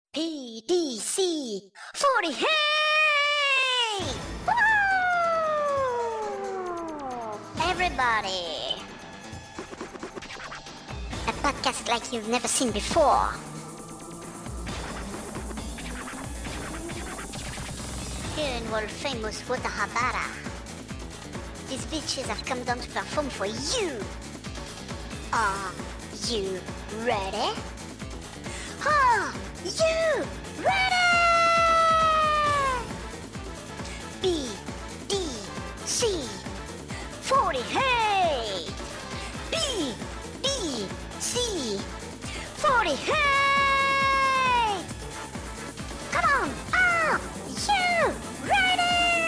PDC 40, hey! Woo! Everybody! A podcast like you've never seen before. Here in world famous Watahabara, these bitches have come down to perform for you. Are you ready? Are you ready? BDC 48. BDC 48. Come on, are you ready?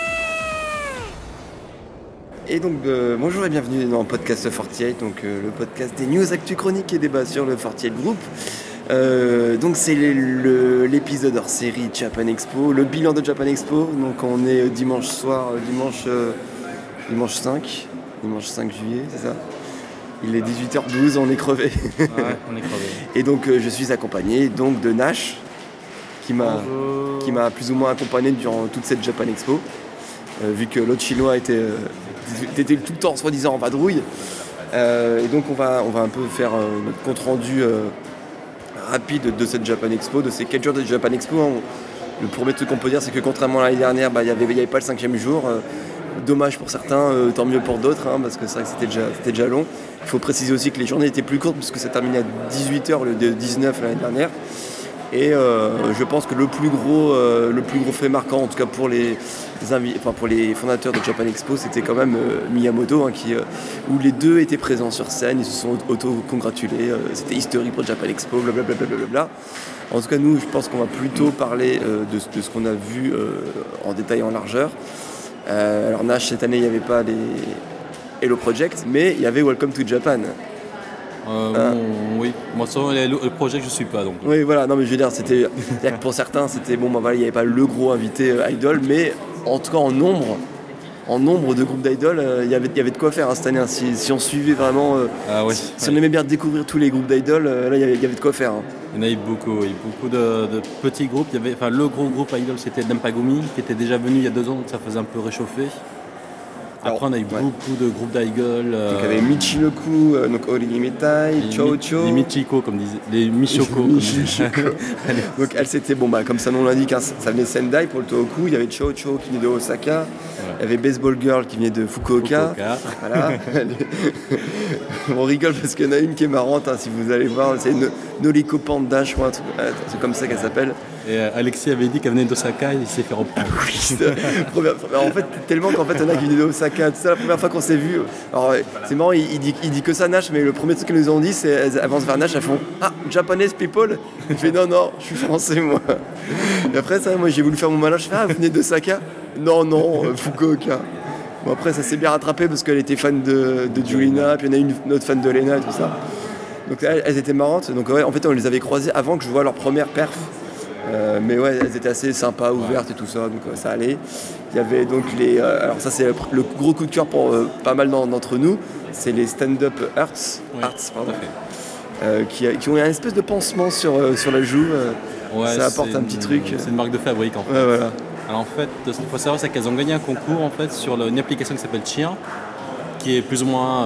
Et donc bonjour et bienvenue dans le podcast 48, donc le podcast des news, actu, chroniques et débats sur le 48 Group. Donc c'est l'épisode hors série Japan Expo, le bilan de Japan Expo. Donc on est dimanche soir, dimanche 5 juillet, c'est ça. Il est 18h12, on est crevé. Ouais, on est crevé. Et donc je suis accompagné donc de Nash qui m'a plus ou moins accompagné durant toute cette Japan Expo. Vu que l'autre chinois était tout le temps soi-disant en vadrouille. Et donc on va un peu faire notre compte rendu rapide de cette Japan Expo, de ces 4 jours de Japan Expo. Le premier truc qu'on peut dire, c'est que contrairement à l'année dernière, il n'y avait pas le 5e jour. Dommage pour certains, tant mieux pour d'autres, parce que c'est vrai que c'était déjà long. Il faut préciser aussi que les journées étaient plus courtes puisque ça terminait à 18h au lieu de 19 l'année dernière. Et je pense que le plus gros fait marquant, en tout cas pour les fondateurs de Japan Expo, c'était quand même Miyamoto, où les deux étaient présents sur scène, ils se sont auto-congratulés, c'était historique pour Japan Expo, blablabla. En tout cas, nous, je pense qu'on va plutôt parler de ce qu'on a vu en détail et en largeur. Alors Nash, cette année, il n'y avait pas les Hello Project, mais il y avait Welcome to Japan. Oui, moi le projet je suis pas donc. Oui voilà, non mais je veux dire, c'est-à-dire que pour certains c'était bon, il n'y avait pas le gros invité idol, mais en tout cas en nombre de groupes d'idoles, il y avait de quoi faire cette année. Si on suivait vraiment, si on aimait bien découvrir tous les groupes d'idoles, là il y avait de quoi faire. Il y en a eu beaucoup, de petits groupes. Le gros groupe idol c'était Dempagumi qui était déjà venu il y a 2 ans, donc ça faisait un peu réchauffer. Après, on a eu beaucoup de groupes d'idoles. Donc, il y avait Michinoku, donc Orihimitai, Chocho. Les Michiko, comme disaient. Les Michoko. Donc, elle, c'était, comme ça nom l'indique, ça venait de Sendai pour le Tohoku. Il y avait Chocho qui venait de Osaka. Ouais. Il y avait Baseball Girl qui venait de Fukuoka. Voilà. On rigole parce qu'il y en a une qui est marrante, si vous allez voir. C'est Noriko Panda, je crois. C'est comme ça qu'elle s'appelle. Et Alexis avait dit qu'elle venait d'Osaka et il s'est fait reprendre. En fait, tellement qu'en fait, il y en a qui venaient d'Osaka. C'est la première fois qu'on s'est vu. Alors, c'est marrant, il dit que ça, Nash, mais le premier truc qu'ils nous ont dit, c'est elles avancent vers Nash, elles font « Ah, Japanese people ?» Il fait « Non, je suis français, moi. » Et après, ça, moi, j'ai voulu faire mon malin. Je fais « Ah, vous venez d'Osaka ?»« Non, Fukuoka. » Bon, après, ça s'est bien rattrapé parce qu'elle était fan de Julina, puis il y en a une autre fan de Lena et tout ça. Donc, elles étaient marrantes. Donc, ouais, en fait, on les avait croisées avant que je vois leur première perf. Mais ouais, elles étaient assez sympas, ouvertes et tout ça, donc ça allait. Il y avait donc alors ça c'est le gros coup de cœur pour pas mal d'entre nous, c'est les stand-up Arts, qui ont une espèce de pansement sur la joue, ça apporte un petit truc. C'est une marque de fabrique en fait. Ouais, voilà. Alors en fait, ce qu'il faut savoir c'est qu'elles ont gagné un concours en fait sur une application qui s'appelle Chien, qui est plus ou moins...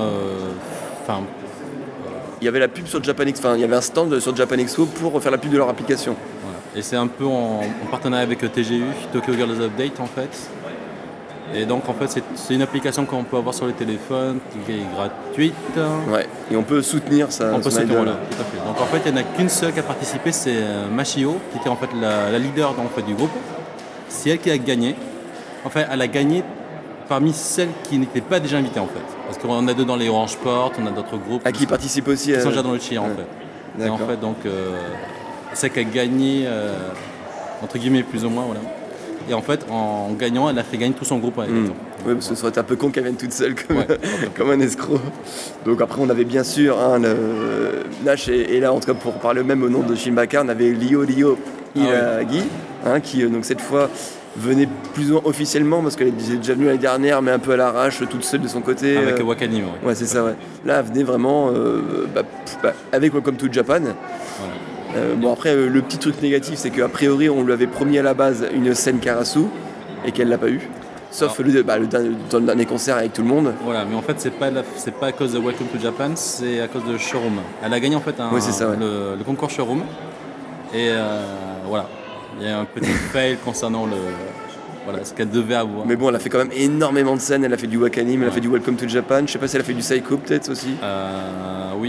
Il y avait la pub sur Japan Expo, il y avait un stand sur Japan Expo pour faire la pub de leur application. Et c'est un peu en partenariat avec TGU, Tokyo Girls Update en fait. Et donc en fait c'est une application qu'on peut avoir sur le téléphone, qui est gratuite. Ouais, et on peut soutenir ça. On peut soutenir, voilà, tout à fait. Donc en fait il n'y en a qu'une seule qui a participé, c'est Machio, qui était en fait la leader du groupe. C'est elle qui a gagné. Enfin elle a gagné parmi celles qui n'étaient pas déjà invitées en fait. Parce qu'on a dedans les Orange Port, on a d'autres groupes. Qui participent aussi. Qui sont déjà dans le chien en fait. D'accord. Et en fait donc... c'est qu'elle a gagné, entre guillemets, plus ou moins, voilà. Et en fait, en gagnant, elle a fait gagner tout son groupe. Oui, parce que ça aurait été un peu con qu'elle vienne toute seule comme un escroc. Donc après, on avait bien sûr, Nash est là, en tout cas pour parler même au nom de Shimbaka, on avait Ryo Hiragi, qui donc cette fois venait plus ou moins officiellement, parce qu'elle était déjà venue l'année dernière, mais un peu à l'arrache, toute seule de son côté. Avec Wakani, ouais, c'est ça, ouais. Là, elle venait vraiment avec Welcome to Japan. Voilà. Bon après le petit truc négatif c'est qu'a priori on lui avait promis à la base une scène Karasu et qu'elle l'a pas eu. Sauf dans le dernier concert avec tout le monde. Voilà, mais en fait c'est pas à cause de Welcome to Japan, c'est à cause de Showroom. Elle a gagné en fait le concours Showroom. Et voilà, il y a un petit fail concernant ce qu'elle devait avoir. Mais bon, elle a fait quand même énormément de scènes. Elle a fait du Wakanim, elle a fait du Welcome to Japan. Je sais pas si elle a fait du Psycho peut-être aussi. Oui,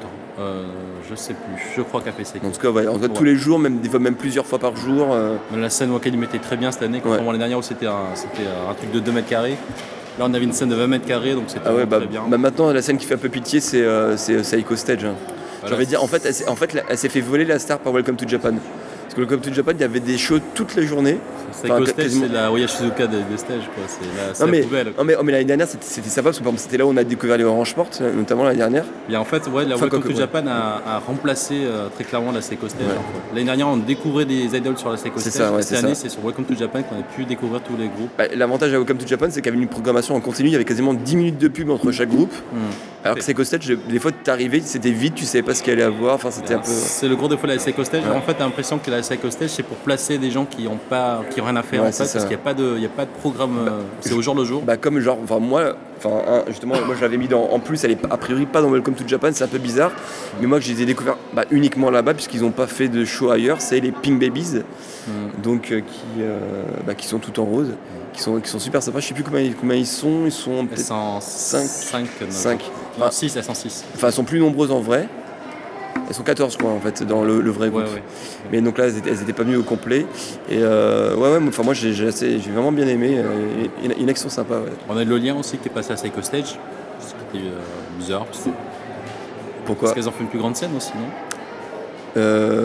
je sais plus. Je crois qu'elle a fait Psycho. En tout cas, tous les jours, des fois même plusieurs fois par jour. La scène Wakanim était très bien cette année, contrairement à l'année dernière où c'était un truc de 2 mètres carrés. Là, on avait une scène de 20 mètres carrés, donc c'était très bien. Maintenant, la scène qui fait un peu pitié, c'est Psycho Stage. Hein. Voilà, j'aurais dire, en fait, elle s'est fait voler la star par Welcome to Japan. Parce que Welcome to Japan, il y avait des shows toute la journée. Psycho Stage, c'est la Oya Shizuka des stages, quoi. C'est la poubelle. Mais l'année dernière, c'était sympa parce que c'était là où on a découvert les Orange Sport, notamment l'année dernière. Et en fait, la Welcome to Japan a remplacé très clairement la Psycho Stage. Ouais. En fait. L'année dernière, on découvrait des idoles sur la Psycho Stage. Cette année, c'est sur Welcome to Japan qu'on a pu découvrir tous les groupes. L'avantage à Welcome to Japan, c'est qu'il y avait une programmation en continu. Il y avait quasiment 10 minutes de pub entre chaque groupe. Alors que Psycho Stage, des fois, t'arrivais, c'était vite, tu savais pas ce qu'il allait avoir. Enfin, c'était un peu. C'est le gros défaut de la Psycho Stage. En fait, t'as l'impression que la Psycho Stage, c'est pour placer des gens qui ont rien à faire en fait, parce qu'il n'y a pas de programme. C'est au jour le jour. Justement, moi je l'avais mis en plus, elle est a priori pas dans Welcome to Japan, c'est un peu bizarre. Mais moi, je les ai découverts uniquement là-bas, puisqu'ils n'ont pas fait de show ailleurs. C'est les Pink Babies, donc qui sont tout en rose, qui sont super sympas. Je sais plus combien ils sont. Ils sont peut-être 5. 6, elles sont 6. Enfin, elles sont plus nombreuses en vrai. Elles sont 14 quoi en fait dans le vrai groupe. Ouais. Mais donc là elles étaient pas venues au complet. Et moi j'ai vraiment bien aimé. Il y en a qui sont sympas. Ouais. On a le lien aussi qui est passé à Psycho Stage, ce qui était bizarre. Pourquoi ? Parce qu'elles ont fait une plus grande scène aussi, non ?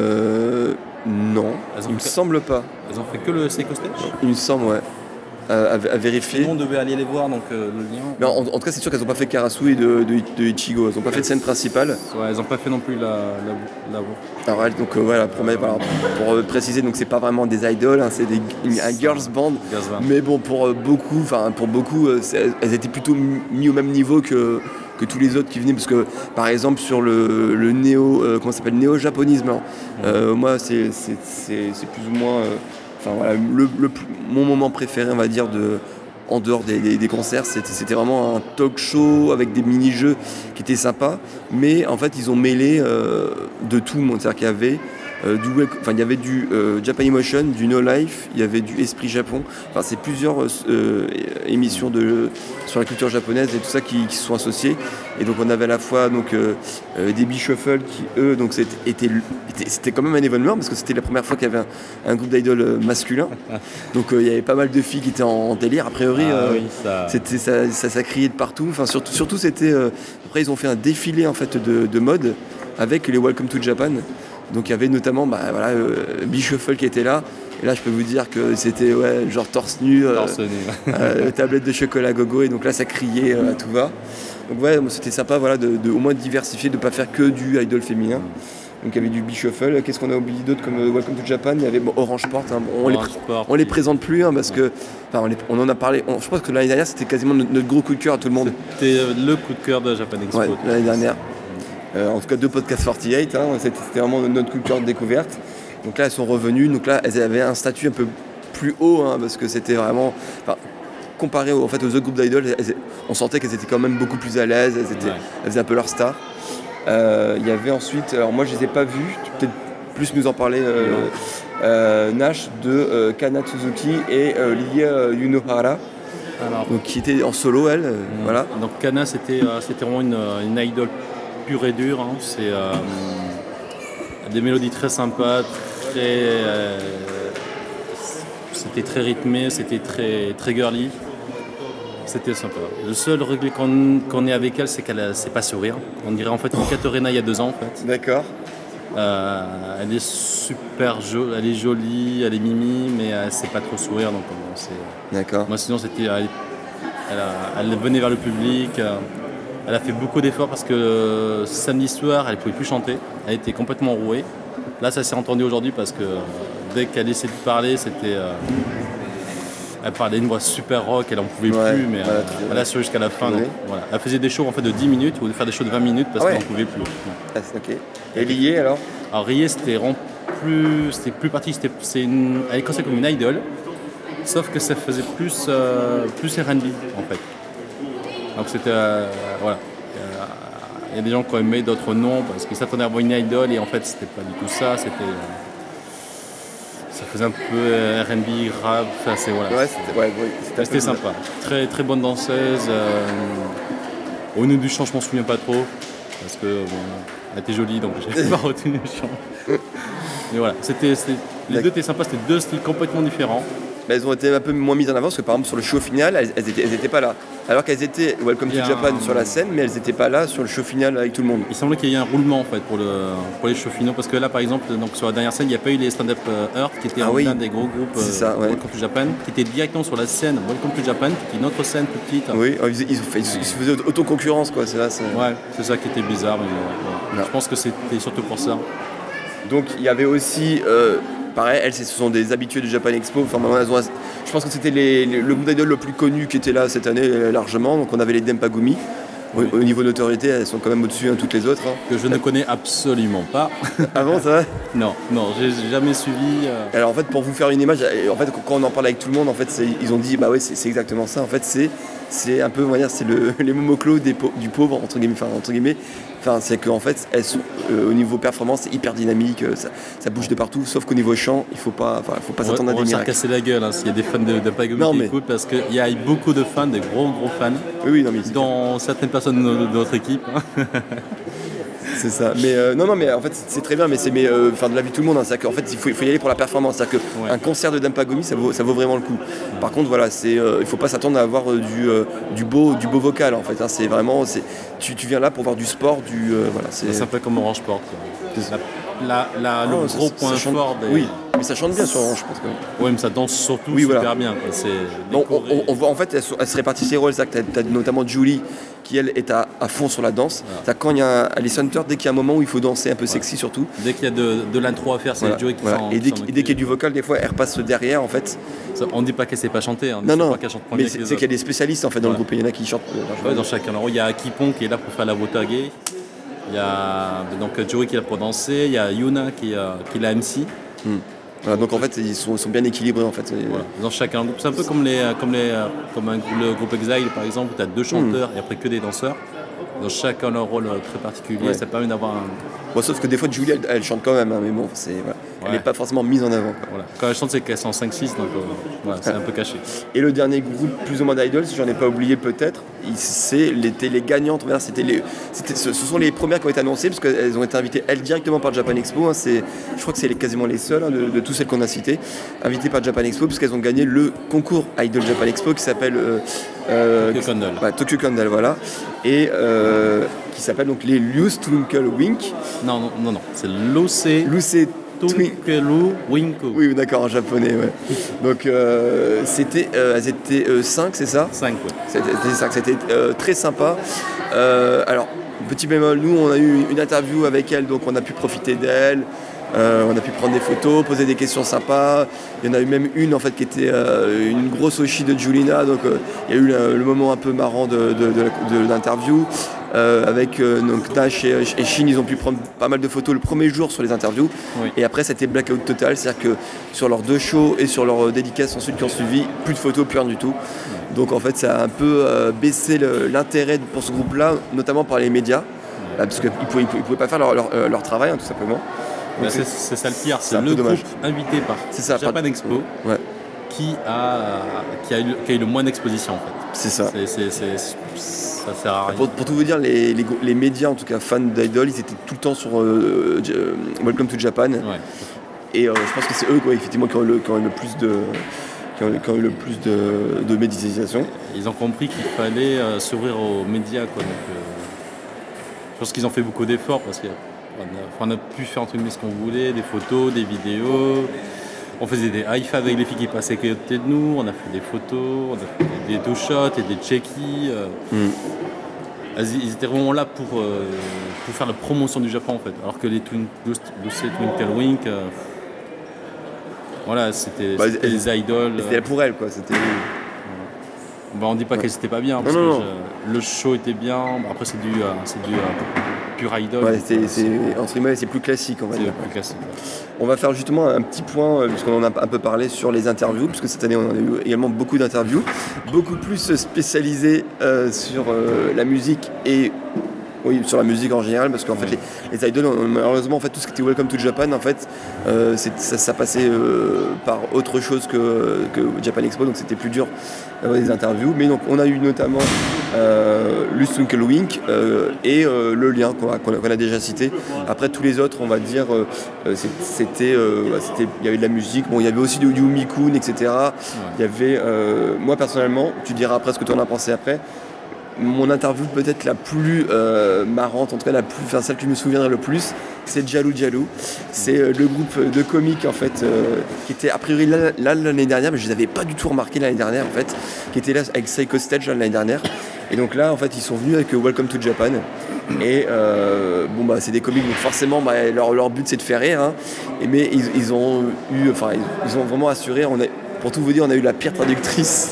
Non, il me semble pas. Elles ont fait que le Psycho Stage ? Il me semble, ouais. À vérifier. Tout le monde devait aller les voir, donc le lien. Mais en tout cas, c'est sûr qu'elles n'ont pas fait Karasu et de Ichigo. Elles n'ont pas fait de scène principale. Ouais, elles n'ont pas fait non plus la Alors, donc voilà, pour préciser, donc c'est pas vraiment des idols, hein, c'est un girls band. Mais bon, pour beaucoup, elles étaient plutôt mis au même niveau que tous les autres qui venaient, parce que par exemple sur le néo-japonisme, moi c'est plus ou moins. Mon moment préféré, on va dire, en dehors des concerts, c'était vraiment un talk show avec des mini-jeux qui étaient sympas, mais en fait ils ont mêlé de tout le monde. C'est-à-dire qu'il y avait il y avait du Japan Emotion, du No Life, il y avait du Esprit Japon. Enfin, c'est plusieurs émissions sur la culture japonaise et tout ça qui se sont associées. Et donc on avait à la fois des B-Shuffle qui eux donc c'était quand même un événement parce que c'était la première fois qu'il y avait un groupe d'idoles masculin. Donc il y avait pas mal de filles qui étaient en délire. A priori, ça criait de partout. Enfin surtout c'était après ils ont fait un défilé en fait de mode avec les Welcome to Japan. Donc il y avait notamment B-Shuffle qui était là. Et là je peux vous dire que c'était genre torse nu, tablette de chocolat gogo, et donc là ça criait à tout va. Donc c'était sympa de au moins diversifier, de ne pas faire que du idol féminin. Donc il y avait du B-Shuffle. Qu'est-ce qu'on a oublié d'autre comme Welcome to Japan ? Il y avait Orange Sport. Hein. On les présente plus parce que on en a parlé. Je pense que l'année dernière c'était quasiment notre gros coup de cœur à tout le monde. C'était le coup de cœur de Japan Expo. Ouais, l'année dernière. En tout cas 2 podcasts 48, c'était vraiment notre coup de cœur de découverte. Donc là elles sont revenues, donc là elles avaient un statut un peu plus haut parce que c'était vraiment comparé aux autres groupes d'idoles, on sentait qu'elles étaient quand même beaucoup plus à l'aise, elles faisaient un peu leur star. Il y avait ensuite, alors moi je les ai pas vues, tu peux peut-être plus nous en parler, Nash de Kana Suzuki et Lilia Yunohara. Donc, qui était en solo elle, voilà. Donc Kana c'était vraiment une idole pure et dure, c'est des mélodies très sympas, c'était très rythmé, c'était très girly, c'était sympa. Le seul regret qu'on ait avec elle, c'est qu'elle ne sait pas sourire. On dirait en fait une Katerina il y a 2 ans en fait. D'accord. Elle est super jolie, elle est jolie, elle est mimi, mais elle ne sait pas trop sourire, donc D'accord. Moi sinon c'était, elle venait vers le public. Elle a fait beaucoup d'efforts parce que samedi soir, elle ne pouvait plus chanter. Elle était complètement rouée. Là, ça s'est entendu aujourd'hui parce que dès qu'elle essayait de parler, elle parlait une voix super rock, elle n'en pouvait plus, mais elle a su jusqu'à la fin. Donc, voilà. Elle faisait des shows en fait, de 10 minutes ou de faire des shows de 20 minutes parce qu'elle n'en pouvait plus. Ok. Et Lié alors ? Alors Rie, c'était plus parti, elle est considérée comme une idol, sauf que ça faisait plus R&B en fait. Donc c'était, voilà. Il y a des gens qui ont aimé, d'autres non, parce qu'ils s'attendaient à voir une idol et en fait c'était pas du tout ça, ça faisait un peu R&B, rap, enfin c'est voilà. Ouais, C'était sympa. Très très bonne danseuse. Au niveau du chant, je m'en souviens pas trop, parce que bon, elle était jolie, donc j'ai pas retenu le chant. Mais voilà, les deux étaient sympas, c'était deux styles complètement différents. Mais elles ont été un peu moins mises en avant parce que par exemple sur le show final, elles étaient pas là. Alors qu'elles étaient Welcome to Japan sur la scène, mais elles n'étaient pas là sur le show final avec tout le monde. Il semblait qu'il y ait un roulement en fait pour les shows finaux, parce que là par exemple, donc, sur la dernière scène, il n'y a pas eu les stand-up Earth qui étaient l'un des gros groupes Welcome to Japan, qui était directement sur la scène Welcome to Japan, qui est une autre scène plus petite. Oui, ils se faisaient autoconcurrence quoi, c'est là. Ouais, c'est ça qui était bizarre, mais je pense que c'était surtout pour ça. Donc il y avait aussi, pareil, elles ce sont des habitués du Japan Expo. Enfin, je pense que c'était le groupe d'idol le plus connu qui était là cette année largement. Donc on avait les Dempagumi. Au niveau notoriété, elles sont quand même au-dessus toutes les autres. Que je ne connais absolument pas. Avant ça va? Non, j'ai jamais suivi. Alors en fait, pour vous faire une image, en fait, quand on en parle avec tout le monde, en fait, ils ont dit bah ouais, c'est exactement ça. En fait, c'est un peu, on va dire, c'est les momoclos du pauvre entre guillemets. Enfin, c'est qu'en fait, elles sont au niveau performance, c'est hyper dynamique, ça bouge de partout. Sauf qu'au niveau chant, il faut pas s'attendre à des miracles. On va se casser la gueule s'il y a des fans de Pagumi qui écoutent, parce qu'il y a beaucoup de fans, des gros fans, dont certaines personnes de notre équipe. C'est ça. Mais mais en fait c'est très bien, mais de la vie de tout le monde. C'est-à-dire qu'en fait il faut y aller pour la performance. C'est-à-dire qu'un concert de Dempagumi ça vaut vraiment le coup. Par contre voilà, il faut pas s'attendre à avoir du beau vocal en fait. C'est vraiment tu viens là pour voir du sport, voilà. C'est un peu comme Orange Sport. Le gros point fort des... Oui, mais ça chante bien sur Orange, je pense quand même. Oui, mais ça danse surtout super bien. Donc on voit en fait, elles se répartissent ses rôles. C'est-à-dire que tu as notamment Julie qui elle est à fond sur la danse. Voilà. Quand il y a les Hunters, dès qu'il y a un moment où il faut danser un peu sexy surtout. Dès qu'il y a de l'intro à faire, c'est Julie qui s'en Et dès qu'il y a du vocal, des fois elle repasse derrière en fait. On ne dit pas qu'elle sait pas chanter, non, qu'elle chante mais c'est qu'il y a des spécialistes en fait dans le groupe, il y en a qui chantent. Dans chacun. Alors, il y a Kipon qui est là pour faire la Wotage. Il y a donc Joey qui est là pour danser, il y a Yuna qui est la MC. Voilà, donc en fait ils sont bien équilibrés en fait. Voilà. Dans chacun groupe, c'est un peu comme le groupe Exile par exemple, où tu as 2 chanteurs et après que des danseurs. Dans chacun leur rôle très particulier, ça permet d'avoir un... Bon, sauf que des fois Julie elle chante quand même, mais bon, elle n'est pas forcément mise en avant. Voilà. Quand elle chante, c'est qu'elle est en 5-6, donc c'est un peu caché. Et le dernier groupe plus ou moins d'idols, si j'en ai pas oublié peut-être, c'est les gagnantes. Ce sont les premières qui ont été annoncées parce qu'elles ont été invitées directement par Japan Expo. Je crois que c'est quasiment les seules de toutes celles qu'on a citées, invitées par Japan Expo parce qu'elles ont gagné le concours Idol Japan Expo qui s'appelle Tokyo Candle, voilà, et qui s'appelle donc les Luce Twinkle Wink. Non, c'est Luce Twinkle Wink. Oui, d'accord, en japonais, ouais. Donc elles étaient 5, c'est ça? 5, oui. C'était très sympa. Alors, petit bémol, nous on a eu une interview avec elles, donc on a pu profiter d'elles. On a pu prendre des photos, poser des questions sympas. Il y en a eu même une en fait qui était une grosse Oshi de Julina, donc il y a eu le moment un peu marrant de l'interview. Avec donc Nash et Shin, ils ont pu prendre pas mal de photos le premier jour sur les interviews. Oui. Et après c'était blackout total, c'est-à-dire que sur leurs 2 shows et sur leurs dédicaces ensuite qui ont suivi, plus de photos, plus rien du tout. Donc en fait ça a un peu baissé l'intérêt pour ce groupe-là, notamment par les médias, parce qu'ils ne pouvaient pas faire leur travail tout simplement. C'est ça le pire, c'est le groupe invité par Japan Expo qui a eu le moins d'exposition en fait. C'est ça. Ça sert à rien. Pour tout vous dire, les médias, en tout cas fans d'Idol, ils étaient tout le temps sur Welcome to Japan. Ouais. Et je pense que c'est eux effectivement qui ont eu le plus de médiatisation. Ils ont compris qu'il fallait s'ouvrir aux médias. Donc, je pense qu'ils ont fait beaucoup d'efforts parce qu'on a pu faire entre guillemets ce qu'on voulait, des photos, des vidéos. On faisait des high-fives avec les filles qui passaient à côté de nous, on a fait des photos, on a fait des two-shots et des check-ins. Ils étaient vraiment là pour faire la promotion du Japon en fait. Alors que les Twinkle Wink, voilà, c'était les idoles. C'était pour elles quoi. C'était... on dit pas qu'elles étaient pas bien, parce que le show était bien. Après c'est dû pur idol. Ouais, entre guillemets, c'est plus classique, on va c'est dire. plus classique. On va faire justement un petit point, puisqu'on en a un peu parlé sur les interviews, puisque cette année on a eu également beaucoup d'interviews, beaucoup plus spécialisées sur la musique et oui, sur la musique en général, parce qu'en fait les idols, malheureusement en fait tout ce qui était Welcome to Japan en fait ça passait par autre chose que Japan Expo, donc c'était plus dur d'avoir des interviews. Mais donc on a eu notamment Lust Wink et le lien qu'on a déjà cité. Après tous les autres, on va dire c'était il y avait de la musique, bon il y avait aussi du Yumi Kun, etc. Il y avait moi personnellement, tu diras après ce que tu en as pensé après. Mon interview peut-être la plus marrante, en tout cas celle que je me souviendrai le plus, c'est Jalou Jalou. C'est le groupe de comiques en fait qui était a priori là l'année dernière, mais je les avais pas du tout remarqué l'année dernière en fait, qui était là avec Psycho Stage l'année dernière. Et donc là en fait ils sont venus avec Welcome to Japan. Et c'est des comiques, donc forcément leur but c'est de faire rire, hein. Mais ils ont vraiment assuré. Pour tout vous dire, on a eu la pire traductrice.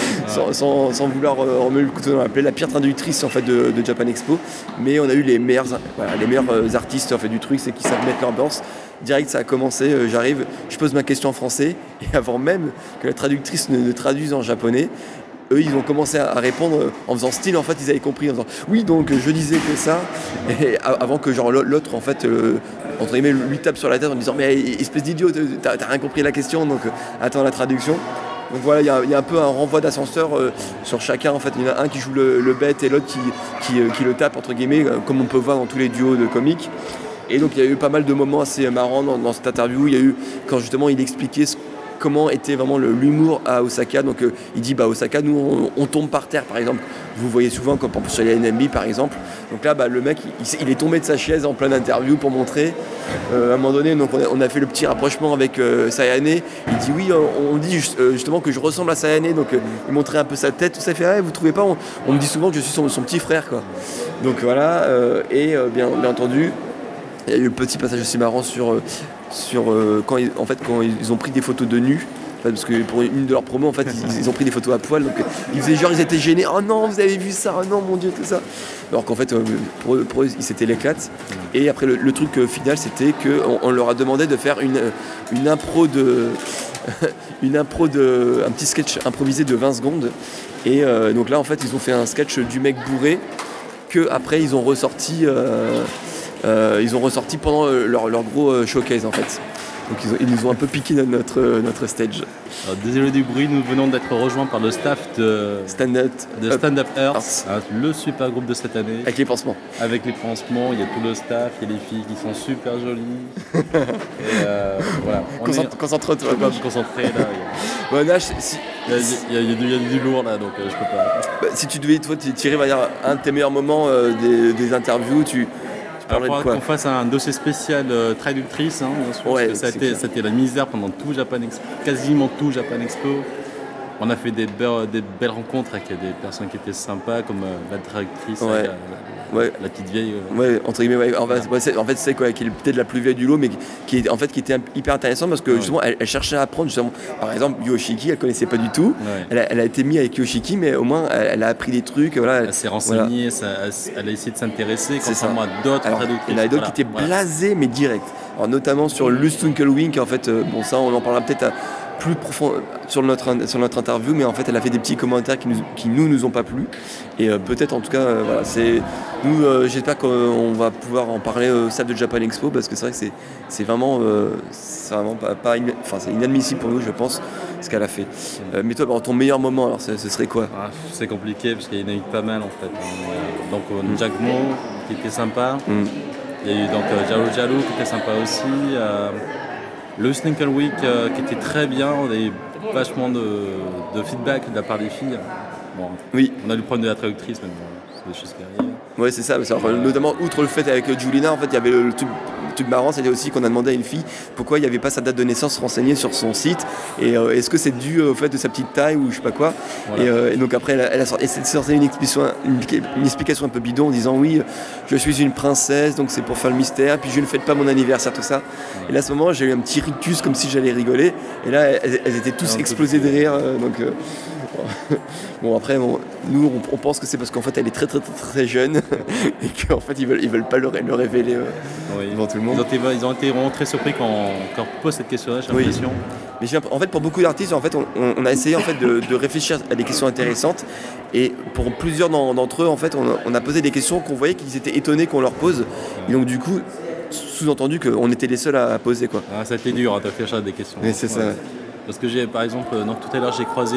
Sans vouloir remettre le couteau dans la plaie, la pire traductrice en fait de Japan Expo, mais on a eu les meilleurs artistes en fait du truc, c'est qu'ils savent mettre l'ambiance. Direct ça a commencé, j'arrive, je pose ma question en français et avant même que la traductrice ne traduise en japonais, eux ils ont commencé à répondre en faisant style, en fait ils avaient compris en disant oui donc je disais que ça, et avant que genre l'autre en fait entre guillemets lui tape sur la tête en disant mais espèce d'idiot, t'as rien compris à la question, donc attends la traduction. Donc voilà, il y a un peu un renvoi d'ascenseur sur chacun. En fait, il y en a un qui joue le bête et l'autre qui le tape, entre guillemets, comme on peut voir dans tous les duos de comiques. Et donc il y a eu pas mal de moments assez marrants dans cette interview. Il y a eu, quand justement il expliquait comment était vraiment l'humour à Osaka. Donc il dit, Osaka, nous on tombe par terre, par exemple. Vous voyez souvent, comme sur les NMB par exemple. Donc là, le mec, il est tombé de sa chaise en pleine interview pour montrer. À un moment donné, donc on a fait le petit rapprochement avec Sayane. Il dit oui, on dit justement que je ressemble à Sayane. Donc il montrait un peu sa tête. Tout ça fait, vous trouvez pas, on me dit souvent que je suis son petit frère, quoi. Donc voilà, bien entendu, il y a eu le petit passage aussi marrant sur quand ils ont pris des photos de nus. Parce que pour une de leurs promos, en fait, ils ont pris des photos à poil, donc ils faisaient genre, ils étaient gênés. Oh non, vous avez vu ça? Oh non, mon Dieu, tout ça. Alors qu'en fait, pour eux, c'était l'éclate. Et après, le truc final, c'était qu'on leur a demandé de faire une impro un petit sketch improvisé de 20 secondes. Et donc là, en fait, ils ont fait un sketch du mec bourré que après ils ont ressorti pendant leur gros showcase, en fait. Donc ils nous ont un peu piqué notre stage. Alors, désolé du bruit, nous venons d'être rejoints par le staff de Stand Up Earth, le super groupe de cette année. Avec les pansements. Avec les pansements, il y a tout le staff, il y a les filles qui sont super jolies. Et voilà. Concentre-toi. Je peux pas me concentrer là. Nash, il y a du lourd là, donc je peux pas. Si tu devais tirer un de tes meilleurs moments des interviews, il faudra qu'on fasse un dossier spécial traductrice, bien sûr, parce que ça a été la misère pendant tout Japan Expo, quasiment tout Japan Expo. On a fait des belles rencontres avec des personnes qui étaient sympas, comme la traductrice, la petite vieille. Entre guillemets, en fait c'est quoi, qui est peut-être la plus vieille du lot, mais qui était hyper intéressante parce que justement elle cherchait à apprendre, justement. Par exemple, Yoshiki, elle connaissait pas du tout. Ouais. Elle a été mise avec Yoshiki, mais au moins elle a appris des trucs. Voilà. Elle s'est renseignée, elle a essait de s'intéresser, contrairement à d'autres traductrices. Il y en a d'autres qui étaient blasés, mais direct. Alors notamment sur Lust Wink, en fait, ça on en parlera peut-être plus profond sur notre interview, mais en fait elle a fait des petits commentaires qui nous ont pas plu, et peut-être en tout cas j'espère qu'on va pouvoir en parler au stade de Japan Expo, parce que c'est vrai que c'est vraiment c'est inadmissible pour nous, je pense, ce qu'elle a fait. Mais toi, ton meilleur moment, alors ce serait quoi? C'est compliqué parce qu'il y en a eu pas mal en fait. Donc Jack Mo qui était sympa, il y a eu donc Jalou Jalou qui était sympa aussi. Le Sneaker Week qui était très bien, on a eu vachement de feedback de la part des filles. Bon, oui. On a eu le problème de la traductrice, mais bon, c'est des choses qui arrivent. Ouais, c'est ça. Notamment, outre le fait avec Julina, en fait, il y avait le truc marrant, c'était aussi qu'on a demandé à une fille pourquoi il n'y avait pas sa date de naissance renseignée sur son site, et est-ce que c'est dû au fait de sa petite taille ou je sais pas quoi. Voilà. Et donc après elle a sorti une explication un peu bidon en disant oui, je suis une princesse, donc c'est pour faire le mystère, puis je ne fête pas mon anniversaire, tout ça. Ouais. Et là à ce moment j'ai eu un petit rictus comme si j'allais rigoler, et là elles étaient tous explosées de rire, donc Bon après, nous on pense que c'est parce qu'en fait elle est très très très, très jeune et qu'en fait ils veulent pas le révéler Oui. devant tout le monde. Ils ont été vraiment très surpris quand on pose cette question-là, j'ai Oui. l'impression. Mais en fait, pour beaucoup d'artistes, en fait, on a essayé en fait de réfléchir à des questions intéressantes. Et pour plusieurs d'entre eux, en fait, on a posé des questions qu'on voyait qu'ils étaient étonnés qu'on leur pose. Et donc, du coup, sous-entendu qu'on était les seuls à poser, quoi. Ah, ça a été dur de réfléchir à des questions. Mais c'est ça. Ouais. Parce que par exemple, tout à l'heure, j'ai croisé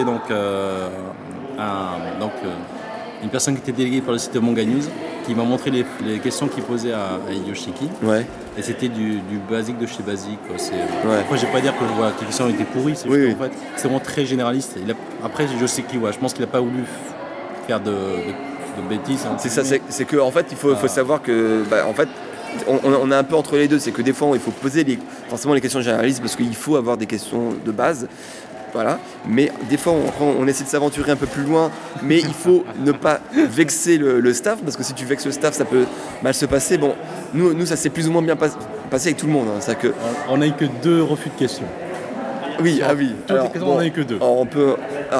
une personne qui était déléguée par le site de Manga News, qui m'a montré les questions qu'il posait à Yoshiki. Ouais. Et c'était du basique de chez basique. Ouais. Après, je vais pas dire que les questions étaient pourries, c'est oui, juste qu'en fait, c'est vraiment très généraliste. Après, Yoshiki, je pense qu'il n'a pas voulu faire de bêtises. Hein, c'est ça, c'est que en fait, il faut savoir que, en fait, on est un peu entre les deux. C'est que des fois, il faut poser forcément les questions généralistes parce qu'il faut avoir des questions de base. Voilà. Mais des fois, on essaie de s'aventurer un peu plus loin, mais il faut ne pas vexer le staff, parce que si tu vexes le staff, ça peut mal se passer. Bon, nous ça s'est plus ou moins bien passé avec tout le monde. Hein. Que... On n'a eu que 2 refus de questions. Oui, oui. Toutes les questions, on n'a eu que 2. Alors, on peut...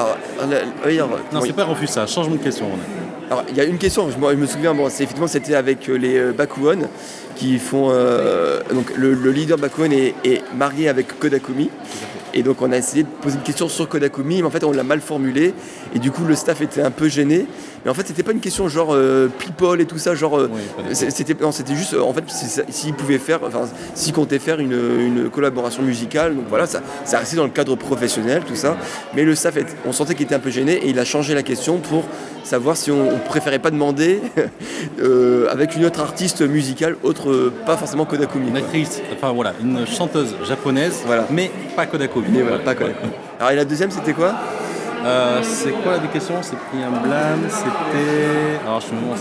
non, c'est pas un refus, ça, changement de question. Alors, il y a une question, je me souviens, effectivement, c'était avec les Bakuon, qui font... donc, le leader Bakuon est marié avec Kodakumi. Et donc on a essayé de poser une question sur Kodakumi, mais en fait on l'a mal formulée. Et du coup le staff était un peu gêné. Mais en fait c'était pas une question genre people et tout ça, genre c'était juste en fait s'ils pouvaient faire, enfin s'ils comptaient faire une collaboration musicale. Donc voilà, ça restait dans le cadre professionnel, tout ça. Mais le staff, on sentait qu'il était un peu gêné et il a changé la question pour savoir si on préférait pas demander avec une autre artiste musicale, autre, pas forcément Kodakumi. Une actrice, enfin voilà, une chanteuse japonaise, voilà. Mais pas Kodakumi. Mais voilà, pas Kodakumi. Alors et la deuxième c'était quoi? C'est quoi la question? C'est pris un blâme, c'était... Alors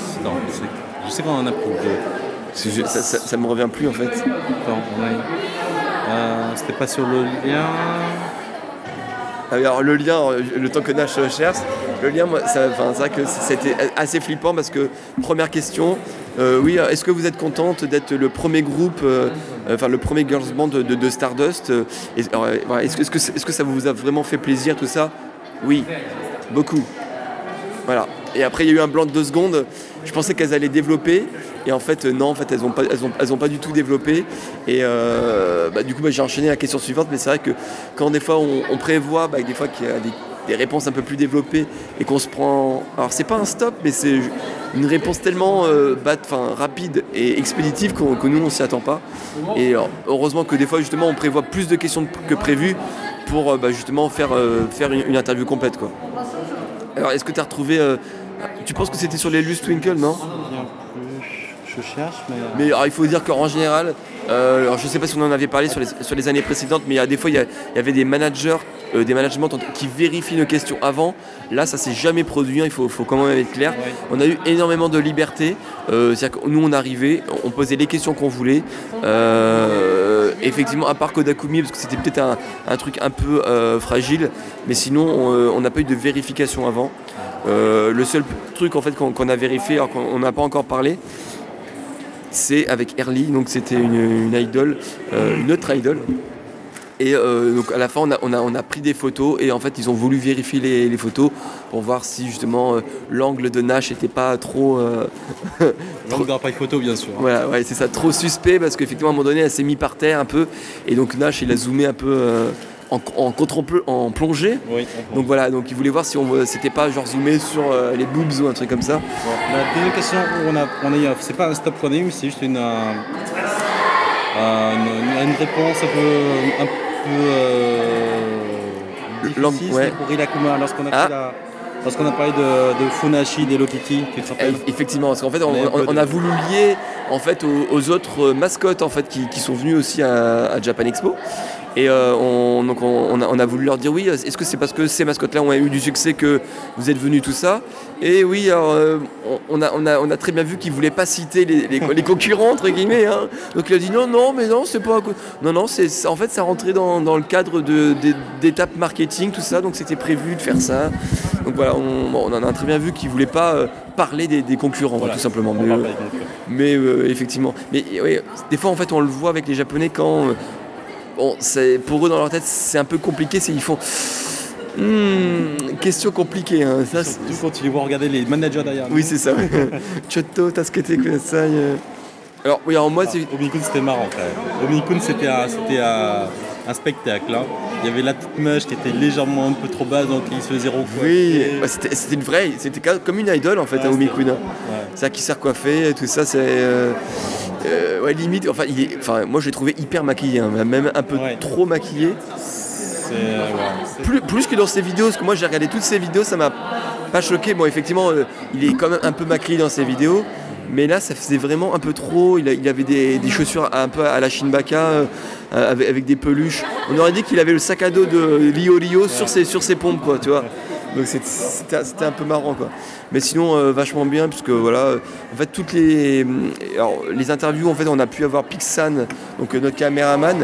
je sais qu'on en a pris 2. Ça me revient plus en fait. Attends, c'était pas sur le lien... Alors le lien, le temps que Nash cherche, le lien, c'est vrai que c'était assez flippant parce que première question, oui, est-ce que vous êtes contente d'être le premier groupe, le premier girls band de Stardust, est-ce que ça vous a vraiment fait plaisir tout ça? Oui, beaucoup. Voilà. Et après il y a eu un blanc de 2 secondes. Je pensais qu'elles allaient développer. Et en fait, non, en fait, elles ont pas du tout développé. Et du coup, j'ai enchaîné la question suivante. Mais c'est vrai que quand des fois, on prévoit des fois qu'il y a des réponses un peu plus développées et qu'on se prend... Alors, c'est pas un stop, mais c'est une réponse tellement rapide et expéditive que nous, on s'y attend pas. Et alors, heureusement que des fois, justement, on prévoit plus de questions que prévu pour justement faire une interview complète, quoi. Alors, est-ce que tu as retrouvé... tu penses que c'était sur les Luce Twinkle, non? Je cherche, mais alors, il faut dire qu'en général, alors je ne sais pas si on en avait parlé sur les années précédentes, mais des fois il y avait des managers, des managements qui vérifient nos questions avant. Là, ça s'est jamais produit, il faut quand même être clair. Ouais. On a eu énormément de liberté. C'est-à-dire que nous, on arrivait, on posait les questions qu'on voulait. Effectivement, à part Kodakumi, parce que c'était peut-être un truc un peu fragile, mais sinon, on n'a pas eu de vérification avant. Le seul truc en fait qu'on a vérifié, alors qu'on n'a pas encore parlé, c'est avec Early, donc c'était une idol, une autre idol. Et donc à la fin on a pris des photos et en fait ils ont voulu vérifier les photos pour voir si justement l'angle de Nash n'était pas trop... L'angle d'appareil photo bien sûr. Voilà, ouais, c'est ça, trop suspect parce qu'effectivement à un moment donné elle s'est mise par terre un peu et donc Nash il a zoomé un peu... en plongée. Oui, donc voilà, donc ils voulaient voir si c'était pas genre zoomé sur les boobs ou un truc comme ça. Ouais. La deuxième question où on a eu, c'est pas un stop qu'on a eu, c'est juste une réponse un peu difficile, ouais. Pour Rilakkuma lorsqu'on a parlé de Funashi, d'Hello Kitty, tu te rappelles? Effectivement, parce qu'en fait on a voulu lier en fait aux autres mascottes en fait qui sont venus aussi à Japan Expo. Et on a voulu leur dire oui, est-ce que c'est parce que ces mascottes-là ont eu du succès que vous êtes venus tout ça? Et oui, alors, on a très bien vu qu'ils ne voulaient pas citer les concurrents, entre guillemets. Hein. Donc il a dit non, mais non, c'est pas... Non, en fait, ça rentrait dans le cadre d'étapes marketing, tout ça, donc c'était prévu de faire ça. Donc voilà, on en a très bien vu qu'ils ne voulaient pas parler des concurrents, voilà, tout simplement. Mais effectivement. Mais oui, des fois, en fait, on le voit avec les Japonais quand... pour eux dans leur tête c'est un peu compliqué, ils font Question compliquée. Hein. Ça, Surtout quand tu les vois regarder les managers derrière. oui, c'est ça. Chotto, Tasquete, Kunasai. Alors, oui, alors moi, c'est. Omikun, c'était marrant quand même. Omikun, c'était un spectacle. Hein. Il y avait la petite mèche qui était légèrement un peu trop basse, donc il se faisait recoiffer. Oui, bah, c'était une vraie. C'était comme une idole en fait, à Omikun. Hein. C'est ça qui s'est recoiffé, tout ça, c'est. Ouais, limite. Moi, je l'ai trouvé hyper maquillé, hein, même un peu trop maquillé. Plus que dans ses vidéos, parce que moi j'ai regardé toutes ses vidéos, ça m'a pas choqué. Bon, effectivement, il est quand même un peu maquillé dans ses vidéos, mais là ça faisait vraiment un peu trop. Il avait des chaussures un peu à la Shinbaka, avec des peluches. On aurait dit qu'il avait le sac à dos de Lio sur ses pompes, quoi, tu vois. Donc c'était un peu marrant, quoi. Mais sinon vachement bien, puisque voilà, en fait toutes les interviews, en fait on a pu avoir Pixan, donc notre caméraman.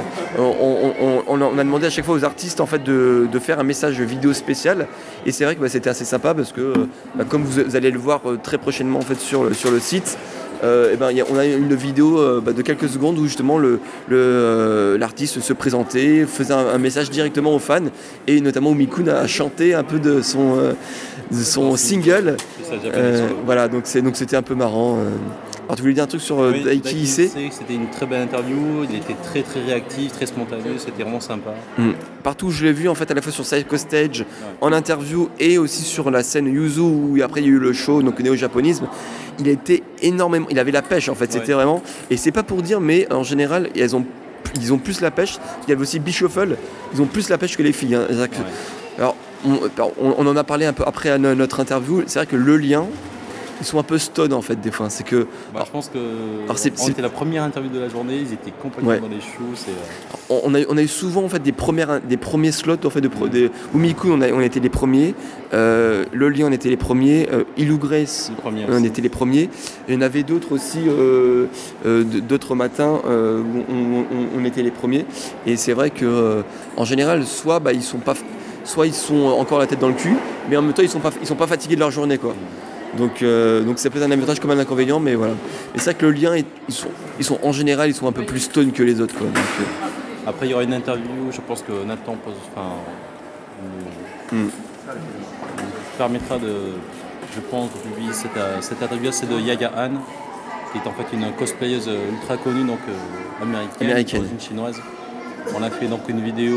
On a demandé à chaque fois aux artistes en fait de faire un message vidéo spécial, et c'est vrai que c'était assez sympa parce que comme vous allez le voir très prochainement en fait sur le site. On a une vidéo de quelques secondes où justement l'artiste se présentait, faisait un message directement aux fans, et notamment Omikun a chanté un peu de son single. Voilà, donc c'était un peu marrant. Alors tu voulais dire un truc sur Daiki Issei ? C'était une très belle interview, il était très très réactif, très spontané, c'était vraiment sympa. Partout où je l'ai vu en fait, à la fois sur Psycho Stage, en interview, et aussi sur la scène Yuzu où après il y a eu le show, donc néo-japonisme, il était énormément, il avait la pêche en fait, c'était vraiment, et c'est pas pour dire, mais en général ils ont plus la pêche. Il y avait aussi Bischoffel, ils ont plus la pêche que les filles. Hein. Alors on en a parlé un peu après à notre interview, c'est vrai que le lien, ils sont un peu stone en fait des fois. C'est que. Je pense que. C'était la première interview de la journée, ils étaient complètement dans les choux. On a eu souvent en fait des premiers slots en fait Omikun, on était les premiers. Le lien, on était les premiers. Ilou Grace, on était les premiers. Et il y en avait d'autres aussi, d'autres matins où on était les premiers. Et c'est vrai que en général, soit ils sont encore la tête dans le cul, mais en même temps ils sont pas fatigués de leur journée, quoi. Donc ça peut être un avantage comme un inconvénient, mais voilà. Et c'est vrai que le lien, ils sont en général, ils sont un peu plus stone que les autres, quoi. Donc, après il y aura une interview, je pense que Nathan permettra de, je pense, de publier cette interview. C'est de Yaya Han, qui est en fait une cosplayeuse ultra connue, donc américaine, d'origine chinoise. On a fait donc une vidéo.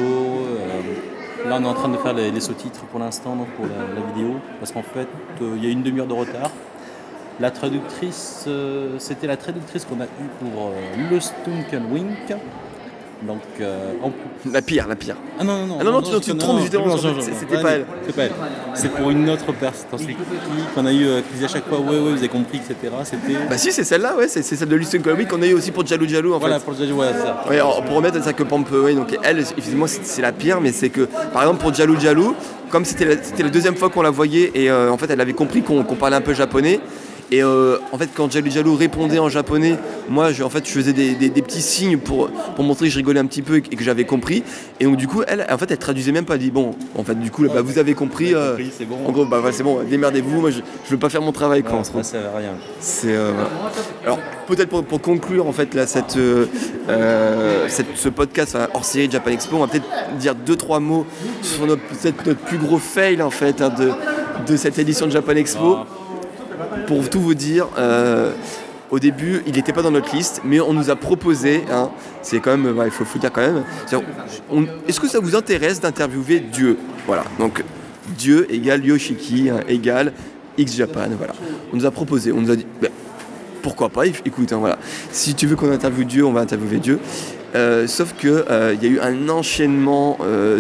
Là, on est en train de faire les sous-titres pour l'instant, donc pour la vidéo, parce qu'en fait, il y a une demi-heure de retard. La traductrice, c'était la traductrice qu'on a eue pour Le Stunken Wink. Donc, la pire. Ah non, tu te trompes, justement, c'était pas elle. C'est pas elle. C'est pour une autre personne. C'est qui qu'on a eu, qui disait à chaque fois, ouais, vous avez compris, etc. C'était. Bah si, c'est celle-là, ouais, c'est celle de Listen Comic qu'on a eu aussi pour Jalou Jalou, en fait. Voilà, pour Jalou, ouais, c'est ça. Ouais, alors, pour remettre, c'est que Pompe, donc elle, effectivement, c'est la pire, mais c'est que, par exemple, pour Jalou Jalou, comme c'était la deuxième fois qu'on la voyait, et en fait, elle avait compris qu'on parlait un peu japonais. Et en fait, quand Jalou Jalou répondait en japonais, moi je faisais des petits signes pour montrer que je rigolais un petit peu et que j'avais compris. Et donc du coup, elle traduisait même pas. Elle dit bon, en fait, du coup, là, vous avez compris. C'est bon. En gros, c'est bon, démerdez-vous. Moi, je veux pas faire mon travail, quoi. Ça sert à rien. Voilà. Alors peut-être pour conclure en fait là ce podcast hors série Japan Expo, on va peut-être dire 2-3 mots sur notre plus gros fail en fait de cette édition de Japan Expo. Pour tout vous dire, au début, il n'était pas dans notre liste, mais on nous a proposé, hein, c'est quand même, il faut dire quand même, est-ce que ça vous intéresse d'interviewer Dieu ? Voilà, donc Dieu égale Yoshiki, égale X-Japan, voilà. On nous a proposé, on nous a dit, pourquoi pas, écoute, voilà. Si tu veux qu'on interviewe Dieu, on va interviewer Dieu. Sauf que y a eu un enchaînement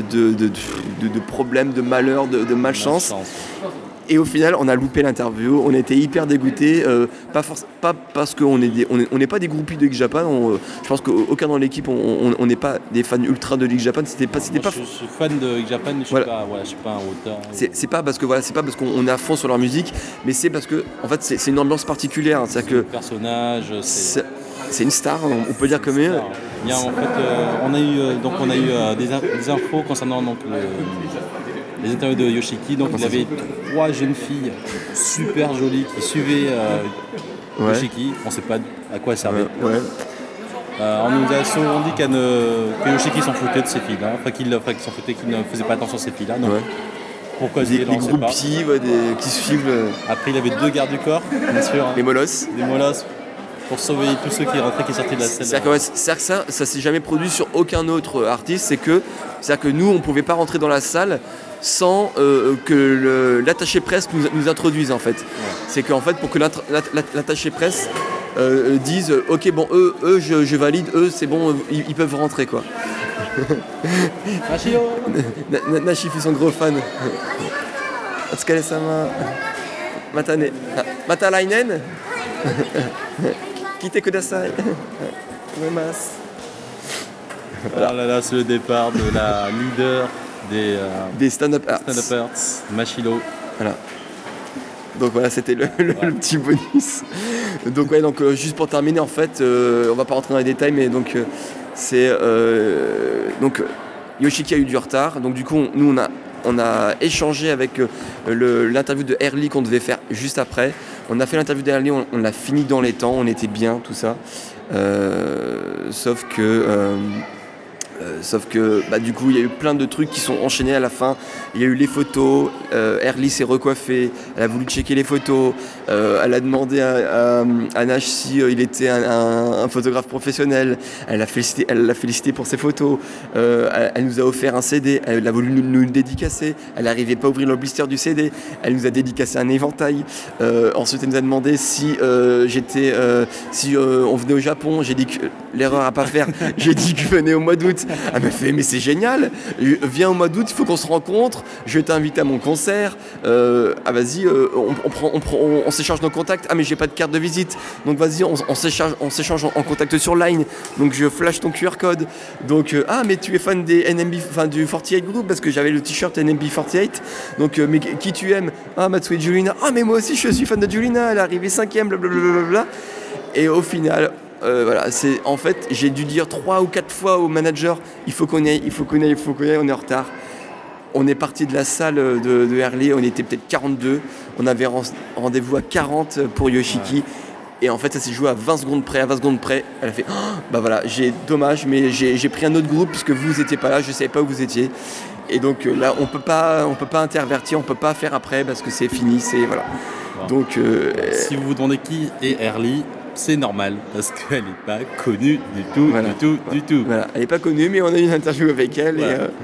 de problèmes, de malheurs, de malchance. Et au final, on a loupé l'interview, on était hyper dégoûtés, pas parce qu'on n'est pas des groupies de X-Japan, je pense qu'aucun dans l'équipe, on n'est pas des fans ultra de X-Japan, Je suis fan de X-Japan, mais je suis pas un auteur. C'est pas parce qu'on est à fond sur leur musique, mais c'est parce que en fait c'est une ambiance particulière, hein, c'est-à-dire que le personnage, c'est une star, on peut dire comme elle. En fait, on a eu des infos concernant donc les interviews de Yoshiki. Donc il avait 3 jeunes filles super jolies qui suivaient Yoshiki. On ne sait pas à quoi elles servaient. On nous a souvent dit que Yoshiki s'en foutait de ces filles-là, qu'il ne faisait pas attention à ces filles-là. Donc Pourquoi des on sait pas. groupies qui suivent Après, il avait 2 gardes du corps, bien sûr. les molosses. Des molosses pour sauver tous ceux qui rentraient, qui sortaient de la scène. C'est-à-dire que ça s'est jamais produit sur aucun autre artiste. C'est-à-dire que nous, on pouvait pas rentrer dans la salle sans que l'attaché presse nous introduise en fait. Ouais. C'est qu'en fait, pour que l'attaché presse dise ok bon eux je valide, eux c'est bon, ils peuvent rentrer quoi. Nashi fait son gros fan. Otsukare-sama. Matane. Matalainen. Kite kudasai. Gomaz. Voilà. Oh là là, c'est le départ de la leader des stand-up arts. Machilo. Voilà. Donc voilà, c'était le petit bonus. Donc ouais, donc juste pour terminer en fait, on va pas rentrer dans les détails, mais donc donc Yoshiki a eu du retard. Donc du coup, nous on a échangé avec l'interview de Early qu'on devait faire juste après. On a fait l'interview de Early, on l'a fini dans les temps, on était bien, tout ça. Sauf que du coup il y a eu plein de trucs qui sont enchaînés à la fin. Il y a eu les photos, Early s'est recoiffée, elle a voulu checker les photos, elle a demandé à Nash si il était un photographe professionnel, elle l'a félicité pour ses photos, elle nous a offert un CD, elle a voulu nous le dédicacer, elle n'arrivait pas à ouvrir le blister du CD, elle nous a dédicacé un éventail, ensuite elle nous a demandé si on venait au Japon, j'ai dit que l'erreur à pas faire, j'ai dit que je venais au mois d'août. Elle m'a fait mais c'est génial, viens au mois d'août, il faut qu'on se rencontre, je vais t'inviter à mon concert, vas-y, on s'échange nos contacts, mais j'ai pas de carte de visite, donc vas-y on s'échange en contact sur Line, donc je flash ton QR code, donc mais tu es fan des NMB, enfin du 48 Group, parce que j'avais le t-shirt NMB 48, donc mais qui tu aimes? Matsui Julina, mais moi aussi je suis fan de Julina, elle est arrivée 5ème, blablabla, et au final voilà, c'est en fait j'ai dû dire 3 ou 4 fois au manager il faut qu'on y aille, on est en retard. On est parti de la salle de Early, on était peut-être 42, on avait rendez-vous à 40 pour Yoshiki. Ouais. Et en fait ça s'est joué à 20 secondes près, elle a fait voilà, dommage mais j'ai pris un autre groupe puisque vous étiez pas là, je savais pas où vous étiez. Et donc là on peut pas intervertir, on peut pas faire après parce que c'est fini, c'est voilà. Wow. Donc si vous vous demandez qui est Early, c'est normal, parce qu'elle n'est pas connue du tout, voilà. du tout. Voilà. Elle n'est pas connue, mais on a eu une interview avec elle, voilà. Et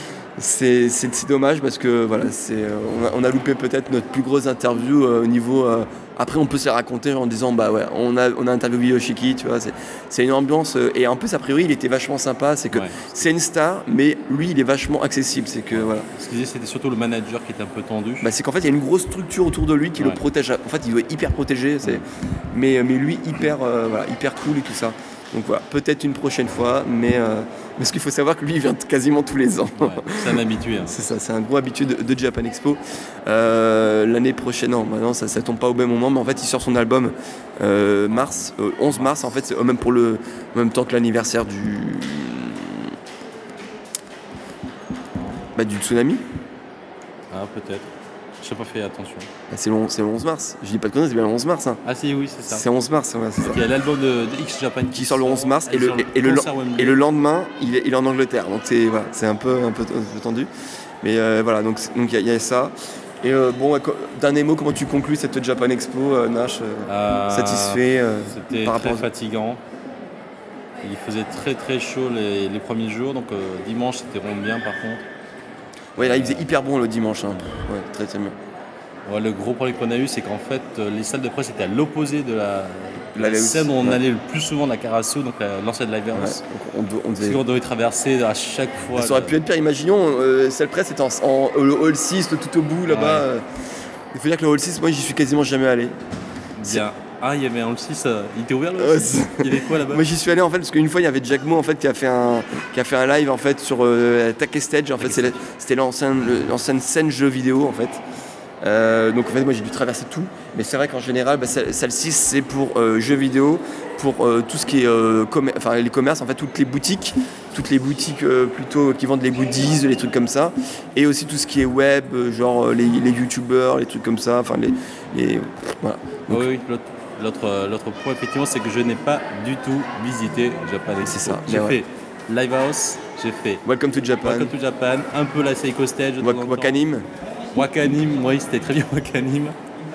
c'est dommage, parce que voilà, on a loupé peut-être notre plus grosse interview au niveau... après, on peut se la raconter en disant, on a interviewé Yoshiki, tu vois, c'est une ambiance... et en plus, a priori, il était vachement sympa, c'est que c'est une star, mais lui, il est vachement accessible, c'est que, voilà. Ce qu'il disait, c'était surtout le manager qui était un peu tendu. C'est qu'en fait, il y a une grosse structure autour de lui qui le protège. En fait, il doit être hyper protégé, mais lui, hyper cool et tout ça. Donc voilà, peut-être une prochaine fois, mais parce qu'il faut savoir que lui, il vient quasiment tous les ans. Ouais, c'est un habitué. Hein. C'est ça, c'est un gros habitué de Japan Expo. L'année prochaine, non, ça tombe pas au même moment, mais en fait, il sort son album 11 mars, en fait, c'est même en même temps que l'anniversaire du tsunami. Ah, peut-être. Je n'ai pas fait attention. C'est le 11 mars. Je dis pas de conneries, c'est bien le 11 mars. Hein. Ah si, oui, c'est ça. C'est 11 mars, ouais, c'est ça. Il y a l'album de X Japan qui sort le 11 mars et le lendemain, il est en Angleterre. Donc c'est un peu tendu. Mais voilà, donc il y a ça. Et dernier mot, comment tu conclus cette Japan Expo, Nash? Satisfait C'était très fatigant. Il faisait très très chaud les premiers jours, donc dimanche c'était vraiment bien par contre. Ouais, là il faisait hyper bon le dimanche, hein. Ouais, très très bien. Ouais, le gros problème qu'on a eu, c'est qu'en fait, les salles de presse étaient à l'opposé de la scène où on allait le plus souvent, la Carasso, donc l'ancienne Live House. Ouais, on devait traverser à chaque fois. Ça aurait pu être pire, imaginons, salle presse était le hall 6, tout au bout là-bas. Ouais. Il faut dire que le hall 6, moi j'y suis quasiment jamais allé. Bien. Il y avait un hall 6, il était ouvert le hall 6. Il y avait quoi là-bas? Moi j'y suis allé en fait parce qu'une fois il y avait Jack Mo en fait qui a fait un live en fait sur Take Stage en fait c'était l'ancienne scène jeu vidéo en fait. Donc en fait moi j'ai dû traverser tout, mais c'est vrai qu'en général salle 6 c'est pour jeux vidéo, pour tout ce qui est les commerces en fait, toutes les boutiques plutôt qui vendent les goodies, les trucs comme ça, et aussi tout ce qui est web, genre les youtubeurs, les trucs comme ça, enfin les voilà. Donc, oui, l'autre point effectivement c'est que je n'ai pas du tout visité Japan Expo. C'est ça. J'ai fait Live House, j'ai fait Welcome to Japan, un peu la Seiko Stage, Wakanim. Wakanim, oui, c'était très bien Wakanim.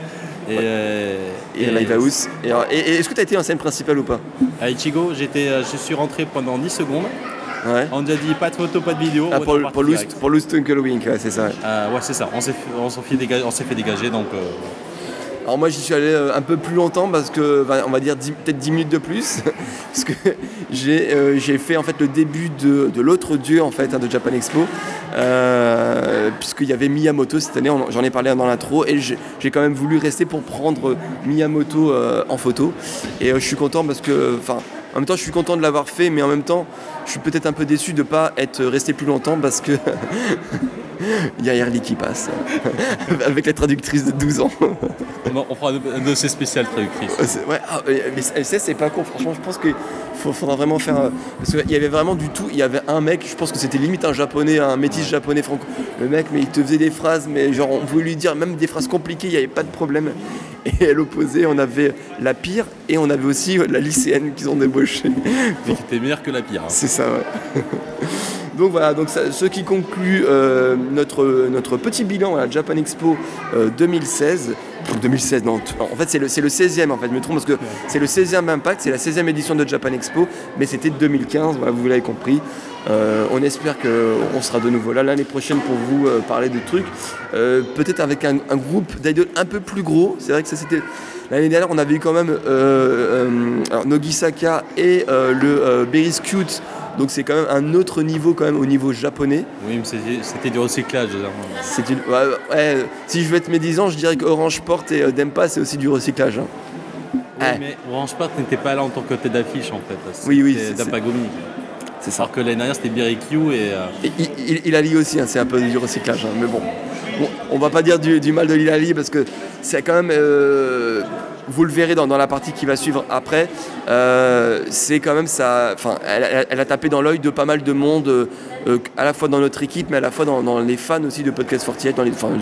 Et Live House. Et est-ce que tu as été en scène principale ou pas? À Ichigo, je suis rentré pendant 10 secondes. Ouais. On nous a dit pas de photo, pas de vidéo. Pour Loose Twinkle Wink, ouais, c'est ça. Ouais, c'est ça. On s'est fait dégager, donc. Alors moi j'y suis allé un peu plus longtemps parce que, on va dire peut-être 10 minutes de plus parce que j'ai fait en fait le début de l'autre dieu en fait de Japan Expo puisqu'il y avait Miyamoto cette année, j'en ai parlé dans l'intro et j'ai quand même voulu rester pour prendre Miyamoto en photo et je suis content parce que, en même temps je suis content de l'avoir fait mais en même temps je suis peut-être un peu déçu de ne pas être resté plus longtemps parce que il y a Erly qui passe avec la traductrice de 12 ans. On fera un dossier spécial traductrice. Ouais, mais c'est pas con, franchement, je pense qu'il faudra vraiment faire. Parce qu'il y avait vraiment du tout. Il y avait un mec, je pense que c'était limite un japonais, un métis japonais franco. Le mec, mais il te faisait des phrases, mais genre on pouvait lui dire même des phrases compliquées, il n'y avait pas de problème. Et à l'opposé, on avait la pire et on avait aussi la lycéenne qu'ils ont débauchée. Qui était meilleure que la pire. Hein. C'est ça, ouais. Donc voilà, ce qui conclut notre petit bilan à la Japan Expo 2016. 2016, non, en fait c'est le 16e en fait, je me trompe parce que c'est le 16e Impact, c'est la 16e édition de Japan Expo, mais c'était 2015, voilà, vous l'avez compris. On espère qu'on sera de nouveau là l'année prochaine pour vous parler de trucs, peut-être avec un groupe d'idoles un peu plus gros. C'est vrai que ça c'était... L'année dernière on avait eu quand même Nogisaka et le Berry's Cute. Donc c'est quand même un autre niveau quand même au niveau japonais. Oui, mais c'était du recyclage. Si je veux être médisant, je dirais que Orange Port et Dempa c'est aussi du recyclage. Hein. Oui, mais Orange Port n'était pas là en tant que tête d'affiche en fait. Oui, c'était Dapagomi. C'est ça. Alors que l'année dernière c'était Berikyu et Hilali aussi, hein, c'est un peu du recyclage. Hein, mais bon, on va pas dire du mal de Hilali parce que c'est quand même... vous le verrez dans la partie qui va suivre après, c'est quand même ça. Enfin, elle a tapé dans l'œil de pas mal de monde, à la fois dans notre équipe, mais à la fois dans les fans aussi de Podcast 48,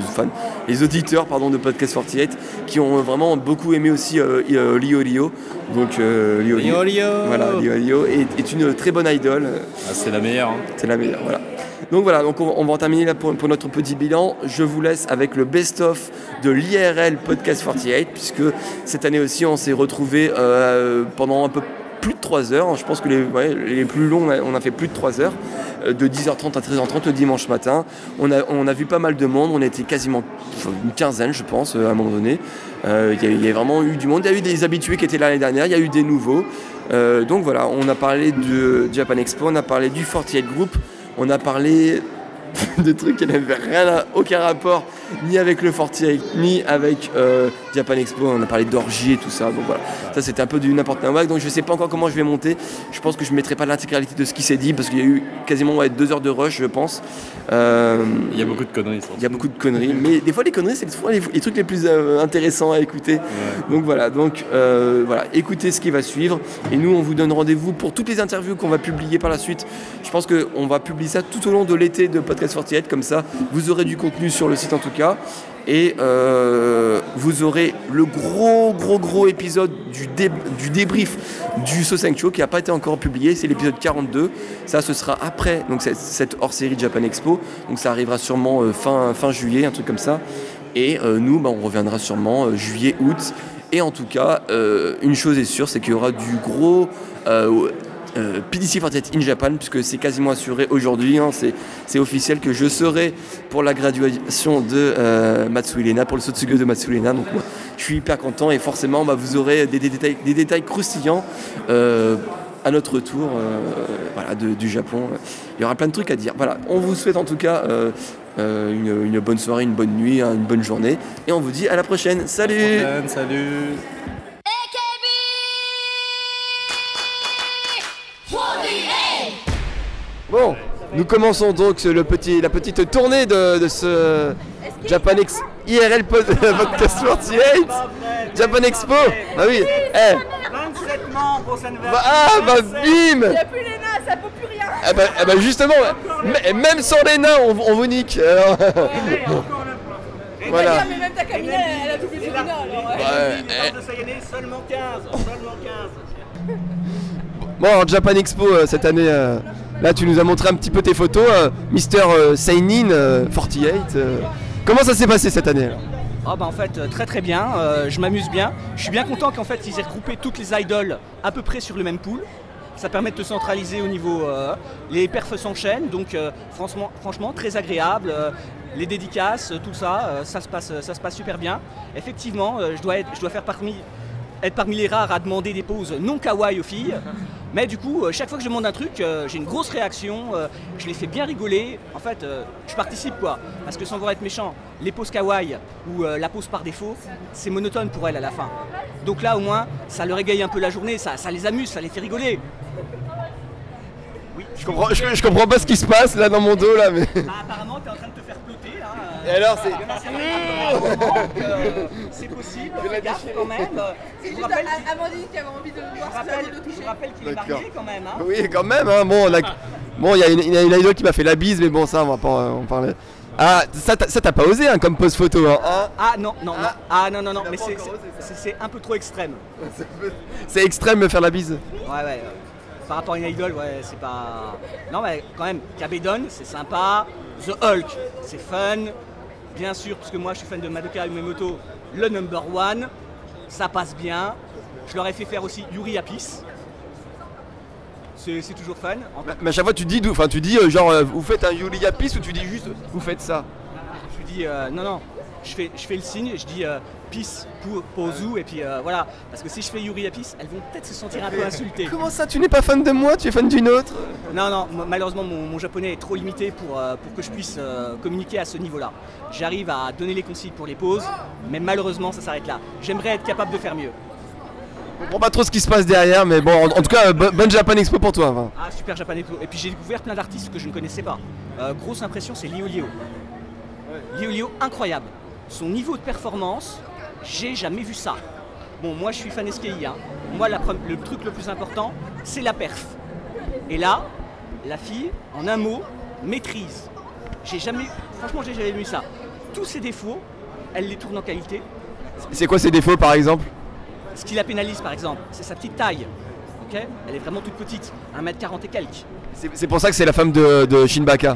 les auditeurs de Podcast 48, qui ont vraiment beaucoup aimé aussi Lio. Donc Lio. Voilà, Lio est une très bonne idole. C'est la meilleure. Hein. C'est la meilleure, voilà. Donc voilà, on va en terminer là pour notre petit bilan. Je vous laisse avec le best-of de l'IRL Podcast 48, puisque cette année aussi on s'est retrouvés pendant un peu plus de 3 heures. Je pense que les plus longs, on a fait plus de 3 heures, de 10h30 à 13h30 le dimanche matin. On a vu pas mal de monde, on était quasiment une quinzaine je pense à un moment donné. Il y a vraiment eu du monde, il y a eu des habitués qui étaient là l'année dernière, il y a eu des nouveaux. Donc voilà, on a parlé de Japan Expo, on a parlé du 48 Group, on a parlé de trucs qui n'avaient aucun rapport ni avec le 48 ni avec Japan Expo. On a parlé d'orgie et tout ça, donc voilà, ça c'était un peu du n'importe quoi. Donc je sais pas encore comment je vais monter. Je pense que je mettrai pas l'intégralité de ce qui s'est dit parce qu'il y a eu quasiment 2 heures de rush je pense. Il y a beaucoup de conneries. Il y a beaucoup de conneries, mais des fois les conneries c'est souvent les trucs les plus intéressants à écouter. Ouais. Donc voilà, écoutez ce qui va suivre et nous on vous donne rendez-vous pour toutes les interviews qu'on va publier par la suite. Je pense qu'on va publier ça tout au long de l'été de Podcast 48, comme ça vous aurez du contenu sur le site en tout cas. Et vous aurez le gros épisode du débrief du Sosenkyo qui n'a pas été encore publié, c'est l'épisode 42. Ça, ce sera après donc cette hors-série Japan Expo. Donc ça arrivera sûrement fin juillet, un truc comme ça. Et nous, on reviendra sûrement juillet, août. Et en tout cas, une chose est sûre, c'est qu'il y aura du gros... PDC 48 in Japan, puisque c'est quasiment assuré aujourd'hui, hein, c'est officiel que je serai pour la graduation de Matsuhilena, pour le Sotsugo de Matsuhilena. Donc moi, je suis hyper content et forcément vous aurez des détails croustillants à notre retour du Japon. Il y aura plein de trucs à dire. Voilà, on vous souhaite en tout cas une bonne soirée, une bonne nuit, une bonne journée et on vous dit à la prochaine. Salut. Salut. Bon, nous commençons donc la petite tournée de ce Japan IRL Podcast 48 Japan Expo. Ah oui, 27 membres, ça ne va bim. Il n'y a plus les nains, ça peut plus rien. Justement, même sans les nains, on vous nique. Voilà. Mais même ta Camilla, elle a doublé les nains alors. Seulement 15. Bon, Japan Expo cette année, là tu nous as montré un petit peu tes photos, Mr. Seinin 48. Comment ça s'est passé cette année alors? Ah bah en fait très très bien, je m'amuse bien. Je suis bien content qu'en fait ils aient regroupé toutes les idoles à peu près sur le même pool. Ça permet de te centraliser au niveau... les perfs s'enchaînent, donc franchement très agréable. Les dédicaces, tout ça, ça se passe super bien. Effectivement, je dois être parmi les rares à demander des poses non kawaii aux filles. Mais du coup, chaque fois que je demande un truc, j'ai une grosse réaction, je les fais bien rigoler. En fait, je participe quoi. Parce que sans vouloir être méchant, les poses kawaii ou la pose par défaut, c'est monotone pour elles à la fin. Donc là, au moins, ça leur égaye un peu la journée, ça les amuse, ça les fait rigoler. Oui. Je comprends pas ce qui se passe là dans mon dos là, mais. Bah, apparemment, t'es en train de te faire ploter. Hein, Et alors, c'est. C'est possible, fais gaffe quand même. C'est Je vous juste rappelle, Amandine qui avait envie de le voir si elle le je toucher. rappelle qu'il est marié quand même. Hein. Oui, quand même. Hein. Bon, il y a une idole qui m'a fait la bise, mais bon, ça, on va pas en parler. Ah, ça t'as pas osé hein, comme pose photo. Hein. Ah non, mais c'est un peu trop extrême. C'est extrême de faire la bise. Ouais. Par rapport à une idol, ouais, c'est pas. Non, mais quand même, Kabedon, c'est sympa. The Hulk, c'est fun. Bien sûr, parce que moi, je suis fan de Madoka Umemoto, le number one. Ça passe bien. Je leur ai fait faire aussi Yuri Apis. C'est toujours fun. Mais à chaque fois, tu dis vous faites un Yuri Apis ou tu dis juste vous faites ça. Je dis non. Je fais le signe, je dis peace pour Pozu et puis voilà. Parce que si je fais Yuri Apis, elles vont peut-être se sentir un peu insultées. Comment ça, tu n'es pas fan de moi, tu es fan d'une autre? Non, malheureusement mon japonais est trop limité pour que je puisse communiquer à ce niveau-là. J'arrive à donner les consignes pour les pauses, mais malheureusement ça s'arrête là. J'aimerais être capable de faire mieux. Je comprends pas trop ce qui se passe derrière, mais bon, en tout cas, bonne Japan Expo pour toi. Enfin. Ah, super Japan Expo. Et puis j'ai découvert plein d'artistes que je ne connaissais pas. Grosse impression, c'est Lio. Lio, incroyable. Son niveau de performance, j'ai jamais vu ça. Bon, moi je suis fan SKI. Hein. Moi, le truc le plus important, c'est la perf. Et là, la fille, en un mot, maîtrise. Franchement, j'ai jamais vu ça. Tous ses défauts, elle les tourne en qualité. C'est quoi ses défauts par exemple? Ce qui la pénalise par exemple, c'est sa petite taille. Okay, elle est vraiment toute petite, 1m40 et quelques. C'est pour ça que c'est la femme de Shinbaka.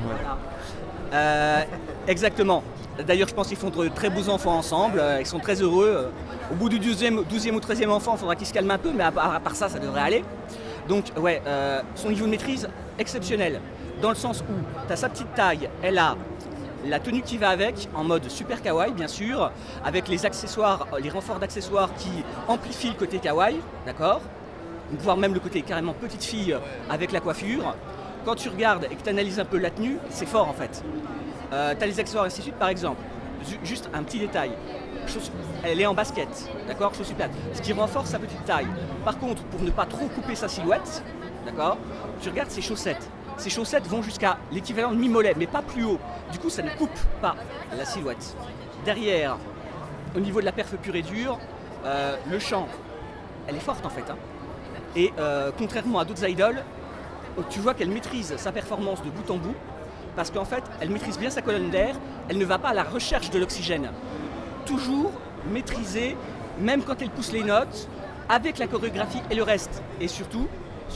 Voilà. Exactement. D'ailleurs, je pense qu'ils font de très beaux enfants ensemble, ils sont très heureux. Au bout du 12e ou 13e enfant, il faudra qu'ils se calment un peu, mais à part ça, ça devrait aller. Donc, ouais, son niveau de maîtrise, exceptionnel. Dans le sens où tu as sa petite taille, elle a la tenue qui va avec, en mode super kawaii, bien sûr, avec les accessoires, les renforts d'accessoires qui amplifient le côté kawaii, d'accord? Voire même le côté carrément petite fille avec la coiffure. Quand tu regardes et que tu analyses un peu la tenue, c'est fort en fait. Tu as les accessoires et ainsi de suite, par exemple. Juste un petit détail. Elle est en basket, d'accord, chaussures plates, ce qui renforce sa petite taille. Par contre, pour ne pas trop couper sa silhouette, d'accord, tu regardes ses chaussettes. Ces chaussettes vont jusqu'à l'équivalent de mi-mollet, mais pas plus haut. Du coup, ça ne coupe pas la silhouette. Derrière, au niveau de la perf pure et dure, le chant, elle est forte en fait. Hein. Et contrairement à d'autres idoles, tu vois qu'elle maîtrise sa performance de bout en bout, parce qu'en fait, elle maîtrise bien sa colonne d'air, elle ne va pas à la recherche de l'oxygène. Toujours maîtriser, même quand elle pousse les notes, avec la chorégraphie et le reste. Et surtout,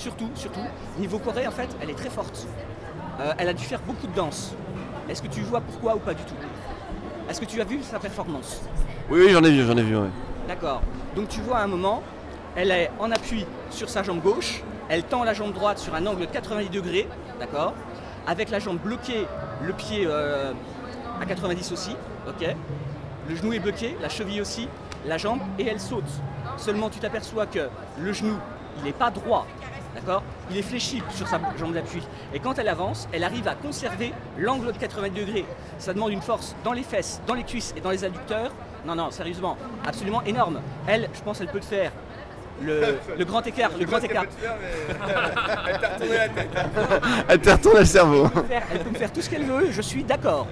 niveau choré, en fait, elle est très forte. Elle a dû faire beaucoup de danse. Est-ce que tu vois pourquoi ou pas du tout? Est-ce que tu as vu sa performance? Oui, j'en ai vu. Ouais. D'accord. Donc tu vois à un moment, elle est en appui sur sa jambe gauche, elle tend la jambe droite sur un angle de 90 degrés, d'accord, avec la jambe bloquée, le pied à 90 aussi, ok. Le genou est bloqué, la cheville aussi, la jambe, et elle saute. Seulement tu t'aperçois que le genou, il n'est pas droit, d'accord, il est fléchi sur sa jambe d'appui. Et quand elle avance, elle arrive à conserver l'angle de 90 degrés. Ça demande une force dans les fesses, dans les cuisses et dans les adducteurs. Non, sérieusement, absolument énorme. Elle, je pense, elle peut te faire le grand écart. Le grand écart. Elle t'a retourné la tête. Elle t'a retourné le cerveau. Elle peut me faire tout ce qu'elle veut, je suis d'accord.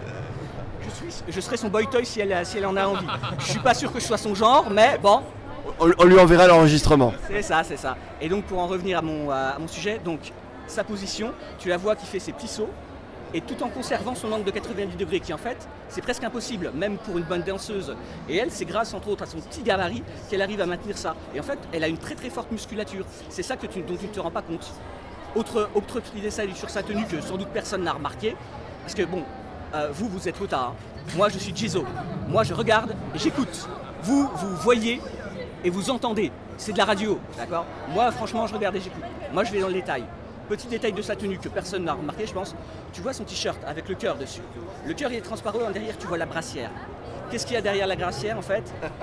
Je serai son boy toy si elle en a envie. Je suis pas sûr que je sois son genre, mais bon. On lui enverra l'enregistrement. C'est ça. Et donc pour en revenir à mon sujet, donc sa position, tu la vois qui fait ses petits sauts, et tout en conservant son angle de 90 degrés, qui en fait, c'est presque impossible, même pour une bonne danseuse. Et elle, c'est grâce entre autres à son petit gabarit qu'elle arrive à maintenir ça. Et en fait, elle a une très très forte musculature. C'est ça dont tu ne te rends pas compte. Autre petit détail sur sa tenue que sans doute personne n'a remarqué, parce que bon, vous êtes Wota. Moi, je suis Jizo. Moi, je regarde et j'écoute. Vous voyez et vous entendez. C'est de la radio, d'accord? Moi, franchement, je regarde et j'écoute. Moi, je vais dans le détail. Petit détail de sa tenue que personne n'a remarqué, je pense. Tu vois son t-shirt avec le cœur dessus. Le cœur, il est transparent. Derrière, tu vois la brassière. Qu'est-ce qu'il y a derrière la brassière, en fait?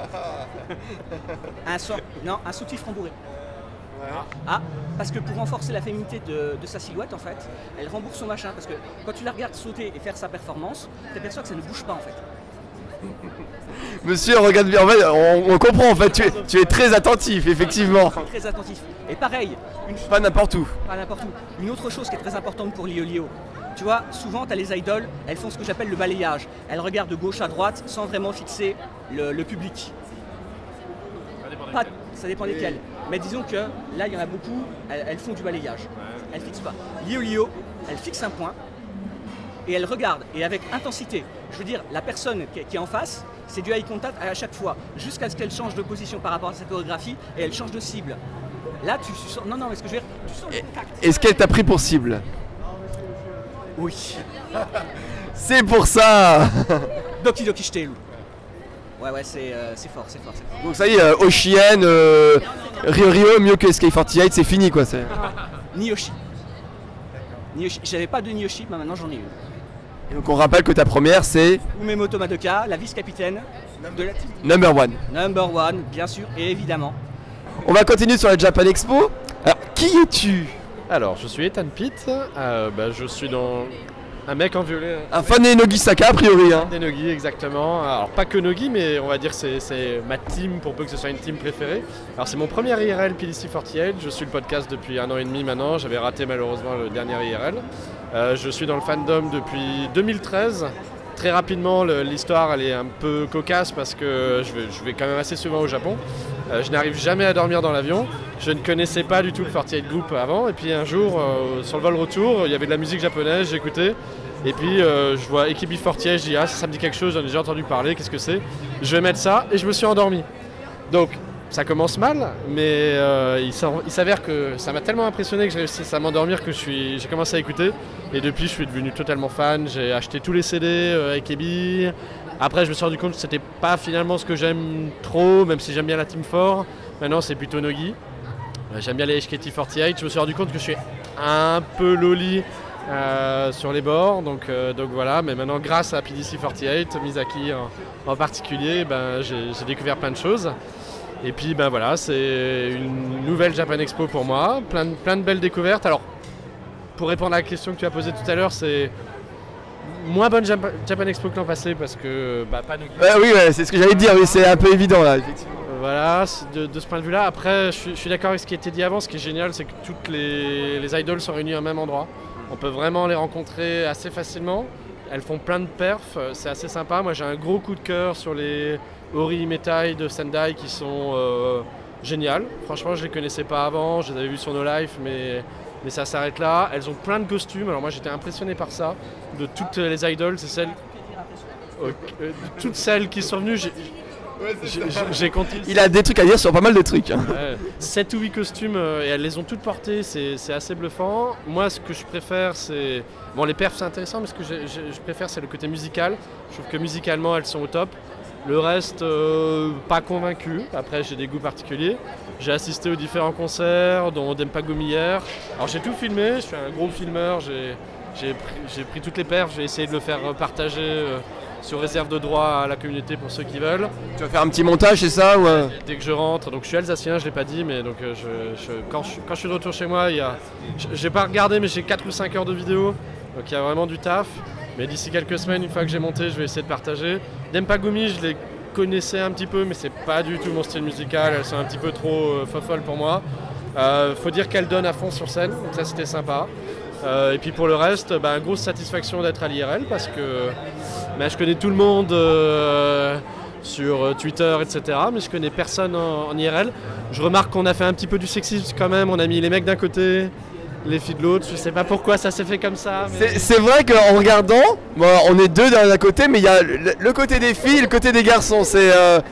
Un soutif rembourré. Ah, parce que pour renforcer la féminité de sa silhouette, en fait, elle rembourse son machin. Parce que quand tu la regardes sauter et faire sa performance, tu t'aperçois que ça ne bouge pas, en fait. Monsieur, regarde bien, en fait, on comprend, en fait, tu es très attentif, effectivement. Très attentif. Et pareil, Pas n'importe où. pas n'importe où. Une autre chose qui est très importante pour Lio Lio, tu vois, souvent tu as les idoles, elles font ce que j'appelle le balayage. Elles regardent de gauche à droite sans vraiment fixer le public. Ça dépend desquelles. Mais disons que là, il y en a beaucoup, elles font du balayage. Elles fixent pas. Lio Lio, elle fixe un point et elle regarde, et avec intensité. Je veux dire, la personne qui est en face, c'est du eye contact à chaque fois, jusqu'à ce qu'elle change de position par rapport à sa chorégraphie et elle change de cible. Là, tu sens. Non, mais ce que je veux dire, tu sens le contact. Est-ce qu'elle t'a pris pour cible? Oui. C'est pour ça. Doki Doki Shiteiru. Ouais, c'est fort. Donc ça y est, Oshien, Rio, mieux que SK48, c'est fini quoi. Niyoshi. J'avais pas de Niyoshi, mais maintenant j'en ai une. Et donc on rappelle que ta première c'est Umemoto Madoka, la vice-capitaine de la team. Number One. Number one, bien sûr, et évidemment. On va continuer sur la Japan Expo. Alors, qui es-tu? Alors, je suis Ethan Pitt, je suis dans un mec en violet. Un fan des Nogi Saka a priori. Hein. Des Nogi, exactement. Alors, pas que Nogi, mais on va dire que c'est ma team pour peu que ce soit une team préférée. Alors, c'est mon premier IRL PDC48. Je suis le podcast depuis 1 an et demi maintenant. J'avais raté malheureusement le dernier IRL. Je suis dans le fandom depuis 2013. Très rapidement, l'histoire elle est un peu cocasse parce que je vais quand même assez souvent au Japon. Je n'arrive jamais à dormir dans l'avion. Je ne connaissais pas du tout le 48 Group avant. Et puis un jour, sur le vol retour, il y avait de la musique japonaise, j'écoutais. Et puis je vois Ekibi 48, je dis ah ça me dit quelque chose, j'en ai déjà entendu parler, qu'est-ce que c'est? Je vais mettre ça et je me suis endormi. Donc ça commence mal, mais il s'avère que ça m'a tellement impressionné que j'ai réussi à m'endormir que j'ai commencé à écouter. Et depuis, je suis devenu totalement fan. J'ai acheté tous les CD avec Ebi. Après, je me suis rendu compte que c'était pas finalement ce que j'aime trop, même si j'aime bien la Team 4. Maintenant, c'est plutôt Nogi. J'aime bien les HKT48. Je me suis rendu compte que je suis un peu loli sur les bords. Donc voilà. Mais maintenant, grâce à PDC48, Misaki en particulier, j'ai découvert plein de choses. Et puis voilà, c'est une nouvelle Japan Expo pour moi, plein de belles découvertes. Alors, pour répondre à la question que tu as posée tout à l'heure, c'est moins bonne Japan Expo que l'an passé parce que pas Nogi. Oui, c'est ce que j'allais te dire, oui, c'est un peu évident là, effectivement. Voilà, de ce point de vue-là. Après, je suis d'accord avec ce qui a été dit avant. Ce qui est génial, c'est que toutes les idoles sont réunies au même endroit. On peut vraiment les rencontrer assez facilement. Elles font plein de perfs, c'est assez sympa. Moi, j'ai un gros coup de cœur sur les Ori Metai de Sendai qui sont géniales. Franchement, je les connaissais pas avant, je les avais vus sur No Life, mais ça s'arrête là. Elles ont plein de costumes, alors moi j'étais impressionné par ça. De toutes les idoles, c'est toutes celles qui sont venues, j'ai compté. Il a des trucs à dire sur pas mal de trucs. 7 ou 8 costumes et elles les ont toutes portées, c'est assez bluffant. Moi ce que je préfère c'est... Bon les perfs c'est intéressant mais ce que je préfère c'est le côté musical. Je trouve que musicalement elles sont au top. Le reste, pas convaincu. Après, j'ai des goûts particuliers. J'ai assisté aux différents concerts, dont Dempagumi hier. Alors, j'ai tout filmé. Je suis un gros filmeur. J'ai pris toutes les perfs. J'ai essayé de le faire partager sur réserve de droit à la communauté pour ceux qui veulent. Tu vas faire un petit montage, c'est ça ou Dès que je rentre. Donc, je suis alsacien, je ne l'ai pas dit, mais donc, quand je suis de retour chez moi, j'ai pas regardé, mais j'ai 4 ou 5 heures de vidéo. Donc, il y a vraiment du taf. Mais d'ici quelques semaines, une fois que j'ai monté, je vais essayer de partager. Dempagumi, je les connaissais un petit peu, mais c'est pas du tout mon style musical. Elles sont un petit peu trop folles pour moi. Faut dire qu'elles donnent à fond sur scène, donc ça c'était sympa. Et puis pour le reste, grosse satisfaction d'être à l'IRL parce que je connais tout le monde sur Twitter, etc. Mais je connais personne en IRL. Je remarque qu'on a fait un petit peu du sexisme quand même. On a mis les mecs d'un côté, les filles de l'autre, je sais pas pourquoi ça s'est fait comme ça. Mais... C'est vrai qu'en regardant, on est deux d'un côté, mais il y a le côté des filles et le côté des garçons. C'est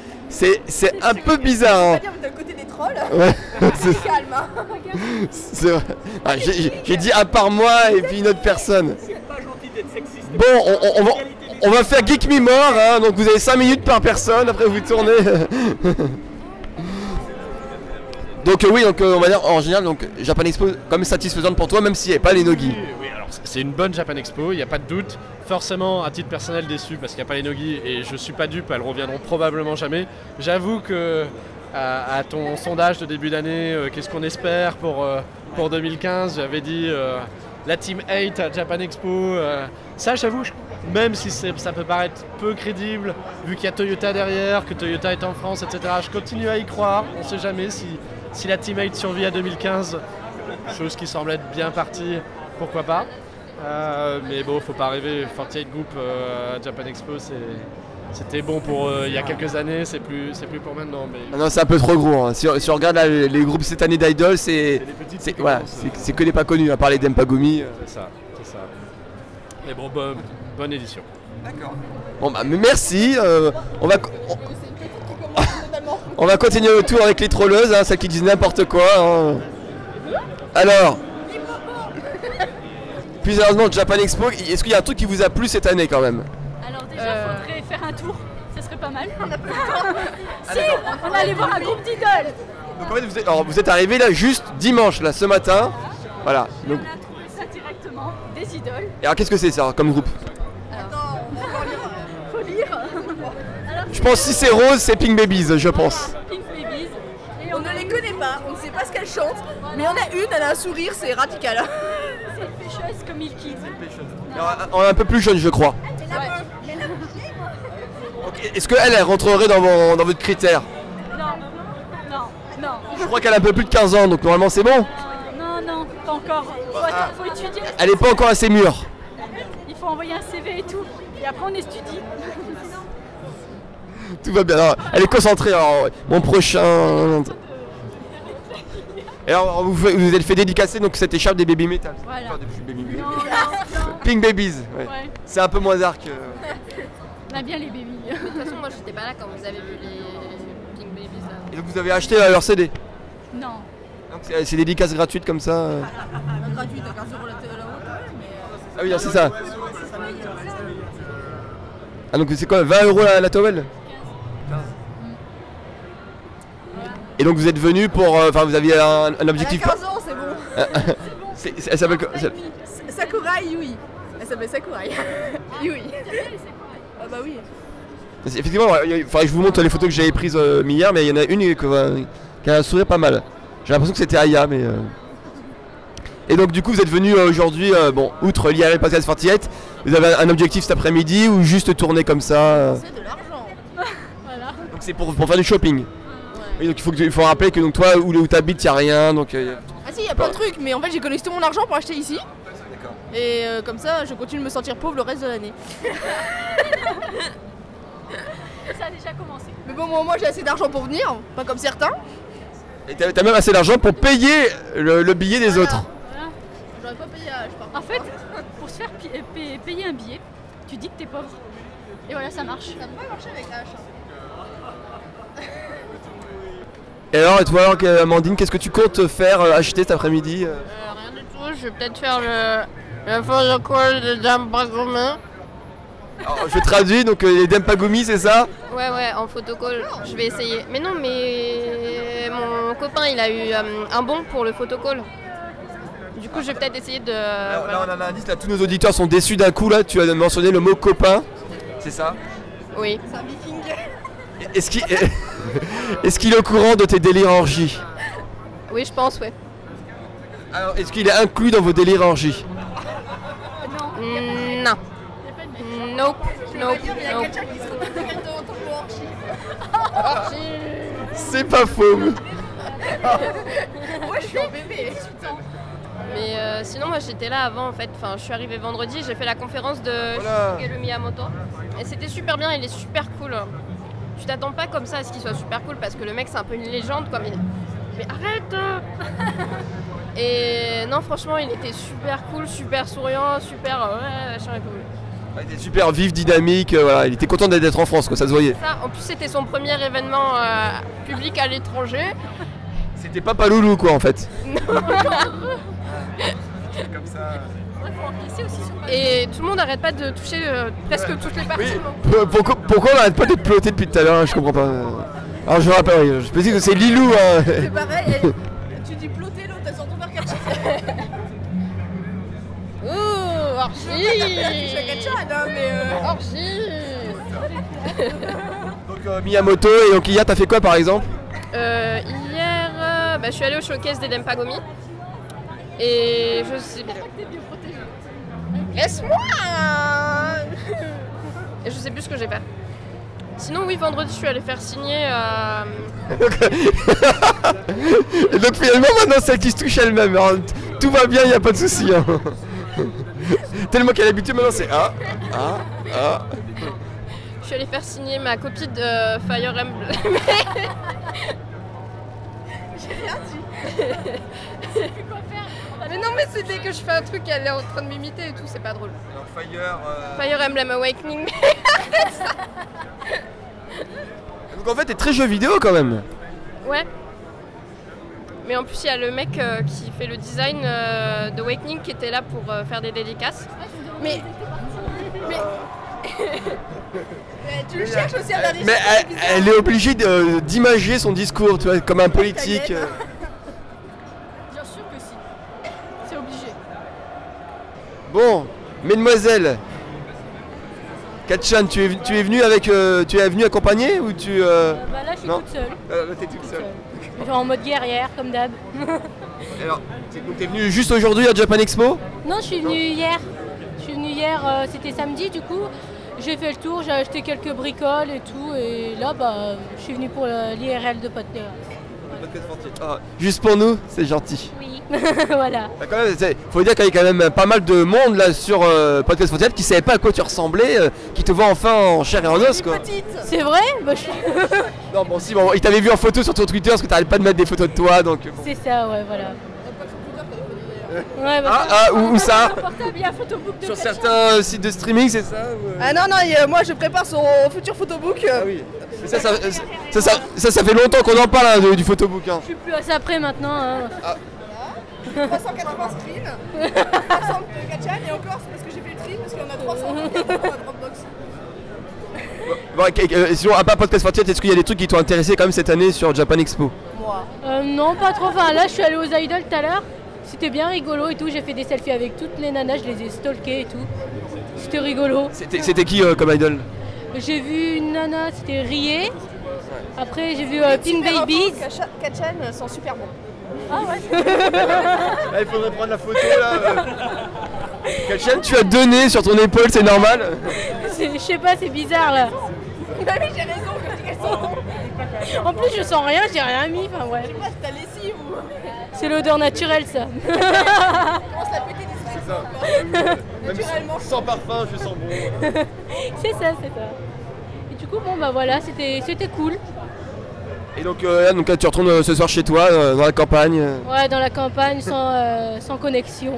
un peu bizarre. On Hein. va dire le côté des trolls. Ouais. Calme. Hein. C'est vrai. J'ai dit à part moi et puis une autre personne. C'est pas gentil d'être sexiste Bon, on va faire Geek Me More, hein, donc vous avez 5 minutes par personne, après vous tournez. Donc oui, donc on va dire en général, donc Japan Expo quand même satisfaisante pour toi, même s'il n'y avait pas les Nogi. Oui, alors c'est une bonne Japan Expo, il n'y a pas de doute. Forcément, à titre personnel, déçu parce qu'il n'y a pas les Nogi et je suis pas dupe, elles reviendront probablement jamais. J'avoue que à ton sondage de début d'année, qu'est-ce qu'on espère pour 2015, j'avais dit la Team 8 à Japan Expo. Ça, j'avoue, même si ça peut paraître peu crédible, vu qu'il y a Toyota derrière, que Toyota est en France, etc., je continue à y croire. On ne sait jamais si la Team 8 survit à 2015, chose qui semble être bien partie, pourquoi pas. Mais bon, faut pas rêver. 48 Group à Japan Expo, c'était bon pour il y a quelques années, c'est plus pour maintenant. Mais... Non, c'est un peu trop gros. Hein. Si on regarde là, les groupes cette année d'Idol, c'est que des pas connus, à part les Dempagumi. C'est ça. Mais bon, bonne édition. D'accord. Bon bah merci. On va continuer le tour avec les trolleuses, hein, celles qui disent n'importe quoi. Hein. Alors, plus sérieusement, Japan Expo, est-ce qu'il y a un truc qui vous a plu cette année quand même? Alors déjà, faudrait faire un tour, ça serait pas mal. On a pas le temps. Si, on allait voir un groupe d'idoles. Donc en fait, vous êtes arrivé là juste dimanche, là, ce matin. Voilà. Donc... On a trouvé ça directement, des idoles. Et alors qu'est-ce que c'est ça comme groupe? Faut lire. Je pense si c'est rose, c'est Pink Babies, je pense. Pink Babies. Et On ne les connaît pas, on ne sait pas ce qu'elles chantent, mais on a une, elle a un sourire, c'est radical. c'est une pêcheuse comme il quitte. On est un peu plus jeune, je crois. Ok, est-ce qu'elle rentrerait dans votre critère? Non. Je crois qu'elle a un peu plus de 15 ans, donc normalement c'est bon. Non, pas encore. Faut étudier. Elle est pas encore assez mûre. Il faut envoyer un CV et tout. Et après on étudie. Tout va bien. Alors, elle est concentrée. Alors, mon prochain. Et alors, vous êtes fait dédicacer donc cette écharpe des Baby Metal. Voilà. Enfin, des Baby Metal. Non. Pink Babies. Ouais. Ouais. C'est un peu moins arc. On a bien les babies. De toute façon, moi j'étais pas là quand vous avez vu les Pink Babies là. Et donc vous avez acheté leur CD. Non. Donc c'est dédicaces gratuites comme ça. Gratuite à 15 € la haute, mais. Ah oui, c'est ça. Ah donc c'est quoi, 20 € la towel? 15. Et donc vous êtes venu pour... Enfin vous aviez un objectif... Elle a 15 ans, c'est bon. Elle s'appelle... Sakurai Yui. Elle s'appelle Sakurai. Yui. Ah bah oui. Effectivement, il faudrait que je vous montre les photos que j'avais prises hier, mais il y en a une qui a un sourire pas mal. J'ai l'impression que c'était Aya, mais... Et donc du coup vous êtes venu aujourd'hui, bon, outre l'IRL Podcast 48, vous avez un objectif cet après-midi ou juste tourner comme ça C'est de l'argent. Voilà. Donc c'est pour faire du shopping. Oui, donc il faut rappeler que donc toi où t'habites il n'y a rien, donc... Ah si, il y a plein de trucs, mais en fait j'ai économisé tout mon argent pour acheter ici. Et comme ça, je continue de me sentir pauvre le reste de l'année. Ça a déjà commencé. Mais bon, moi j'ai assez d'argent pour venir, pas comme certains. Et t'as même assez d'argent pour payer le billet des autres. Voilà. J'aurais pas payé à... je En fait, pour se faire payer un billet, tu dis que t'es pauvre. Et voilà, ça marche. Ça pourrait marcher avec H. Et alors, et toi alors, Amandine, qu'est-ce que tu comptes faire, acheter cet après-midi Rien du tout, je vais peut-être faire le photocall de Dempagumi. Alors, je traduis, donc les Dempagumi, c'est ça? Ouais, en photocall, je vais essayer. Mais non, mais mon copain il a eu un bon pour le photocall. Du coup, je vais peut-être essayer de. Alors, là, on a un indice, là, tous nos auditeurs sont déçus d'un coup, là, tu as mentionné le mot copain, c'est ça? Oui. C'est un viking. Est-ce qu'il est au courant de tes délires orgies? Oui, je pense, ouais. Alors, est-ce qu'il est inclus dans vos délires orgies? Non. Nope. Il y a quelqu'un qui se retrouve dans ton orgie. C'est pas faux. Moi je suis en bébé. Mais sinon, moi j'étais là avant en fait. Enfin, je suis arrivée vendredi, j'ai fait la conférence de Voilà. Shigeru Miyamoto. Et c'était super bien, il est super cool. Tu t'attends pas comme ça à ce qu'il soit super cool parce que le mec c'est un peu une légende quoi. Mais arrête. Et non, franchement, il était super cool, super souriant, super. Ouais, machin et tout. Il était super vif, dynamique, voilà. Il était content d'être en France, quoi, ça se voyait. Ça, en plus, c'était son premier événement public à l'étranger. C'était pas Paloulou, quoi, en fait. Non. Comme ça. Et tout le monde n'arrête pas de toucher presque toutes les parties. Pourquoi on n'arrête pas de te peloter depuis tout à l'heure, hein, je comprends pas. Alors je rappelle, oui, je peux dire que c'est Lilou. Hein. C'est pareil, tu dis ploter, l'autre t'as surtout faire catcher. Ouh, orgie. Je fais Katchan, hein, mais Orgie. Donc Miyamoto, et donc hier t'as fait quoi par exemple? Hier, je suis allée au showcase d'Edem-Pagomi. Et je sais... Laisse-moi. Et je sais plus ce que j'ai fait. Sinon oui, vendredi je suis allée faire signer Et donc finalement maintenant c'est elle qui se touche elle-même. Alors, tout va bien, il n'y a pas de souci. Hein. Tellement qu'elle est habituée maintenant c'est Je suis allée faire signer ma copie de Fire Emblem. j'ai rien dit. Mais non, mais c'était que je fais un truc, elle est en train de m'imiter et tout, c'est pas drôle. Alors Fire Emblem Awakening. Donc en fait t'es très jeu vidéo quand même. Ouais. Mais en plus, il y a le mec qui fait le design d'Awakening qui était là pour faire des dédicaces. Mais Tu le cherches aussi à regarder. Mais elle est obligée d'imager son discours, tu vois, comme un politique. Bien sûr que si. C'est obligé. Bon, mesdemoiselles, Katchan, tu es venu avec, tu es venu accompagné ou tu Là je suis non toute seule. Là t'es toute seule. Genre en mode guerrière comme d'hab. Alors, t'es venu juste aujourd'hui à Japan Expo? Non, je suis venue hier. C'était samedi du coup. J'ai fait le tour, j'ai acheté quelques bricoles et tout. Et là, je suis venue pour l'IRL de Podcast. Juste pour nous, c'est gentil. Oui, voilà. Quand même, faut dire qu'il y a quand même pas mal de monde là sur Podcast Frontier qui savait pas à quoi tu ressemblais, qui te voit enfin en chair et en os quoi. C'est vrai Non bon si, bon, ils t'avaient vu en photo sur ton Twitter parce que t'arrêtes pas de mettre des photos de toi donc. Bon. C'est ça, ouais, voilà. Ouais, où ça? Il y a photobook de Sur certains sites de streaming, c'est ça Ah non, moi je prépare son futur photobook. Ah oui. Ça fait longtemps qu'on en parle hein, du photobook. Hein. Je suis plus à ça près maintenant. Hein. 380 screens, 300 de Katchan et encore c'est parce que j'ai fait le tri parce qu'il y en a 300 dans la Dropbox. Bon, sinon, à part Podcast Frontier, est-ce qu'il y a des trucs qui t'ont intéressé quand même cette année sur Japan Expo? Moi. Non, pas trop. Enfin, là, je suis allée aux Idols tout à l'heure. C'était bien rigolo et tout. J'ai fait des selfies avec toutes les nanas. Je les ai stalkées et tout. C'était rigolo. C'était qui comme idol? J'ai vu une nana, c'était Rie. Après, j'ai vu Pink Babies. Katchan sont super bons. Ah ouais. Il faudrait prendre la photo là. Katchan, tu as donné sur ton épaule, c'est normal? Je sais pas, c'est bizarre là. Bah oui, j'ai raison, quand elles sont. En plus, je sens rien, j'ai rien mis. Enfin, ouais. Je sais pas, c'est ta lessive ou. C'est l'odeur naturelle, ça. On commence à péter des C'est ça. Naturellement. Même sans parfum, je sens bon. C'est ça. Et du coup, voilà, c'était cool. Et donc là, tu retournes ce soir chez toi, dans la campagne. Ouais, dans la campagne, sans connexion.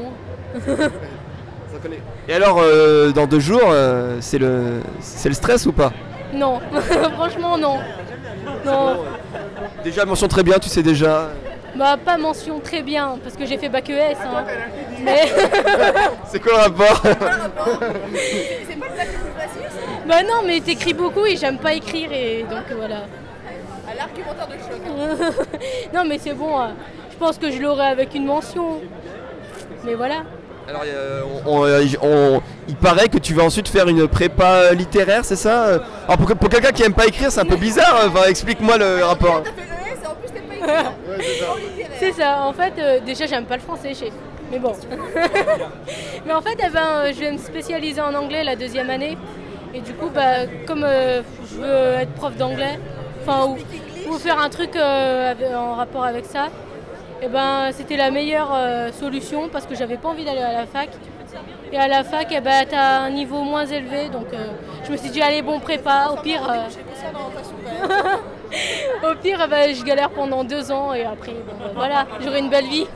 Et alors, dans 2 jours, c'est le stress ou pas? Non, franchement non. Non. Déjà, mention très bien, tu sais déjà. Pas mention très bien, parce que j'ai fait bac ES. Hein. Mais... C'est quoi le rapport? C'est pas le bac le plus facile ça? Non, mais t'écris beaucoup et j'aime pas écrire et donc voilà. À l'argumentaire de choc. Non, mais c'est bon, je pense que je l'aurai avec une mention. Mais voilà. Alors, il paraît que tu vas ensuite faire une prépa littéraire, c'est ça? Alors pour quelqu'un qui aime pas écrire, c'est un peu bizarre. Explique-moi le rapport. T'as fait ES et en plus t'aimes pas écrire. C'est ça, en fait, déjà j'aime pas le français, mais bon. Mais en fait, je vais me spécialiser en anglais la 2e année. Et du coup, comme je veux être prof d'anglais, ou faire un truc en rapport avec ça, et c'était la meilleure solution parce que j'avais pas envie d'aller à la fac. Et à la fac, t'as un niveau moins élevé, donc je me suis dit allez bon prépa, au pire. Au pire, je galère pendant 2 ans et après, voilà, j'aurai une belle vie.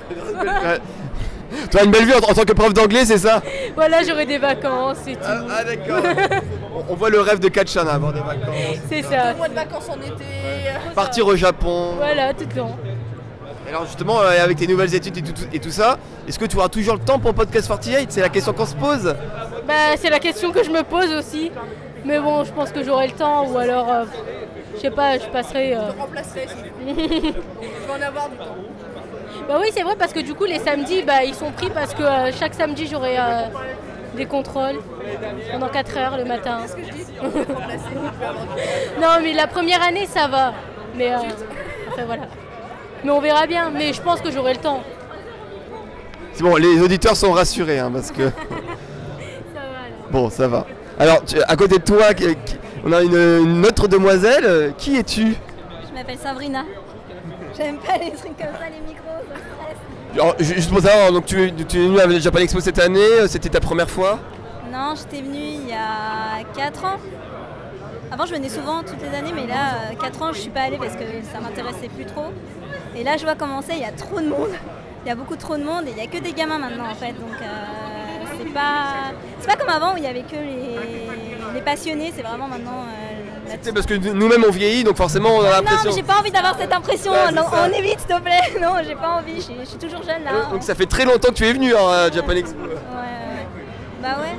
Tu as une belle vie en tant que prof d'anglais, c'est ça? Voilà, j'aurai des vacances et tout. Ah d'accord. On voit le rêve de Katchan, avoir des vacances. C'est ça. 2 mois de vacances en été. Partir au Japon. Voilà, tout le temps. Alors justement, avec tes nouvelles études et tout ça, est-ce que tu auras toujours le temps pour Podcast 48 ? C'est la question qu'on se pose. Bah, c'est la question que je me pose aussi. Mais bon, je pense que j'aurai le temps ou alors, je sais pas, je passerai... Je te remplacerai si je vais en avoir du temps. Bah oui, c'est vrai parce que du coup, les samedis, bah, ils sont pris parce que chaque samedi, j'aurai des contrôles pendant 4 heures le matin. C'est ce que je dis, je vais te remplacer. Non, mais la première année, ça va. Mais après, voilà. Mais on verra bien. Mais je pense que j'aurai le temps. C'est bon, les auditeurs sont rassurés, hein, parce que... Ça va, alors. Bon, ça va. Alors, à côté de toi, on a une autre demoiselle. Qui es-tu ? Je m'appelle Sabrina. J'aime pas les trucs comme ça, les micros, ça me stresse. Alors, juste pour savoir, donc tu es venue à la Japan Expo cette année, c'était ta première fois ? Non, j'étais venue il y a 4 ans. Avant, je venais souvent, toutes les années, mais là, 4 ans, je suis pas allée parce que ça m'intéressait plus trop. Et là, je vois commencer, il y a trop de monde. Il y a beaucoup trop de monde et il n'y a que des gamins maintenant, en fait. Donc, c'est pas comme avant où il y avait que les passionnés, c'est vraiment maintenant... C'est parce que nous-mêmes on vieillit, donc forcément on a l'impression... Non, j'ai pas envie d'avoir cette impression, Ouais, non, on évite s'il te plaît. Non, j'ai pas envie, je suis toujours jeune là. Donc ça fait très longtemps que tu es venu à Japan Expo. Ouais. Bah ouais.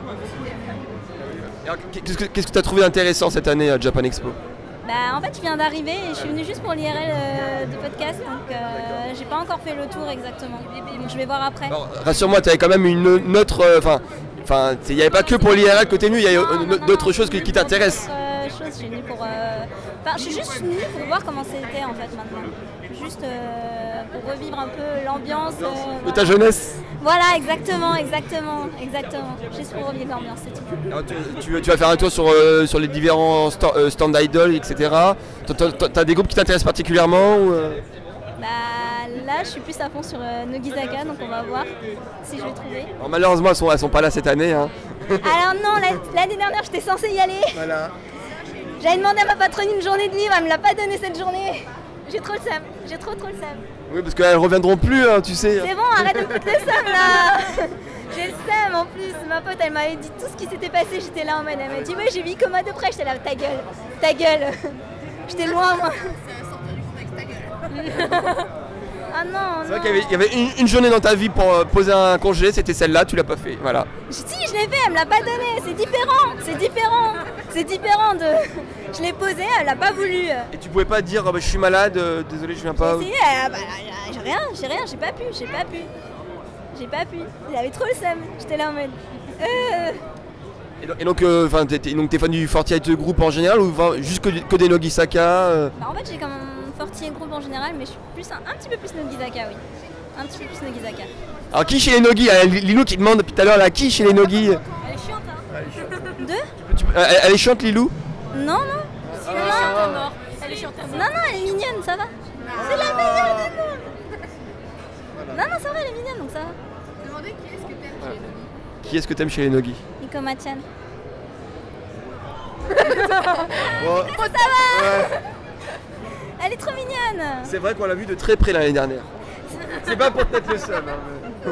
Alors, qu'est-ce que tu as trouvé intéressant cette année à Japan Expo ? Bah en fait je viens d'arriver et je suis venue juste pour l'IRL du podcast, donc j'ai pas encore fait le tour exactement. Donc je vais voir après. Alors, rassure-moi, tu avais quand même une autre... Enfin, il n'y avait pas que pour l'IRL que tu es venu, il y a d'autres choses qui t'intéressent. Je suis venue pour... je suis juste venue pour voir comment c'était en fait maintenant. Juste pour revivre un peu l'ambiance. De ta jeunesse. Voilà, exactement. Juste pour revivre l'ambiance, c'est tout. Alors, tu vas faire un tour sur les différents stand idol, etc. T'as des groupes qui t'intéressent particulièrement ou Bah là, je suis plus à fond sur Nogizaka, donc on va voir si je vais trouver. Alors, malheureusement, elles sont pas là cette année. Hein. Alors non, l'année dernière, j'étais censée y aller. Voilà. J'avais demandé à ma patronne une journée de libre, elle me l'a pas donné cette journée. J'ai trop le seum, j'ai trop le seum. Oui, parce qu'elles reviendront plus, hein, tu sais. C'est bon, arrête de me foutre le seum là. J'ai le seum en plus, ma pote elle m'avait dit tout ce qui s'était passé, j'étais là en mode, elle m'a dit ouais j'ai vu Coma de près, j'étais là, ta gueule. J'étais loin moi. Ah non, c'est vrai qu'il y avait une journée dans ta vie pour poser un congé, c'était celle-là, tu l'as pas fait, voilà. Si, je l'ai fait, elle me l'a pas donné, c'est différent de... Je l'ai posé, elle l'a pas voulu. Et tu pouvais pas dire, je suis malade, désolé, je viens pas. J'ai essayé, j'ai rien, j'ai pas pu. J'avais trop le seum, j'étais là en mode... Et donc, t'es fan du 48 groupe en général ou juste que des Nogizaka Bah en fait j'ai comme un 48 groupe en général, mais je suis plus un petit peu plus Nogizaka, oui. Un petit peu plus Nogizaka. Alors qui chez les Nogi ? Lilou qui demande depuis tout à l'heure là, qui chez les Nogi ? Elle est chiante hein. Elle est chiante Lilou ? Non. Elle est chiante à mort. Non, elle est mignonne, ça va. C'est la meilleure du monde. Non, ça va, elle est mignonne, donc ça va. Demandez qui est-ce que t'aimes chez les Nogi. Qui est-ce que t'aimes chez les Nogi ? Iko-Machan. Bon, ça va Elle est trop mignonne. c'est vrai qu'on l'a vu de très près l'année dernière. C'est pas pour peut-être le seul. Hein,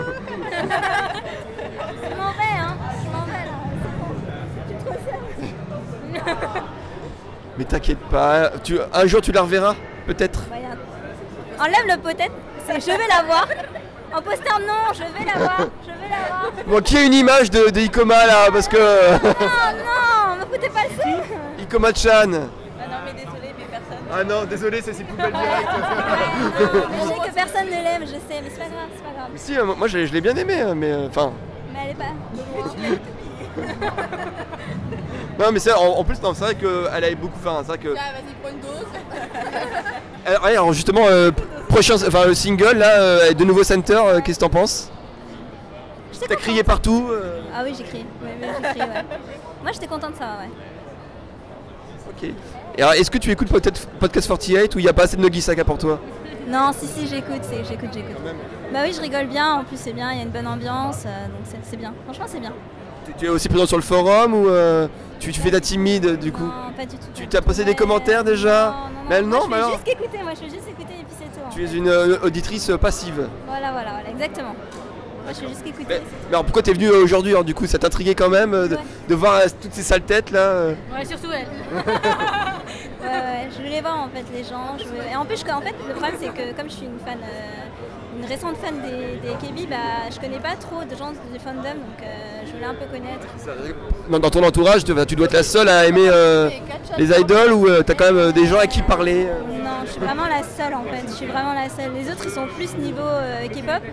Je m'en vais là. J'ai trop seum. mais t'inquiète pas, un jour tu la reverras, peut-être. Regarde. Enlève le peut-être, c'est je vais la voir. En poster non, je vais la voir. Bon, qui a une image de Ikoma là, parce que... Non, me foutez pas le seum. Ikoma-chan. Ah non mais désolé, mais personne. Ah non, désolé, c'est ses poubelles directes. Je sais que personne ne l'aime, je sais, mais c'est pas grave. Mais si, moi je l'ai bien aimé, mais enfin... Mais elle est pas... Non mais c'est en plus, non, c'est vrai qu'elle avait beaucoup... Enfin, c'est vrai que... Vas-y, prends une dose. Alors justement, le single là, avec de nouveaux Center, qu'est-ce que t'en penses ? T'as crié partout Ah oui, j'ai crié. Ouais. Moi j'étais contente de ça, ouais. Ok. Et alors, est-ce que tu écoutes peut-être Podcast 48 ou il n'y a pas assez de Nogizaka pour toi ? Non, si, j'écoute. Bah oui, je rigole bien, en plus c'est bien, il y a une bonne ambiance, donc c'est bien. Franchement, c'est bien. Tu es aussi présent sur le forum ou tu fais ta timide du coup ? Non, pas du tout. Tu t'as posé des commentaires déjà ? Non, moi, je fais juste écouter, et puis c'est tout. Tu es une auditrice passive. Voilà, exactement. Moi je fais juste écouter. Mais alors pourquoi t'es venu aujourd'hui alors, du coup ça t'intriguait quand même de voir toutes ces sales têtes là Ouais, surtout elle. Ouais, je voulais voir en fait les gens. Et en plus, en fait, le problème c'est que comme je suis une récente fan des AKB, bah, je connais pas trop de gens du fandom, donc je voulais un peu connaître. Dans ton entourage, tu dois être la seule à aimer les idoles ou t'as quand même des gens à qui parler Non, je suis vraiment la seule en fait. Je suis vraiment la seule. Les autres, ils sont plus niveau K-pop.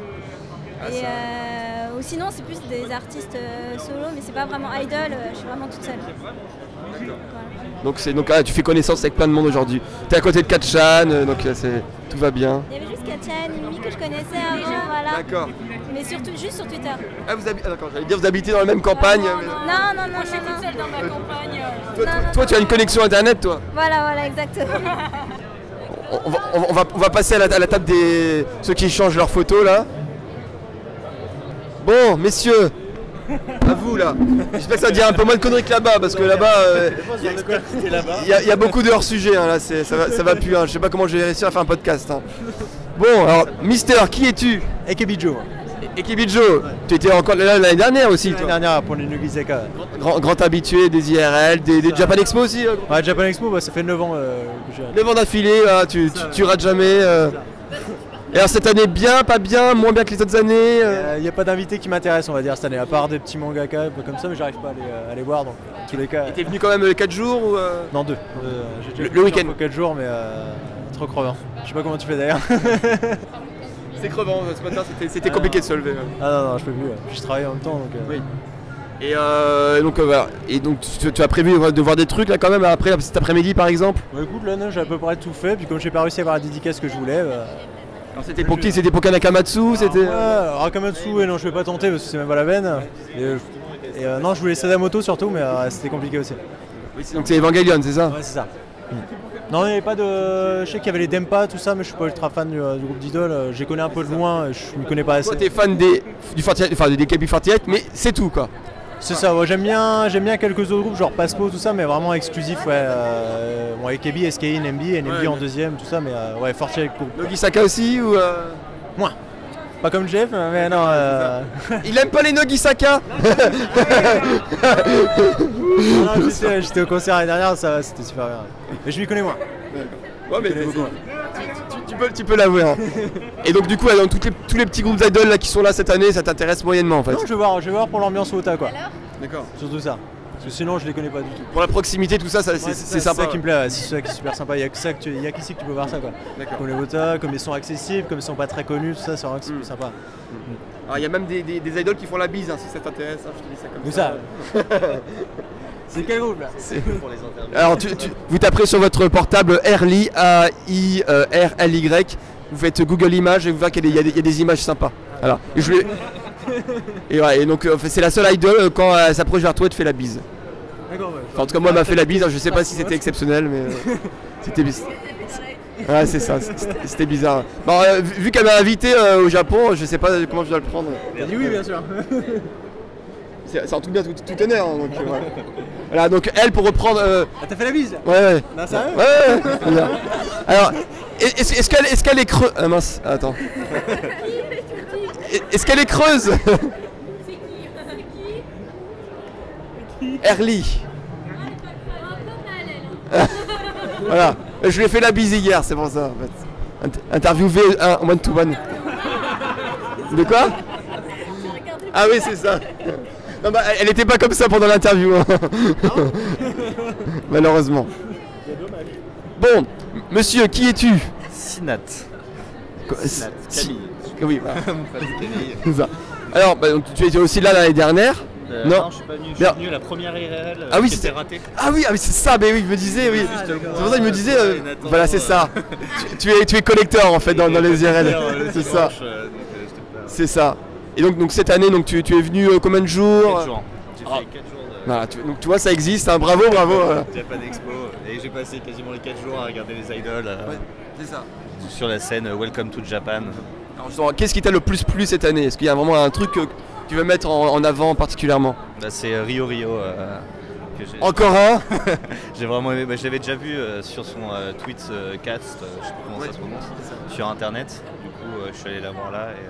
Ou sinon, c'est plus des artistes solo, mais c'est pas vraiment idol. Je suis vraiment toute seule. Voilà. Donc tu fais connaissance avec plein de monde aujourd'hui. T'es à côté de Katchan, donc tout va bien. Il y avait juste Katchan, Mimi que je connaissais avant, voilà. D'accord. Mais surtout juste sur Twitter. Ah d'accord, j'allais dire vous habitez dans la même campagne. Non, Moi, je suis toute seule dans ma campagne. Toi, tu as une connexion internet, toi. Voilà, exactement. On va passer à la table des ceux qui changent leurs photos là. Bon, messieurs, à vous là. J'espère que ça va dire un peu moins de conneries que là-bas, parce que là-bas, il y a beaucoup de hors-sujets. Hein, là, ça va plus. Hein. Je sais pas comment je vais réussir à faire un podcast. Hein. Bon, alors, Mister, qui es-tu? AKB Joe. AKB Joe, tu étais encore là l'année dernière aussi, toi. L'année dernière pour les Nogisaka. Grand habitué des IRL, des Japan Expo aussi. Ouais, Japan Expo, bah, ça fait 9 ans que j'ai. 9 ans d'affilée, tu rates jamais. Et alors cette année, bien, pas bien, moins bien que les autres années Il n'y a pas d'invités qui m'intéressent, on va dire, cette année, à part des petits mangaka un peu comme ça, mais j'arrive pas à les voir, donc en tous les cas. Et t'es venu quand même 4 jours ou Non, 2. J'ai le week-end. 4 jours, mais trop crevant. Je sais pas comment tu fais d'ailleurs. C'est crevant, ce matin c'était compliqué de se lever. Ah non, je peux plus, je travaille en même temps, donc. Oui. Et donc voilà. Et donc tu as prévu de voir des trucs là quand même après cet après-midi par exemple? Bah écoute, là j'ai à peu près tout fait, puis comme j'ai pas réussi à avoir la dédicace que je voulais. Alors c'était pour qui? C'était pour Kanakamatsu? C'était... Akamatsu, et non, je vais pas tenter parce que c'est même pas la peine. Et non, je voulais Sadamoto surtout, mais c'était compliqué aussi. Oui, donc c'est Evangelion, c'est ça? Ouais, c'est ça. Non, il n'y avait pas de. Je sais qu'il y avait les Dempa, tout ça, mais je suis pas ultra fan du groupe d'idoles. Je les connais un peu de loin, je m'y connais pas assez. Toi, t'es fan des KB48, mais c'est tout quoi. C'est ça, ouais, j'aime bien quelques autres groupes, genre Paspo, tout ça, mais vraiment exclusif, ouais. Bon, AKB, SKI, NMB, NMB en deuxième, tout ça, mais ouais, Fortier avec groupe. Nogisaka aussi ou Moins. Pas comme Jeff, mais non. Il aime pas les Nogisaka. J'étais au concert l'année dernière, ça c'était super bien. Mais je m'y connais moins. Ouais, mais tu peux l'avouer. Hein. Et donc du coup, dans tous les petits groupes d'idoles là qui sont là cette année, ça t'intéresse moyennement en fait? Non, je vais voir pour l'ambiance Ota quoi. D'accord. Surtout ça. Parce que sinon je les connais pas du tout. Pour la proximité, tout ça, c'est sympa. C'est ça qui me plaît, c'est ça qui est super sympa. Il y a qu'ici que tu peux voir ça quoi. Comme les Ota, comme ils sont accessibles, comme ils sont pas très connus, tout ça, c'est vraiment que c'est plus sympa. Alors il y a même des idoles qui font la bise, hein, si ça t'intéresse, hein, je te dis ça comme ça. C'est quel groupe là? C'est pour les interviews. Alors vous taperez sur votre portable Airly, A-I-R-L-Y, vous faites Google Images et vous verrez qu'il y a des images sympas. Alors, et donc c'est la seule idole quand elle s'approche vers toi et te fait la bise. D'accord, ouais. Enfin, en tout cas moi elle m'a fait la bise, je sais pas si c'était exceptionnel mais c'était bizarre. Ouais c'est ça, c'était bizarre. Bon, vu qu'elle m'a invité au Japon, je sais pas comment je dois le prendre. Elle dit oui bien sûr. C'est en tout bien, tout honneur. Hein, donc, voilà, donc elle pour reprendre. Ah, t'as fait la bise? Ouais. Non, sérieux? Ouais. Alors, est-ce qu'elle est creuse? Ah mince, attends. Est-ce qu'elle est creuse? Airly. Voilà, je lui ai fait la bise hier, c'est pour ça en fait. Interviewé un one-to-one. De quoi? Ah oui, c'est ça. Non, bah, elle était pas comme ça pendant l'interview. Hein. Malheureusement. Bon, monsieur, qui es-tu? Sinat. Camille. Oui, voilà. C'est ça. Alors, tu étais aussi là l'année dernière? Non, je suis pas venu. Je suis venu à la première IRL qui était ratée. Ah oui, c'est ça, mais oui, je me disais, oui. C'est pour ça que je me disais, voilà, c'est ça. Tu es collecteur en fait dans les IRL. C'est ça. C'est ça. Et donc cette année, donc tu es venu combien de jours? 4 jours. J'ai fait 4 jours de... Voilà, donc tu vois, ça existe, hein, bravo. Japan Expo, et j'ai passé quasiment les 4 jours à regarder les idoles c'est ça. sur la scène Welcome to Japan. Alors, qu'est-ce qui t'a le plus plu cette année? Est-ce qu'il y a vraiment un truc que tu veux mettre en avant particulièrement? C'est Rio. Que encore un? J'ai vraiment aimé, je l'avais déjà vu sur son tweet cast, je sais pas comment ça se prononce, sur internet. Du coup, je suis allé la voir là.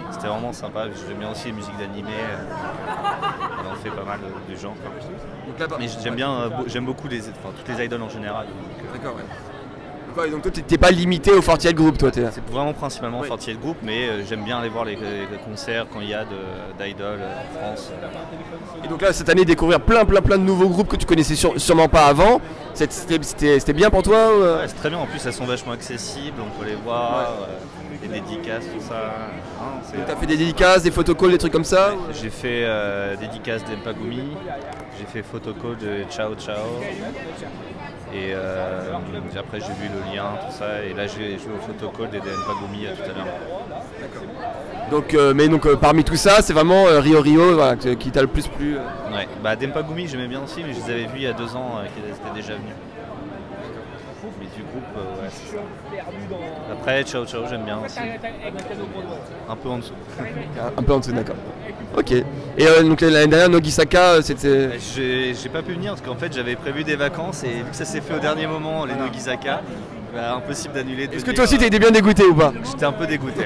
c'était vraiment sympa. J'aime bien aussi les musiques d'animé. On en fait pas mal de gens. Mais j'aime beaucoup toutes les idoles en général. D'accord, ouais. Donc toi t'es pas limité au Fortiel Group, toi t'es là. C'est vraiment principalement Fortiel Group, mais j'aime bien aller voir les concerts quand il y a d'idoles en France. Et donc là cette année découvrir plein de nouveaux groupes que tu connaissais sûrement pas avant, c'était bien pour toi ou... Ouais, c'est très bien, en plus elles sont vachement accessibles, on peut les voir, les dédicaces, tout ça. T'as fait des dédicaces, des photocalls, des trucs comme ça? J'ai fait dédicaces d'Empagumi, j'ai fait photocall de Ciao Ciao. Et après j'ai vu le lien, tout ça, et là j'ai joué au photocall des Empagumi tout à l'heure. Donc, parmi tout ça, c'est vraiment Rio Rio voilà, qui t'a le plus plu. Ouais, Empagumi j'aimais bien aussi, mais je les avais vus il y a 2 ans qu'ils étaient déjà venus. Mais du groupe, ouais, c'est ça. Après Ciao Ciao j'aime bien aussi. Un peu en dessous. Un peu en dessous, d'accord. Ok. Et donc l'année dernière, Nogisaka, c'était... J'ai pas pu venir parce qu'en fait j'avais prévu des vacances et vu que ça s'est fait au dernier moment, les Nogisaka, impossible d'annuler. Est-ce que toi aussi t'étais bien dégoûté ou pas? J'étais un peu dégoûté.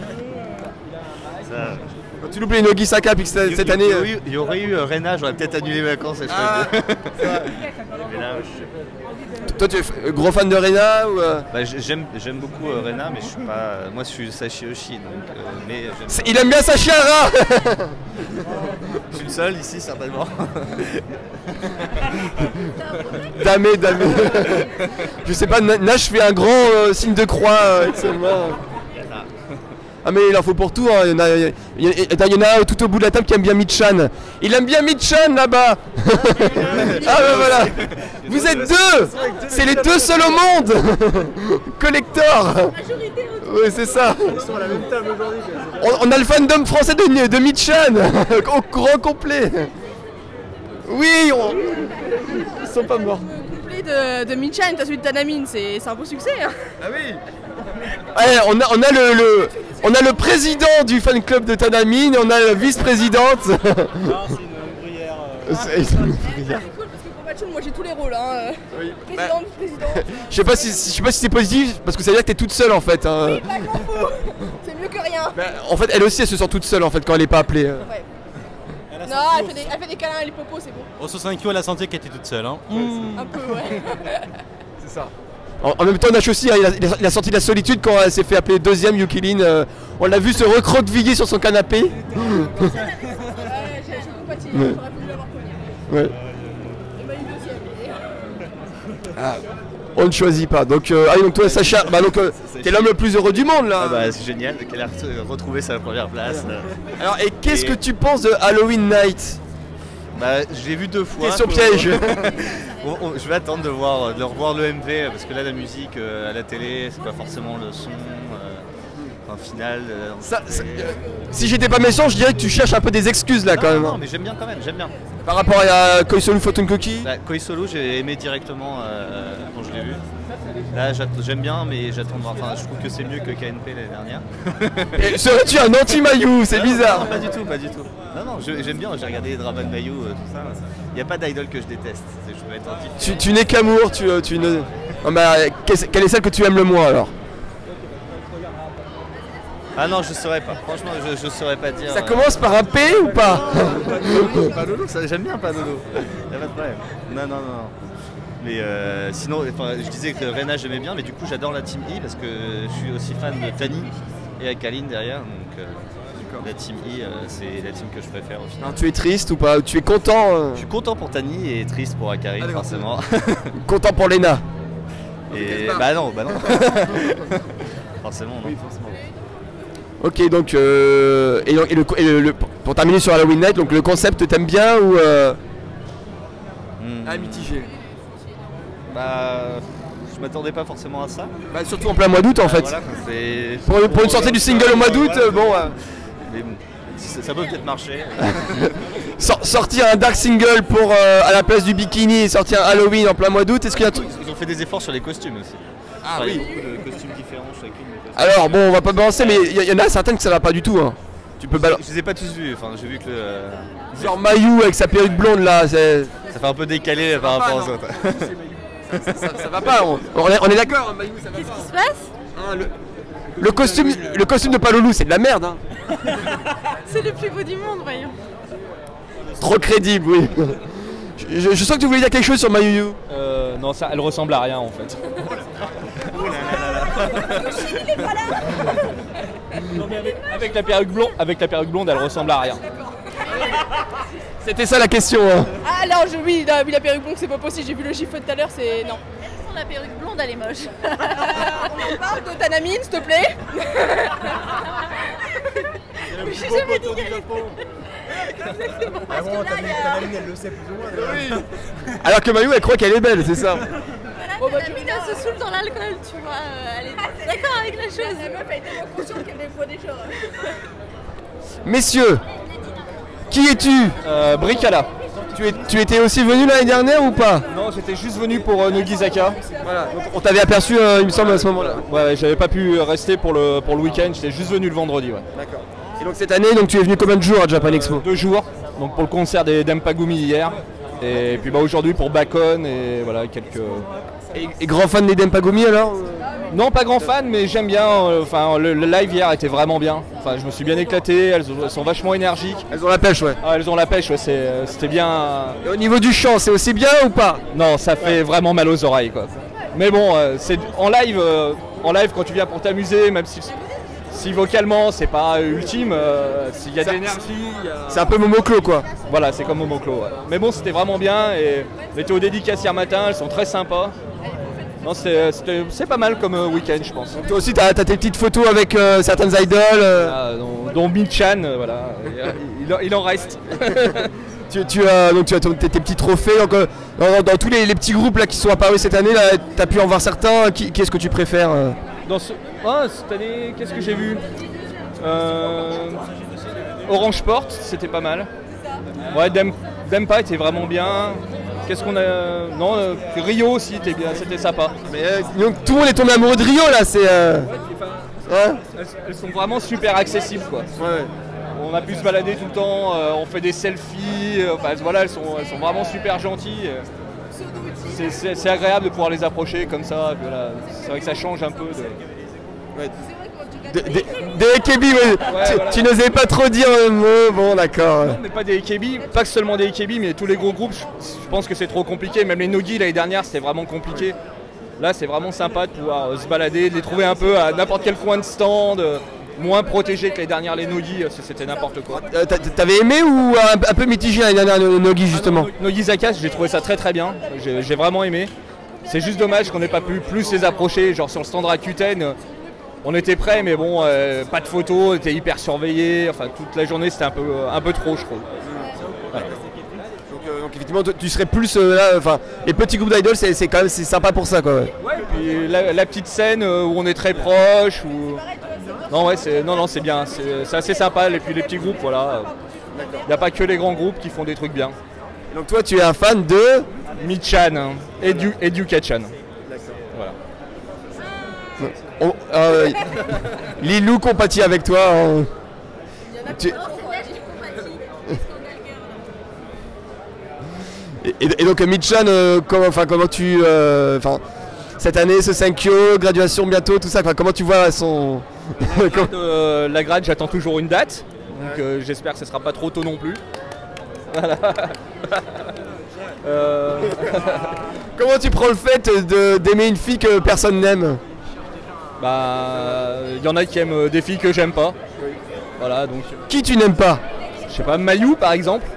Quand tu loupes les Nogisaka puis cette année... Il y aurait eu Rena, j'aurais peut-être annulé mes vacances. Et mais là, Toi tu es gros fan de Rena ou j'aime beaucoup Rena, mais je suis pas... Moi je suis Sashi Oshi, donc... Il aime bien Sashi Hara. Je suis le seul ici certainement. Damé. Je sais pas, Nash fait un grand signe de croix actuellement. Ah mais il en faut pour tout, hein. Il y en a tout au bout de la table qui aime bien Michan. Il aime bien Michan là-bas. Ah ben voilà. Vous êtes 2. C'est les 2 seuls au monde. Collector. Oui c'est ça. Ils sont à la même table aujourd'hui. On a le fandom français de Michan au grand complet. Oui, ils sont pas morts. Le complet de Michan, t'as celui de Tanamine, c'est un beau succès. Hein. Ah oui. Ouais, on a le président du fan club de Tanamine, on a la vice-présidente. Non, c'est une ouvrière. C'est une ouvrière. C'est cool parce que pour Matchon, moi j'ai tous les rôles. Hein. Oui. Président, vice-président. Je sais pas si c'est positif parce que ça veut dire que t'es toute seule en fait. Hein. Oui, pas grand fou. C'est mieux que rien. En fait, elle aussi, elle se sent toute seule en fait quand elle est pas appelée. Ouais. Non, elle fait des câlins et les popos, c'est bon. Au 65 elle a senti qu'elle était toute seule. Hein. Un peu, ouais. C'est ça. En même temps, Nash aussi, hein, il a senti la solitude quand elle s'est fait appeler 2e Yukilin. On l'a vu se recroqueviller sur son canapé. Ouais, j'ai compatis, j'aurais voulu l'avoir connu. Ouais. Il m'a eu 2e. On ne choisit pas. Donc toi, Sacha, t'es l'homme le plus heureux du monde là. C'est génial qu'elle ait retrouvé sa première place. Alors, et qu'est-ce que tu penses de Halloween Night? Je l'ai vu 2 fois. Question piège. Je vais attendre de revoir le MV parce que là la musique à la télé c'est pas forcément le son final. Si j'étais pas méchant, je dirais que tu cherches un peu des excuses là quand même. Non mais j'aime bien quand même, j'aime bien. Par rapport à Koisolu Fortune Cookie. Koisolu j'ai aimé directement quand je l'ai vu. Là j'aime bien mais j'attends. Enfin je trouve que c'est mieux que KNP l'année dernière. Serais-tu un anti-Mayu? C'est bizarre. Non, pas du tout. Non, j'aime bien, j'ai regardé les dramas de Mayu, tout ça. Il n'y a pas d'idole que je déteste. Je peux être tu n'es qu'amour, tu ne... quelle est celle que tu aimes le moins alors? Ah non, je saurais pas. Franchement, je saurais pas dire. Ça commence par un P ou pas? Palolo, j'aime bien Palolo. Y'a pas de problème. Non. Mais sinon, je disais que Rena j'aimais bien, mais du coup j'adore la Team I parce que je suis aussi fan de Tani et Akaline derrière. Donc la Team I, c'est la team que je préfère au final. Alors, tu es triste ou pas? Tu es content Je suis content pour Tani et triste pour Akaline forcément. Content pour Lena? Et non. Forcément non. Ok, donc, pour terminer sur Halloween Night, donc le concept t'aimes bien ou mitigé. Je m'attendais pas forcément à ça. Surtout en plein mois d'août en fait. Voilà, pour une sortie du single au mois d'août, Mais bon, ça peut peut-être marcher. Sortir un dark single pour à la place du bikini et sortir un Halloween en plein mois d'août, est-ce qu'il y a Ils ont fait des efforts sur les costumes aussi. Oui. Il y a beaucoup de costumes différents chacune. Alors bon, on va pas balancer, mais il y en a certaines que ça va pas du tout. Hein. Tu peux Je les ai pas tous vus, j'ai vu que genre Mayu avec sa perruque blonde là, ça fait un peu décalé par rapport aux autres. ça va pas, on est d'accord, Mayu, ça va pas. Qu'est-ce qui se passe Le costume de Palolu, c'est de la merde. Hein. C'est le plus beau du monde, voyons. Trop crédible, oui. Je sens que tu voulais dire quelque chose sur Mayuyu. Non, ça, elle ressemble à rien en fait. Non, mais avec la perruque blonde, elle ressemble à rien. C'était ça la question. Hein. Ah alors oui, la perruque blonde c'est pas possible, j'ai vu le chiffre tout à l'heure, c'est non. La perruque blonde, elle est moche. On parle de Tanamine, s'il te plaît. J'ai jamais dit Ah bon, Tanamine, elle le sait plus ou moins. Oui. Alors que Mayu, elle croit qu'elle est belle, c'est ça. Tanamine, elle se saoule dans l'alcool, tu vois. Elle est d'accord avec la chose. La meuf a été consciente qu'elle dévoie des choses. Messieurs, qui es-tu Bricala. Tu étais aussi venu l'année dernière ou pas? Non, j'étais juste venu pour Nogizaka. Voilà, donc on t'avait aperçu, il me semble, à ce moment-là. Ouais, j'avais pas pu rester pour le week-end, j'étais juste venu le vendredi. Ouais. D'accord. Et donc cette année, donc, tu es venu combien de jours à Japan Expo? 2 jours, donc pour le concert des Dempagumi hier. Et puis aujourd'hui pour Bacon et voilà quelques. Et grand fan des Dempagumi alors? Non, pas grand fan, mais j'aime bien. Enfin, le live hier était vraiment bien. Enfin, je me suis bien éclaté. Elles sont vachement énergiques. Elles ont la pêche, ouais. Ah, elles ont la pêche, ouais. C'était bien. Et au niveau du chant, c'est aussi bien ou pas? Non, ça fait vraiment mal aux oreilles, quoi. Mais bon, c'est en live quand tu viens pour t'amuser, même si vocalement c'est pas ultime, s'il y a de l'énergie. C'est un peu Momoclo, quoi. Voilà, c'est comme Momoclo. Ouais. Mais bon, c'était vraiment bien et on était aux dédicaces hier matin. Elles sont très sympas. Non, c'est pas mal comme week-end, je pense. Donc toi aussi, t'as tes petites photos avec certaines idoles. Dont Min-chan, voilà. Il en reste. Tu as tes petits trophées. Donc, dans tous les petits groupes là, qui sont apparus cette année, tu as pu en voir certains. Qui est-ce que tu préfères cette année, qu'est-ce que j'ai vu Orange Sport, c'était pas mal. Ouais, Dempa était vraiment bien. Qu'est-ce qu'on a Rio aussi, c'était sympa. Mais, donc tout le monde est tombé amoureux de Rio là, c'est. Elles sont vraiment super accessibles quoi. Ouais. On a pu se balader tout le temps, on fait des selfies, voilà, elles sont vraiment super gentilles. C'est agréable de pouvoir les approcher comme ça. Voilà. C'est vrai que ça change un peu Des AKB, ouais. Tu n'osais pas trop dire un mot, bon d'accord. Non, mais pas des AKB, pas seulement des AKB, mais tous les gros groupes, je pense que c'est trop compliqué. Même les Nogi l'année dernière, c'était vraiment compliqué. Là, c'est vraiment sympa de pouvoir se balader, de les trouver un peu à n'importe quel coin de stand, moins protégés que les dernières, les Nogi, c'était n'importe quoi. T'avais aimé ou un peu mitigé l'année dernière, Nogi justement? Nogizaka, j'ai trouvé ça très très bien, j'ai vraiment aimé. C'est juste dommage qu'on n'ait pas pu plus les approcher, genre sur le stand Rakuten. On était prêts, mais bon, pas de photos, on était hyper surveillés. Enfin, toute la journée, c'était un peu trop, je trouve. Voilà. Donc effectivement, tu serais plus là. Enfin, les petits groupes d'idoles, c'est quand même sympa pour ça, quoi. Ouais. Puis la petite scène où on est très proche. Non, ouais, c'est bien. C'est assez sympa. Et puis les petits groupes, voilà. Il n'y a pas que les grands groupes qui font des trucs bien. Donc toi, tu es un fan de Michan et Duka-chan. Voilà. Lilou compatit avec toi. Et donc Michan, comment tu... cette année, ce 5kyo, graduation bientôt, tout ça, comment tu vois son... La grade, j'attends toujours une date, donc j'espère que ce sera pas trop tôt non plus. Voilà. Comment tu prends le fait d'aimer une fille que personne n'aime? Y en a qui aiment des filles que j'aime pas. Voilà, donc. Qui tu n'aimes pas? Je sais pas, Mayu par exemple.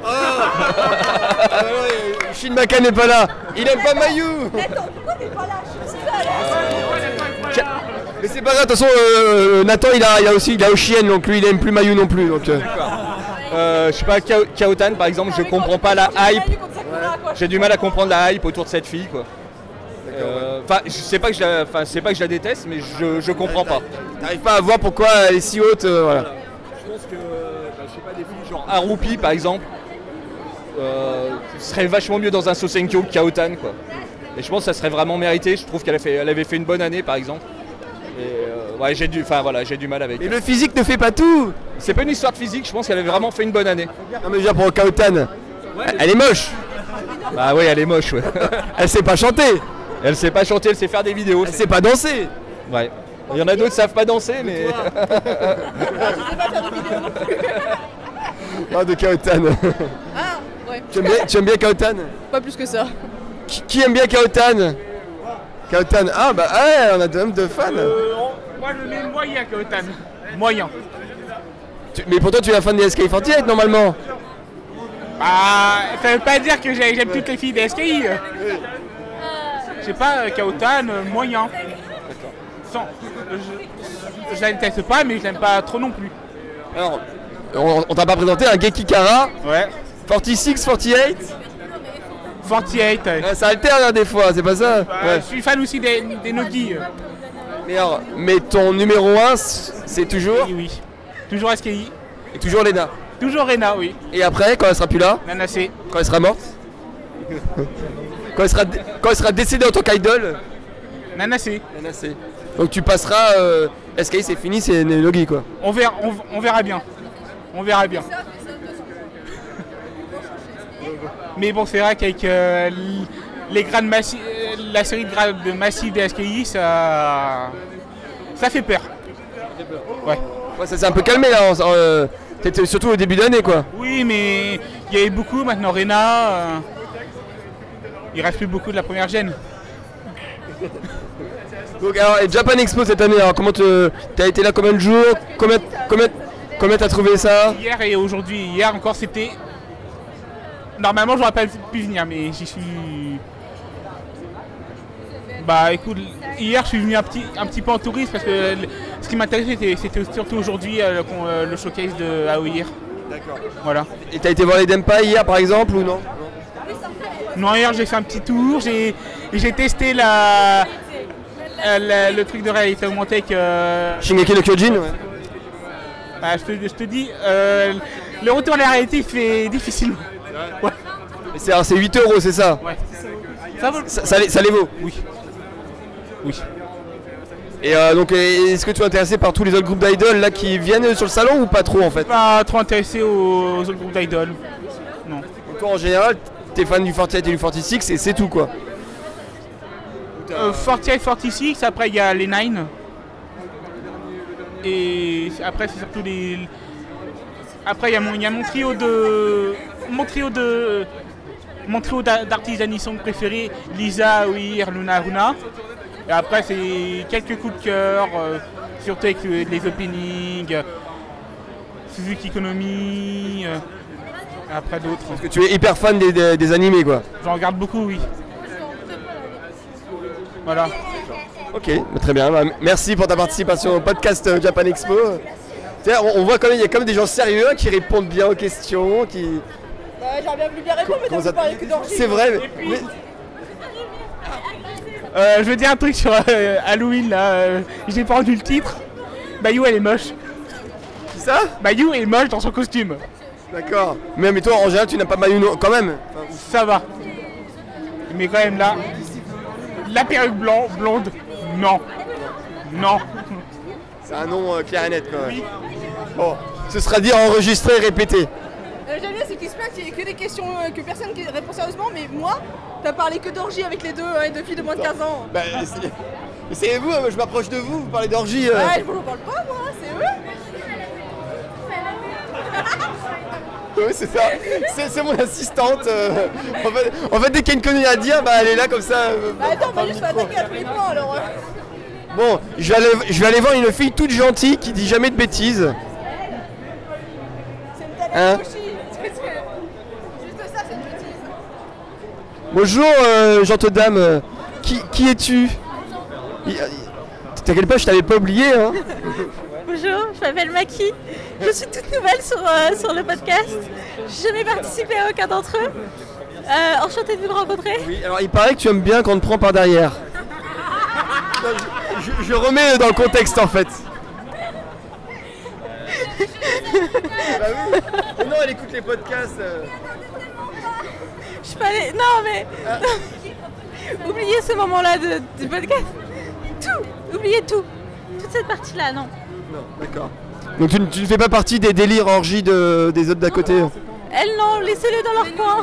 Shin Maka n'est pas là. Il aime pas Mayu. Attends, pourquoi t'es pas là? Je suis seule. Mais c'est pas grave, de toute façon Nathan il a Oshien, donc lui il aime plus Mayu non plus. Donc, je sais pas, Kaotan par exemple, je comprends pas la hype. J'ai du mal à comprendre la hype autour de cette fille quoi. C'est pas que je la déteste, mais je comprends pas. T'arrives pas à voir pourquoi elle est si haute, voilà. Je pense que, je sais pas, des filles genre Harupi par exemple, serait vachement mieux dans un Sosenkyo que Kaotan quoi. Et je pense que ça serait vraiment mérité. Je trouve qu'elle avait fait une bonne année par exemple. Et ouais, j'ai du mal avec. Mais le physique ne fait pas tout. C'est pas une histoire de physique. Je pense qu'elle avait vraiment fait une bonne année. Non mais déjà pour Kaotan, elle est moche. Bah oui, elle est moche. Ouais. Elle sait pas chanter. Elle sait pas chanter, elle sait faire des vidéos. Elle sait pas danser. Ouais. Il y en a d'autres qui savent pas danser, mais. Je sais pas faire de vidéo non plus. Ah, de Kaotan. Ah, ouais. Tu aimes bien Kaotan? Pas plus que ça. Qui aime bien Kaotan? Kaotan, ah bah ouais, on a deux fans. Moi je mets moyen Kaotan. Moyen. Mais pourtant tu es un fan des SKI48 normalement. Ah, ça veut pas dire que j'aime toutes les filles des SKI. Je sais pas, Kaotan, moyen. D'accord. Je la déteste pas, mais je l'aime pas trop non plus. Alors, on t'a pas présenté un Gekikara? Ouais. 46, 48? 48. Ouais. Ça alterne hein, des fois, c'est pas ça? Je suis fan aussi des Nogi. Mais ton numéro 1, c'est toujours? Oui. Toujours SKI. Et toujours Lena? Toujours Rena, oui. Et après, quand elle sera plus là? Nana C. Quand elle sera morte? Quand elle sera décédée en tant qu'idol? Nana C. Nana C. Donc tu passeras... SKI c'est fini, c'est Nogi quoi. On verra bien. On verra bien. Mais bon, c'est vrai qu'avec les grades massifs, la série de grades massifs des SKI, ça fait peur. Ouais. Ouais, ça s'est un peu calmé là. T'étais surtout au début d'année quoi. Oui, mais il y avait beaucoup maintenant. Rena, il reste plus beaucoup de la première gêne. Donc alors, et Japan Expo cette année, alors comment t'as été là combien de jours? Combien t'as trouvé ça? Hier et aujourd'hui. Hier encore c'était... Normalement j'aurais pas pu venir, mais j'y suis... Bah écoute, hier je suis venu un petit peu en touriste parce que ce qui m'intéressait c'était surtout aujourd'hui le showcase de AOIR. D'accord. Voilà. Et t'as été voir les Denpai hier par exemple ou non? Non, hier j'ai fait un petit tour, j'ai testé le truc de réalité augmentée que... Shingeki no Kyojin, ouais. Bah, je te dis, le retour à la réalité fait difficilement. Ouais. C'est 8 €, c'est ça? Ouais. Ça les vaut? Oui. Oui. Et donc est-ce que tu es intéressé par tous les autres groupes d'idoles là qui viennent sur le salon ou pas trop en fait? Pas trop intéressé aux autres groupes d'idoles. Non. Donc toi en général, t'es fan du 48 et du 46 et c'est tout quoi? 48, 46, après il y a les 9. Et après c'est surtout les... Après il y a mon trio de... Mon trio d'artistes d'Anisong préférés, Lisa, Oir, Luna, Runa. Et après c'est quelques coups de cœur, surtout avec les openings, Suzuki Economy, et après d'autres. Parce que tu es hyper fan des animés quoi? J'en regarde beaucoup, oui. Voilà. Ok, très bien. Bah, merci pour ta participation au podcast Japan Expo. On voit quand même, il y a quand même des gens sérieux qui répondent bien aux questions, qui... J'aurais bien voulu bien répondre, mais t'as parlé que d'orgie. C'est vrai, mais... Je veux dire un truc sur Halloween là, j'ai pas rendu le titre. Bayou elle est moche. Qui ça? Bayou est moche dans son costume. D'accord. Mais toi en général tu n'as pas Bayou quand même? Ça va. Mais quand même là, la perruque blonde, non. Non. C'est un nom clair et net quoi. Oui. Bon, ce sera dit enregistré et répété. J'aime bien, c'est qu'il se plaint qu'il n'y ait que des questions que personne ne répond sérieusement, mais moi, t'as parlé que d'orgie avec les deux filles de moins de 15 ans. Bah, essayez-vous, je m'approche de vous, vous parlez d'orgie. Ouais, je vous en parle pas, moi, c'est eux. Oui, c'est ça. C'est mon assistante. En fait, dès qu'il y a une connerie à dire, bah, elle est là comme ça. Bah, attends, on va juste attaquer à tous les points alors. Bon, je vais aller voir une fille toute gentille qui dit jamais de bêtises. Hein? Juste ça, c'est une bêtise. Bonjour, gentille dame. Qui es-tu? T'inquiète pas, je t'avais pas oublié. Hein. Bonjour, je m'appelle Maki. Je suis toute nouvelle sur le podcast. J'ai jamais participé à aucun d'entre eux. Enchantée de vous rencontrer. Oui, alors il paraît que tu aimes bien quand on te prend par derrière. Non, je remets dans le contexte en fait. Bah oui. Mais non, elle écoute les podcasts. Je suis pas allée... Non mais... Oubliez ce moment-là du podcast. Tout. Oubliez tout. Toute cette partie-là, non. Non, d'accord. Donc tu ne fais pas partie des délires orgies des autres d'à côté? Elles non, laissez-les dans leur coin.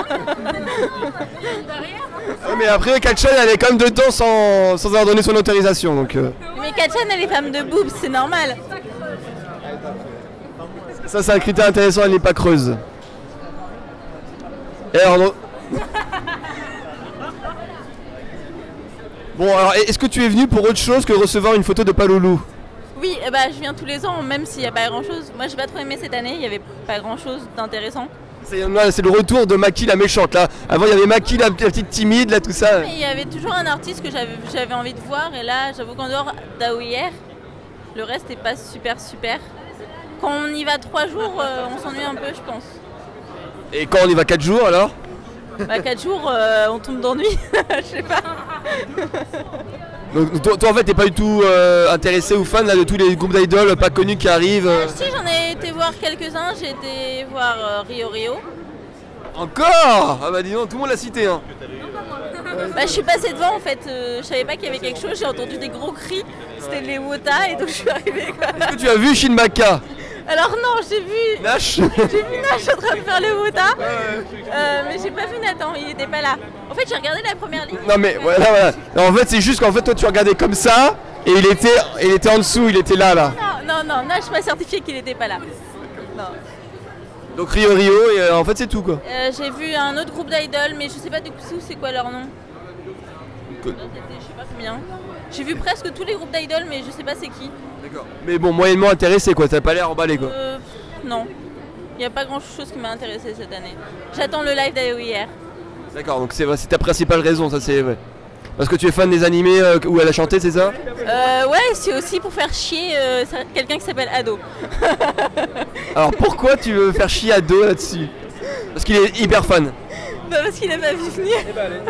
Ouais, mais après, Katchan, elle est quand même dedans sans avoir donné son autorisation. Donc, Mais Katchan, elle est femme de boobs, c'est normal. ça, c'est un critère intéressant, elle n'est pas creuse. Et alors, non. Bon, alors, est-ce que tu es venu pour autre chose que recevoir une photo de Palulu? Oui, je viens tous les ans, même s'il n'y a pas grand-chose. Moi, j'ai pas trop aimé cette année, il n'y avait pas grand-chose d'intéressant. C'est le retour de Maki la méchante là. Avant il y avait Maki la petite timide là, tout ça. Mais il y avait toujours un artiste que j'avais envie de voir, et là, j'avoue qu'en dehors d'AOIR, le reste n'est pas super. Quand on y va 3 jours, on s'ennuie un peu, je pense. Et quand on y va 4 jours alors? 4 jours, on tombe d'ennui, je sais pas. Donc toi en fait t'es pas du tout intéressé ou fan là, de tous les groupes d'idoles pas connus qui arrivent Si, j'en ai été voir quelques-uns, j'ai été voir Rio. Encore? Ah bah dis donc, tout le monde l'a cité hein. Je suis passée devant en fait, je savais pas qu'il y avait quelque chose, j'ai entendu des gros cris, c'était les Wota et donc je suis arrivée quoi. Est-ce que tu as vu Shinmaka? Alors non, j'ai vu Nash. J'ai vu Nash en train de faire le Wota, mais j'ai pas vu Nathan, il était pas là. En fait j'ai regardé la première ligne. Non mais voilà. En fait c'est juste qu'en fait toi tu regardais comme ça et il était en dessous, il était là. Non, Nash m'a certifié qu'il était pas là. Non. Donc Rio et en fait c'est tout quoi. J'ai vu un autre groupe d'idoles, mais je sais pas du coup c'est quoi leur nom. Je sais pas combien. J'ai vu presque tous les groupes d'idoles, mais je sais pas c'est qui. D'accord. Mais bon, moyennement intéressé quoi, t'as pas l'air emballé quoi. Non. Il n'y a pas grand chose qui m'a intéressé cette année. J'attends le live d'AOIR. D'accord, donc c'est ta principale raison, ça c'est vrai. Parce que tu es fan des animés où elle a chanté, c'est ça? Ouais, c'est aussi pour faire chier quelqu'un qui s'appelle Ado. Alors pourquoi tu veux faire chier Ado là-dessus? Parce qu'il est hyper fan. Bah parce qu'il a pas vu venir.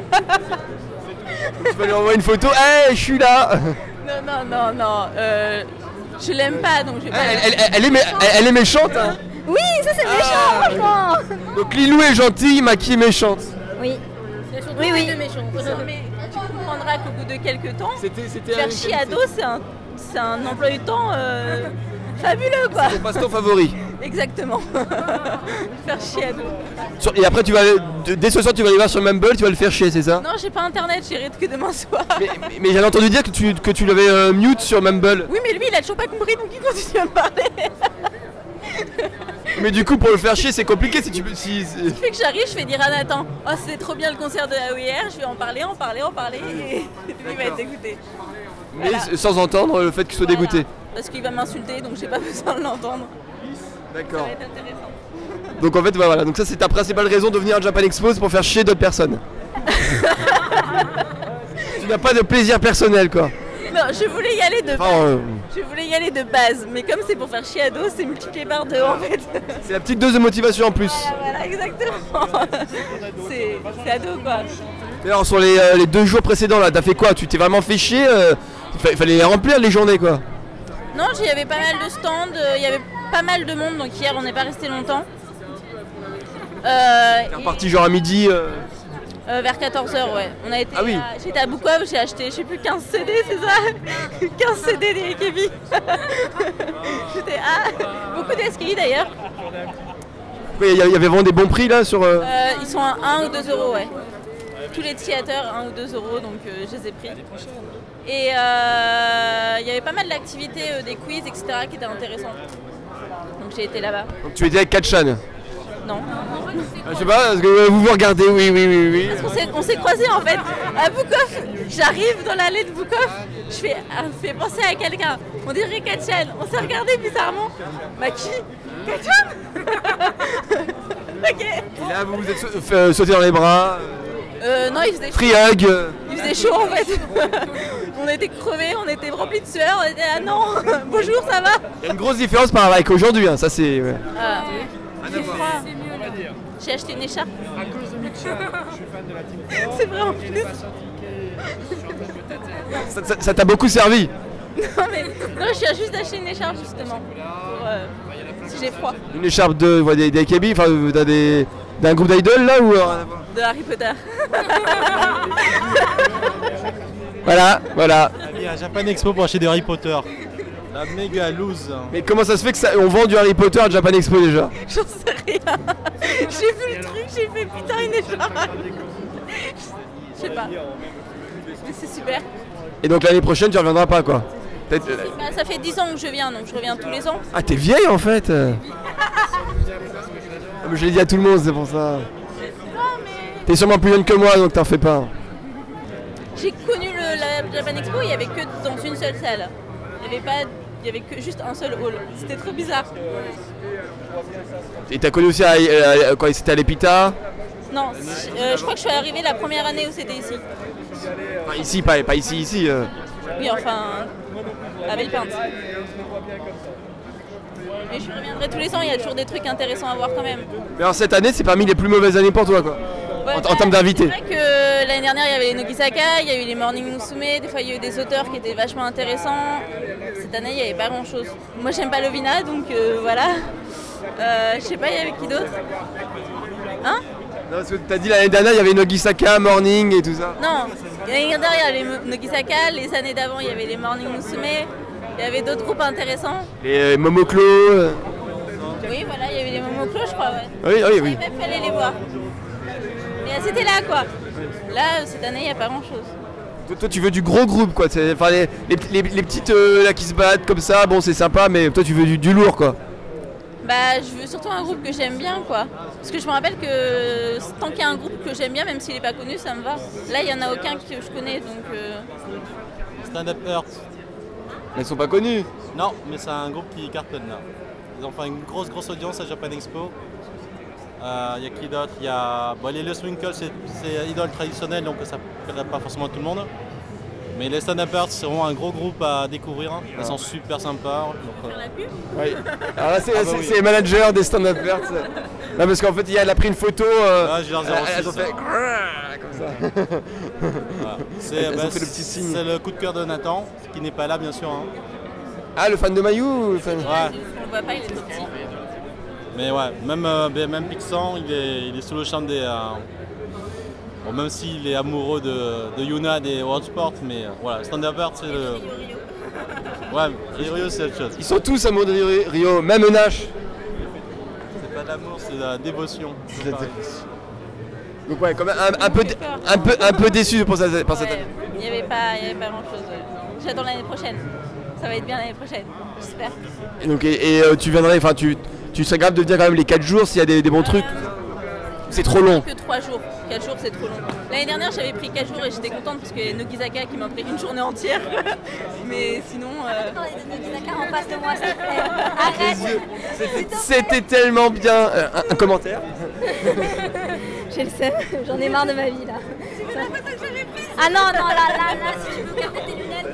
Tu peux lui envoyer une photo, hey, je suis là. Non, je l'aime pas donc je vais pas. Elle est méchante hein. Oui, ça c'est méchant, franchement. Donc Lilou est gentille, Maki est méchante. Oui. Oui. Mais tu comprendras qu'au bout de quelques temps, faire chier Ado, c'est un emploi du temps fabuleux quoi. C'est ton passe-temps favori. Exactement. Faire chier Ado. Et après dès ce soir tu vas aller voir sur Mumble, tu vas le faire chier, c'est ça? Non, j'ai pas internet, j'irai que demain soir. Mais j'avais entendu dire que tu l'avais mute sur Mumble. Oui, mais lui il a toujours pas compris donc il continue à me parler. Mais du coup pour le faire chier c'est compliqué si tu peux. Ce qui fait que j'arrive, je fais dire à Nathan, oh c'était trop bien le concert de AOIR, je vais en parler et lui va être dégoûté. Mais Voilà. sans entendre le fait qu'il soit dégoûté. Parce qu'il va m'insulter donc j'ai pas besoin de l'entendre. D'accord. Ça va être intéressant. Donc en fait voilà, donc ça c'est ta principale raison de venir à Japan Expo, c'est pour faire chier d'autres personnes. Tu n'as pas de plaisir personnel quoi. Non, je voulais y aller de base. Enfin, Je voulais y aller de base, mais comme c'est pour faire chier Ado, c'est multiplié par 2 en fait. C'est la petite dose de motivation en plus. Voilà, exactement. C'est Ado quoi. Et alors sur les 2 jours précédents là, t'as fait quoi? Tu t'es vraiment fait chier? Il fallait remplir les journées quoi. Non, il y avait pas mal de stands, il y avait pas mal de monde, donc hier on n'est pas resté longtemps. T'es reparti genre à midi Vers 14h, ouais. On a été j'étais à Bukov, j'ai acheté, je sais plus, 15 CD, c'est ça? 15 CD des AKB. J'étais beaucoup de SKI d'ailleurs. Il y avait vraiment des bons prix là sur. Ils sont à 1 ou 2 euros, ouais. Tous les theaters, 1 ou 2 euros, donc je les ai pris. Et il y avait pas mal d'activités, des quiz, etc. qui étaient intéressants. Donc j'ai été là-bas. Donc tu étais avec Katchan? Non. Je sais pas, est-ce que vous regardez? Oui. Parce qu'on s'est croisés en fait à Bukov. J'arrive dans l'allée de Bukov, je fais penser à quelqu'un. On dirait Katchan. On s'est regardé bizarrement. Qui? Katchan. Ok. Et là vous vous êtes sauté dans les bras. Non, il faisait chaud. Free hug. Il faisait chaud en fait. On était crevés, on était remplis de sueur, on était là, non, bonjour, ça va? Il y a une grosse différence par rapport avec aujourd'hui, hein. Ça c'est. Ouais. J'ai froid. J'ai acheté une écharpe. À cause de Mitchell, je suis fan de la team. C'est vrai en plus. Ça t'a beaucoup servi. Non, je viens juste d'acheter une écharpe justement. Pour, si j'ai froid. Une écharpe des AKB, enfin d'un groupe d'idoles là ou De Harry Potter. Voilà. Il y a Japan Expo pour acheter des Harry Potter. La méga loose. Mais comment ça se fait que ça, on vend du Harry Potter à Japan Expo déjà? J'en sais rien. J'ai vu le truc, j'ai fait putain, il est genre. Je sais pas. Mais c'est super. Et donc l'année prochaine tu reviendras pas quoi? Bah, ça fait 10 ans que je viens, donc je reviens tous les ans. Ah t'es vieille en fait. Je l'ai dit à tout le monde, c'est pour ça. T'es sûrement plus jeune que moi donc t'en fais pas. J'ai connu la Japan Expo, il n'y avait que dans une seule salle. Il y avait que juste un seul hall. C'était trop bizarre. Et t'as connu aussi quand c'était à l'Epita? Non, je crois que je suis arrivée la première année où c'était ici. Pas ici, pas ici. Oui, enfin, à Villepinte. Mais je reviendrai tous les ans, il y a toujours des trucs intéressants à voir quand même. Mais alors cette année, c'est parmi les plus mauvaises années pour toi quoi. Ouais, en termes d'invités. C'est vrai que l'année dernière, il y avait les Nogisaka, il y a eu les Morning Musume, des fois il y a eu des auteurs qui étaient vachement intéressants. Cette année, il n'y avait pas grand chose. Moi, j'aime pas Lovina, donc voilà. Je sais pas, il y avait qui d'autre? Hein? Non, parce que t'as dit l'année dernière, il y avait Nogisaka, Morning et tout ça. Non, l'année dernière, il y avait les Nogisaka, les années d'avant, il y avait les Morning Musume, il y avait d'autres groupes intéressants. Les Momoklo. Oui, voilà, il y avait les Momoklo, je crois, ouais. Oui. Il fallait les voir. Mais c'était là, quoi. Là, cette année, il n'y a pas grand-chose. Toi, tu veux du gros groupe, quoi. Enfin, les petites là qui se battent comme ça, bon, c'est sympa, mais toi, tu veux du lourd, quoi. Bah, je veux surtout un groupe que j'aime bien, quoi. Parce que je me rappelle que tant qu'il y a un groupe que j'aime bien, même s'il n'est pas connu, ça me va. Là, il n'y en a aucun que je connais, donc... Stand Up Earth. Elles sont pas connues. Non, mais c'est un groupe qui cartonne là. Ils ont fait une grosse audience à Japan Expo. Il y a qui d'autre? Il y a les Lost Winkle, c'est idole traditionnelle, donc ça ne plairait pas forcément tout le monde. Mais les Stand Up Earth, c'est vraiment un gros groupe à découvrir. Ils sont super sympas. Donc, Oui. Alors là, c'est les managers des Stand Up Earth. Non, parce qu'en fait, elle a pris une photo. J'ai leur 06, elles ont fait comme ça. Voilà. Elles ont fait le petit signe. C'est le coup de cœur de Nathan, qui n'est pas là, bien sûr. Hein. Ah, le fan de Mayu ou le fan... Ouais. On le voit pas, il est trop petit. Mais ouais, même Pixan, il est sous le charme des... Bon, même s'il est amoureux de Yuna des World Sport, mais voilà, Stand Up Earth, c'est le... Ouais, Rio, c'est autre chose. Ils sont tous amoureux de Rio, même Nash. C'est pas de l'amour, c'est de la dévotion. Donc ouais, quand même un peu déçu pour cette année. Il n'y avait pas grand-chose. J'attends l'année prochaine. Ça va être bien l'année prochaine, j'espère. Et donc tu viendrais, enfin tu serais grave de venir quand même les 4 jours s'il y a des bons trucs. C'est trop long. Que 3 jours. 4 jours, c'est trop long. L'année dernière, j'avais pris 4 jours et j'étais contente parce que y a Nogisaka qui m'a pris une journée entière. Mais sinon... Nogisaka en face de moi, s'il te plaît. Arrête. C'était tellement bien. Un commentaire? J'ai le seum, j'en ai marre de ma vie là. Ah non, là, si tu veux garder tes lunettes.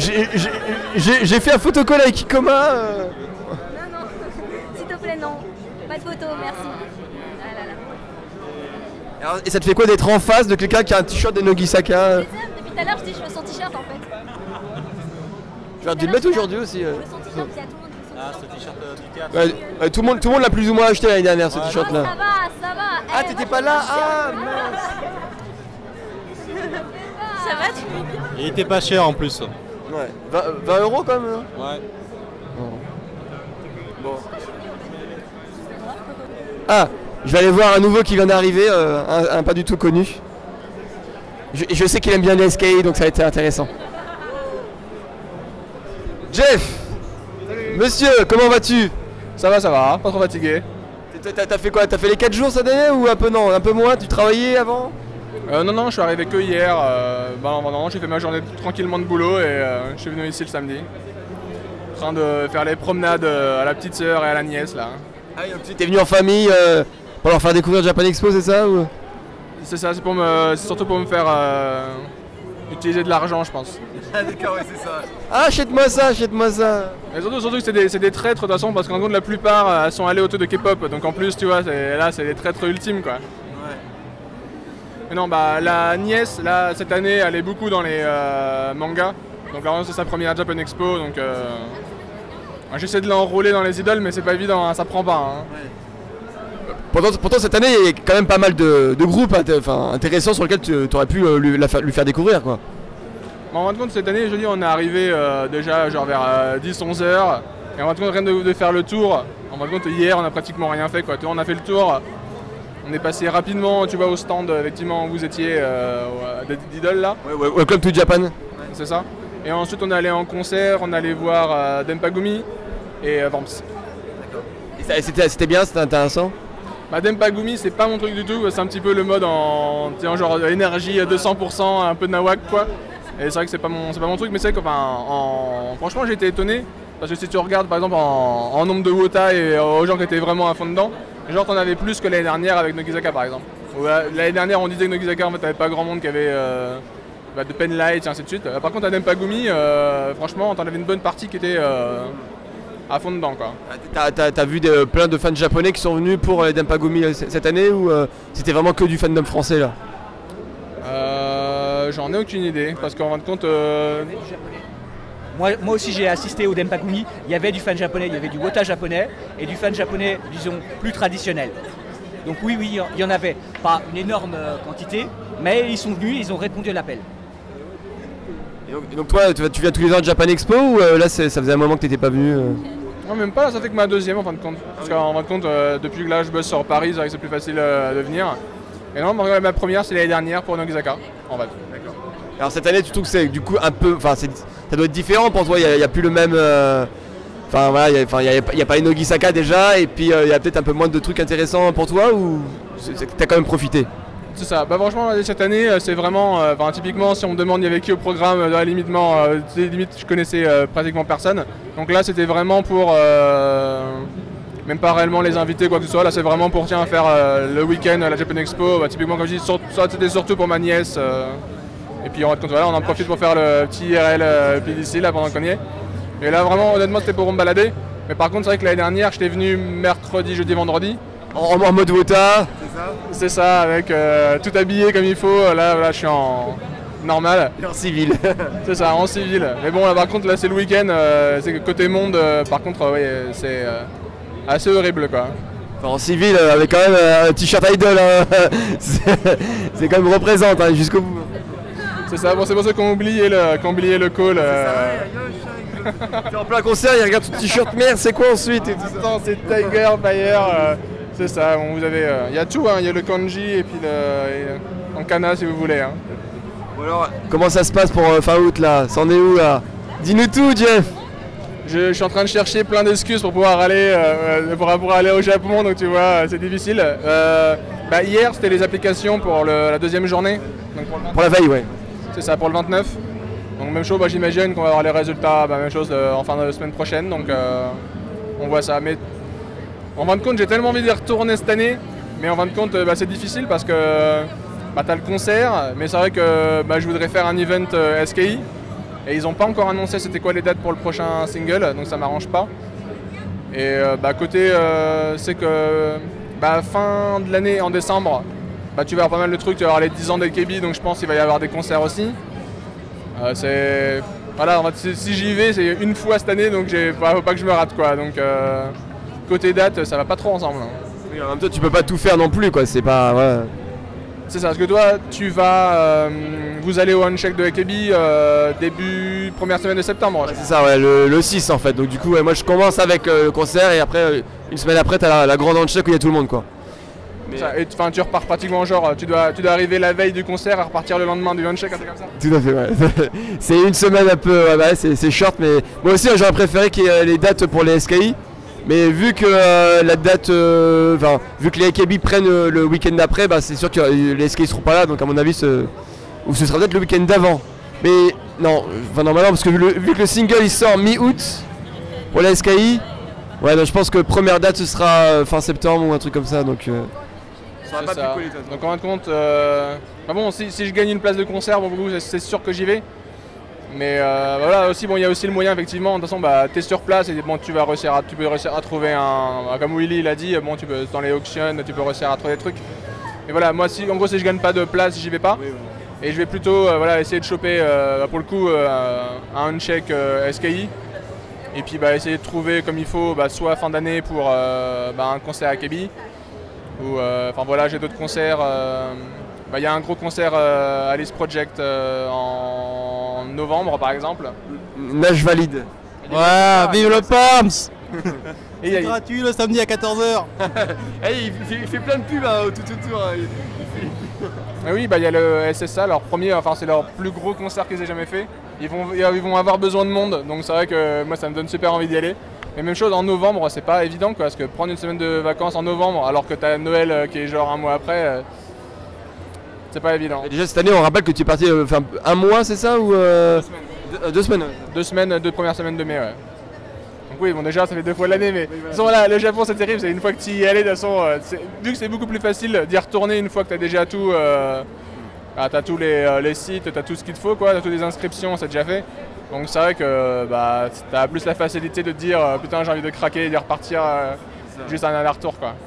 J'ai fait un photocall avec Ikoma. Non, s'il te plaît, non. Pas de photo, merci. Ah là là. Alors, et ça te fait quoi d'être en face de quelqu'un qui a un t-shirt de Nogisaka? Depuis tout à l'heure, je dis je veux son t-shirt en fait. J'aurais dû le mettre aujourd'hui aussi. Je veux son t-shirt, il y a tout le monde qui veut son Ah, ce t-shirt du théâtre. Ouais, tout le monde l'a plus ou moins acheté l'année dernière, ce t-shirt là. Ça va. Ah, t'étais pas là? Ah, mince. Ça va, tu vis bien? Il était pas cher en plus. Ouais, 20 € quand même. Ouais. Bon. Ah, je vais aller voir un nouveau qui vient d'arriver, un pas du tout connu. Je sais qu'il aime bien les SKI, donc ça va être intéressant. Jeff! Monsieur, comment vas-tu? Ça va, pas trop fatigué. T'as fait quoi? T'as fait les 4 jours cette année ou un peu non? Un peu moins? Tu travaillais avant? Non, je suis arrivé que hier. Non, j'ai fait ma journée tranquillement de boulot et je suis venu ici le samedi. En train de faire les promenades à la petite sœur et à la nièce là. Ah, donc t'es venu en famille pour leur faire découvrir Japan Expo, c'est ça ou... C'est ça, c'est surtout pour me faire utiliser de l'argent, je pense. Ah d'accord, ouais, c'est ça. Ah, achète-moi ça. Et surtout que c'est des traîtres de toute façon, parce qu'en gros, la plupart elles sont allées autour de K-pop. Donc en plus, tu vois, là, c'est des traîtres ultimes quoi. Ouais. Mais non, la nièce, là, cette année, elle est beaucoup dans les mangas. Donc là, c'est sa première Japan Expo, donc j'essaie de l'enrôler dans les idoles, mais c'est pas évident, hein, ça prend pas. Hein. Ouais. Pourtant, cette année, il y a quand même pas mal de groupes intéressants sur lesquels tu aurais pu lui faire découvrir, quoi. En fin de compte, cette année, je dis, on est arrivé déjà genre vers 10-11 heures. Et en fin de compte, rien de faire le tour. En fin de compte, hier, on a pratiquement rien fait, quoi. Tu vois, on a fait le tour. On est passé rapidement, tu vois, au stand, effectivement, où vous étiez d'Idol, là. Ouais, Welcome to Japan. C'est ça. Et ensuite, on est allé en concert, on est allé voir Dempagumi et Vamps. Et c'était bien, c'était intéressant. Dempagumi, c'est pas mon truc du tout, c'est un petit peu le mode en genre énergie 200%, un peu de nawak, quoi. Et c'est vrai que c'est pas mon truc, mais c'est vrai que franchement, j'ai été étonné. Parce que si tu regardes par exemple en nombre de wota et aux gens qui étaient vraiment à fond dedans, genre t'en avais plus que l'année dernière avec Nogizaka par exemple. L'année dernière on disait que Nogizaka en fait t'avais pas grand monde qui avait de Penlight et ainsi de suite. Par contre à Dempagumi, franchement t'en avais une bonne partie qui était à fond dedans quoi. T'as vu plein de fans japonais qui sont venus pour les Dempagumi cette année ou c'était vraiment que du fandom français là? J'en ai aucune idée parce qu'en fin de compte... Moi aussi j'ai assisté au Dempagumi, il y avait du fan japonais, il y avait du wota japonais et du fan japonais, disons, plus traditionnel. Donc oui, il y en avait pas une énorme quantité, mais ils sont venus, ils ont répondu à l'appel. Et donc toi, tu viens tous les ans de Japan Expo ou là ça faisait un moment que tu n'étais pas venu Non, même pas, là ça fait que ma deuxième en fin de compte. Parce qu'en fin de compte, depuis que là je bosse sur Paris, c'est vrai que c'est plus facile de venir. Et non, ma première c'est l'année dernière pour Nogizaka, en fait. Alors cette année tu trouves que c'est du coup un peu, ça doit être différent pour toi, il n'y a plus le même, il n'y a pas Nogizaka déjà et puis il y a peut-être un peu moins de trucs intéressants pour toi ou t'as quand même profité? C'est ça, franchement cette année c'est vraiment, typiquement si on me demande il y avait qui au programme, limite je connaissais pratiquement personne. Donc là c'était vraiment pour, même pas réellement les invités quoi que ce soit, là c'est vraiment pour faire le week-end à la Japan Expo, typiquement comme je dis, c'était surtout pour ma nièce. Et puis on en profite pour faire le petit IRL PDC là pendant qu'on y est. Et là vraiment honnêtement c'était pour me balader. Mais par contre c'est vrai que l'année dernière j'étais venu mercredi, jeudi, vendredi. En mode wota. C'est ça, avec tout habillé comme il faut. Là je suis en normal. En civil. C'est ça, en civil. Mais bon là par contre là c'est le week-end, c'est que côté monde par contre c'est assez horrible quoi. En civil avec quand même un t-shirt idol, hein. C'est quand même représente jusqu'au bout. C'est ça, c'est pour ça qu'on oubliait le call. T'es en plein concert, il regarde ton t-shirt, merde, c'est quoi ensuite et tout ça. C'est Tiger, Fire, c'est ça. Vous avez, il y a tout, il y a le kanji et puis en kana si vous voulez. Bon alors, comment ça se passe pour fin août là? C'en est où là? Dis-nous tout, Jeff. Je suis en train de chercher plein d'excuses pour pouvoir aller au Japon, donc tu vois, c'est difficile. Hier, c'était les applications pour la deuxième journée. Donc pour la veille, ouais. C'est ça, pour le 29. Donc même chose, j'imagine qu'on va avoir les résultats, même chose en fin de semaine prochaine, donc on voit ça. Mais en fin de compte, j'ai tellement envie d'y retourner cette année, mais en fin de compte, c'est difficile parce que t'as le concert, mais c'est vrai que je voudrais faire un event SKI, et ils n'ont pas encore annoncé c'était quoi les dates pour le prochain single, donc ça m'arrange pas. Et côté, c'est que fin de l'année, en décembre, tu vas avoir pas mal de trucs, tu vas avoir les 10 ans d'AKB, donc je pense qu'il va y avoir des concerts aussi. Voilà, en fait, si j'y vais, c'est une fois cette année, donc faut pas que je me rate quoi. Donc côté date, ça va pas trop ensemble. Oui, en même temps, tu peux pas tout faire non plus, quoi. C'est pas. Ouais. C'est ça, parce que toi, vous allez au Uncheck de AKB début première semaine de septembre. C'est ça, ouais, le 6 en fait. Donc du coup, moi je commence avec le concert et après, une semaine après, t'as la grande Uncheck où il y a tout le monde, quoi. Et tu repars pratiquement genre, tu dois arriver la veille du concert et repartir le lendemain du Uncheck, un truc comme ça. Tout à fait, ouais. C'est une semaine un peu, c'est short, mais moi aussi j'aurais préféré qu'il y ait les dates pour les SKI. Mais vu que la date, vu que les AKB prennent le week-end d'après, c'est sûr que les SKI seront pas là, donc à mon avis, ou ce sera peut-être le week-end d'avant. Mais non, normalement, parce que vu que le single il sort mi-août pour les SKI, ouais, donc je pense que première date ce sera fin septembre ou un truc comme ça, donc. C'est ça. Donc en fin de compte, si je gagne une place de concert, c'est sûr que j'y vais. Mais voilà, aussi il y a aussi le moyen effectivement, de toute façon tu es sur place et tu peux réussir à trouver comme Willy l'a dit, tu peux dans les auctions, tu peux réussir à trouver des trucs. Et voilà, moi si je gagne pas de place, j'y vais pas. Oui. Et je vais plutôt essayer de choper pour le coup un Uncheck SKI. Et puis essayer de trouver comme il faut, soit fin d'année pour un concert à Kebi. Ou j'ai d'autres concerts. Il y a un gros concert Alice Project en novembre par exemple. Nage valide. Ouais, vive le PAMS. Et c'est gratuit le samedi à 14h. Il fait plein de pubs tout autour. Et oui, il y a le SSA, leur premier, c'est leur plus gros concert qu'ils aient jamais fait. Ils vont avoir besoin de monde, donc c'est vrai que moi ça me donne super envie d'y aller. Mais même chose en novembre, c'est pas évident quoi, parce que prendre une semaine de vacances en novembre alors que t'as Noël qui est genre un mois après, c'est pas évident. Et déjà cette année, on rappelle que tu es parti un mois, c'est ça ou 2 semaines. 2 semaines, 2 premières semaines de mai, ouais. Donc oui, bon déjà ça fait 2 fois l'année, mais de toute façon là, le Japon c'est terrible, c'est une fois que tu y allais, de toute façon, vu que c'est beaucoup plus facile d'y retourner une fois que t'as déjà tout, t'as tous les sites, t'as tout ce qu'il te faut, quoi, t'as toutes les inscriptions, c'est déjà fait. Donc c'est vrai que t'as plus la facilité de te dire putain j'ai envie de craquer et de repartir juste un aller-retour quoi.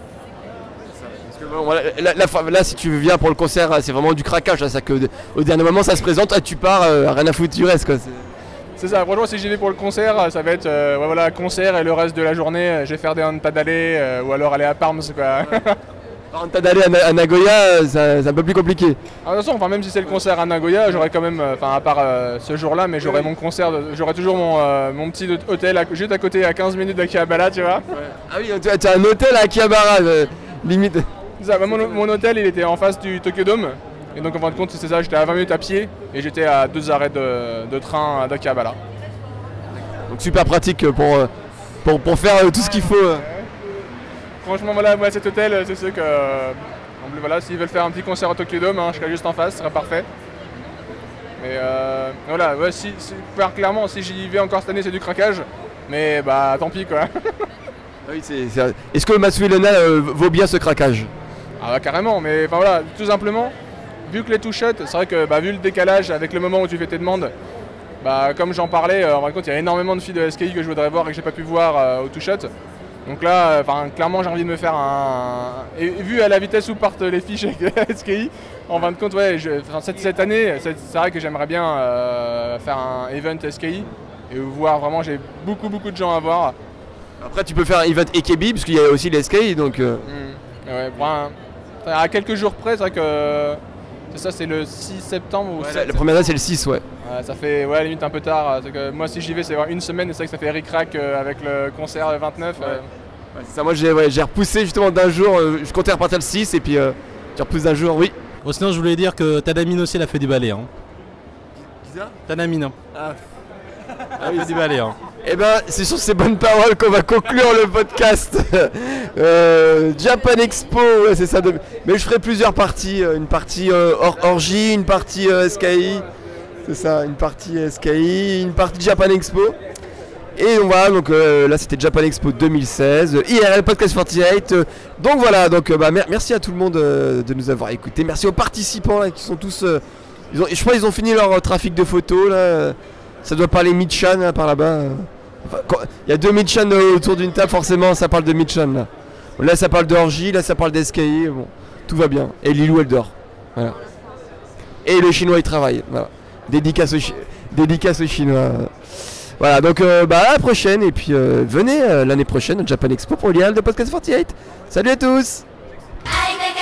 Parce que, bon, là si tu viens pour le concert, c'est vraiment du craquage, c'est que au dernier moment ça se présente, tu pars, rien à foutre du reste quoi. C'est ça, franchement si j'y vais pour le concert, ça va être concert et le reste de la journée je vais faire des handpadalés ou alors aller à Parms quoi. T'as d'aller à Nagoya, c'est un peu plus compliqué. De toute façon, même si c'est le concert à Nagoya, j'aurai quand même, à part ce jour-là, mais j'aurai mon concert, j'aurai toujours mon petit hôtel juste à côté, à 15 minutes d'Akihabara, tu vois. Ouais. Ah oui, tu as un hôtel à Akihabara, limite. C'est ça, mon hôtel, il était en face du Tokyo Dome, et donc en fin de compte, c'est ça, j'étais à 20 minutes à pied, et j'étais à 2 arrêts de train d'Akihabara. Donc super pratique pour faire tout ce qu'il faut. Franchement, voilà, moi cet hôtel, c'est ceux que. Voilà, s'ils veulent faire un petit concert au Tokyo Dome, je serais juste en face, ce serait parfait. Mais voilà, ouais, clairement, si j'y vais encore cette année, c'est du craquage. Mais tant pis quoi. Oui, est-ce que Matsu Elena vaut bien ce craquage? Ah carrément, mais voilà, tout simplement, vu que les two-shots, c'est vrai que vu le décalage avec le moment où tu fais tes demandes, comme j'en parlais, en fin de compte, il y a énormément de filles de SKI que je voudrais voir et que j'ai pas pu voir au two-shot. Donc là, clairement, j'ai envie de me faire Et vu à la vitesse où partent les fiches avec SKI, en fin de compte, ouais, cette année, c'est vrai que j'aimerais bien faire un event SKI et voir vraiment, j'ai beaucoup de gens à voir. Après, tu peux faire un event EKB parce qu'il y a aussi les SKI, donc. Ouais, à quelques jours près, c'est vrai que c'est le 6 septembre ou 7. La première date, c'est le 6, ouais. Ça fait limite un peu tard. Que moi, si j'y vais, c'est une semaine et c'est vrai que ça fait ric-rac avec le concert le 29. Ça, moi, j'ai repoussé justement d'un jour. Je comptais repartir le 6 et puis tu repousses d'un jour, oui. Bon, sinon, je voulais dire que Tadamine aussi, elle a fait du ballet. Hein. Qui ça? Tadamine. Ah oui, du ballet. Hein. Et c'est sur ces bonnes paroles qu'on va conclure le podcast. Japan Expo, ouais, c'est ça. Mais je ferai plusieurs parties. Une partie orgie, une partie SKI. C'est ça, une partie SKI, une partie Japan Expo. Et donc voilà, là c'était Japan Expo 2016, IRL Podcast 48. Donc voilà, merci à tout le monde de nous avoir écoutés. Merci aux participants là, qui sont tous. Je crois qu'ils ont fini leur trafic de photos là. Ça doit parler Michan là, par là-bas. Il y a 2 Michan autour d'une table, forcément ça parle de Michan là. Là ça parle d'orgie, là ça parle d'SKI. Bon, tout va bien. Et Lilou elle dort. Voilà. Et le chinois il travaille. Voilà. Dédicace aux Chinois. Voilà, donc à la prochaine. Et puis venez l'année prochaine au Japan Expo pour l'IRL de Podcast 48. Salut à tous.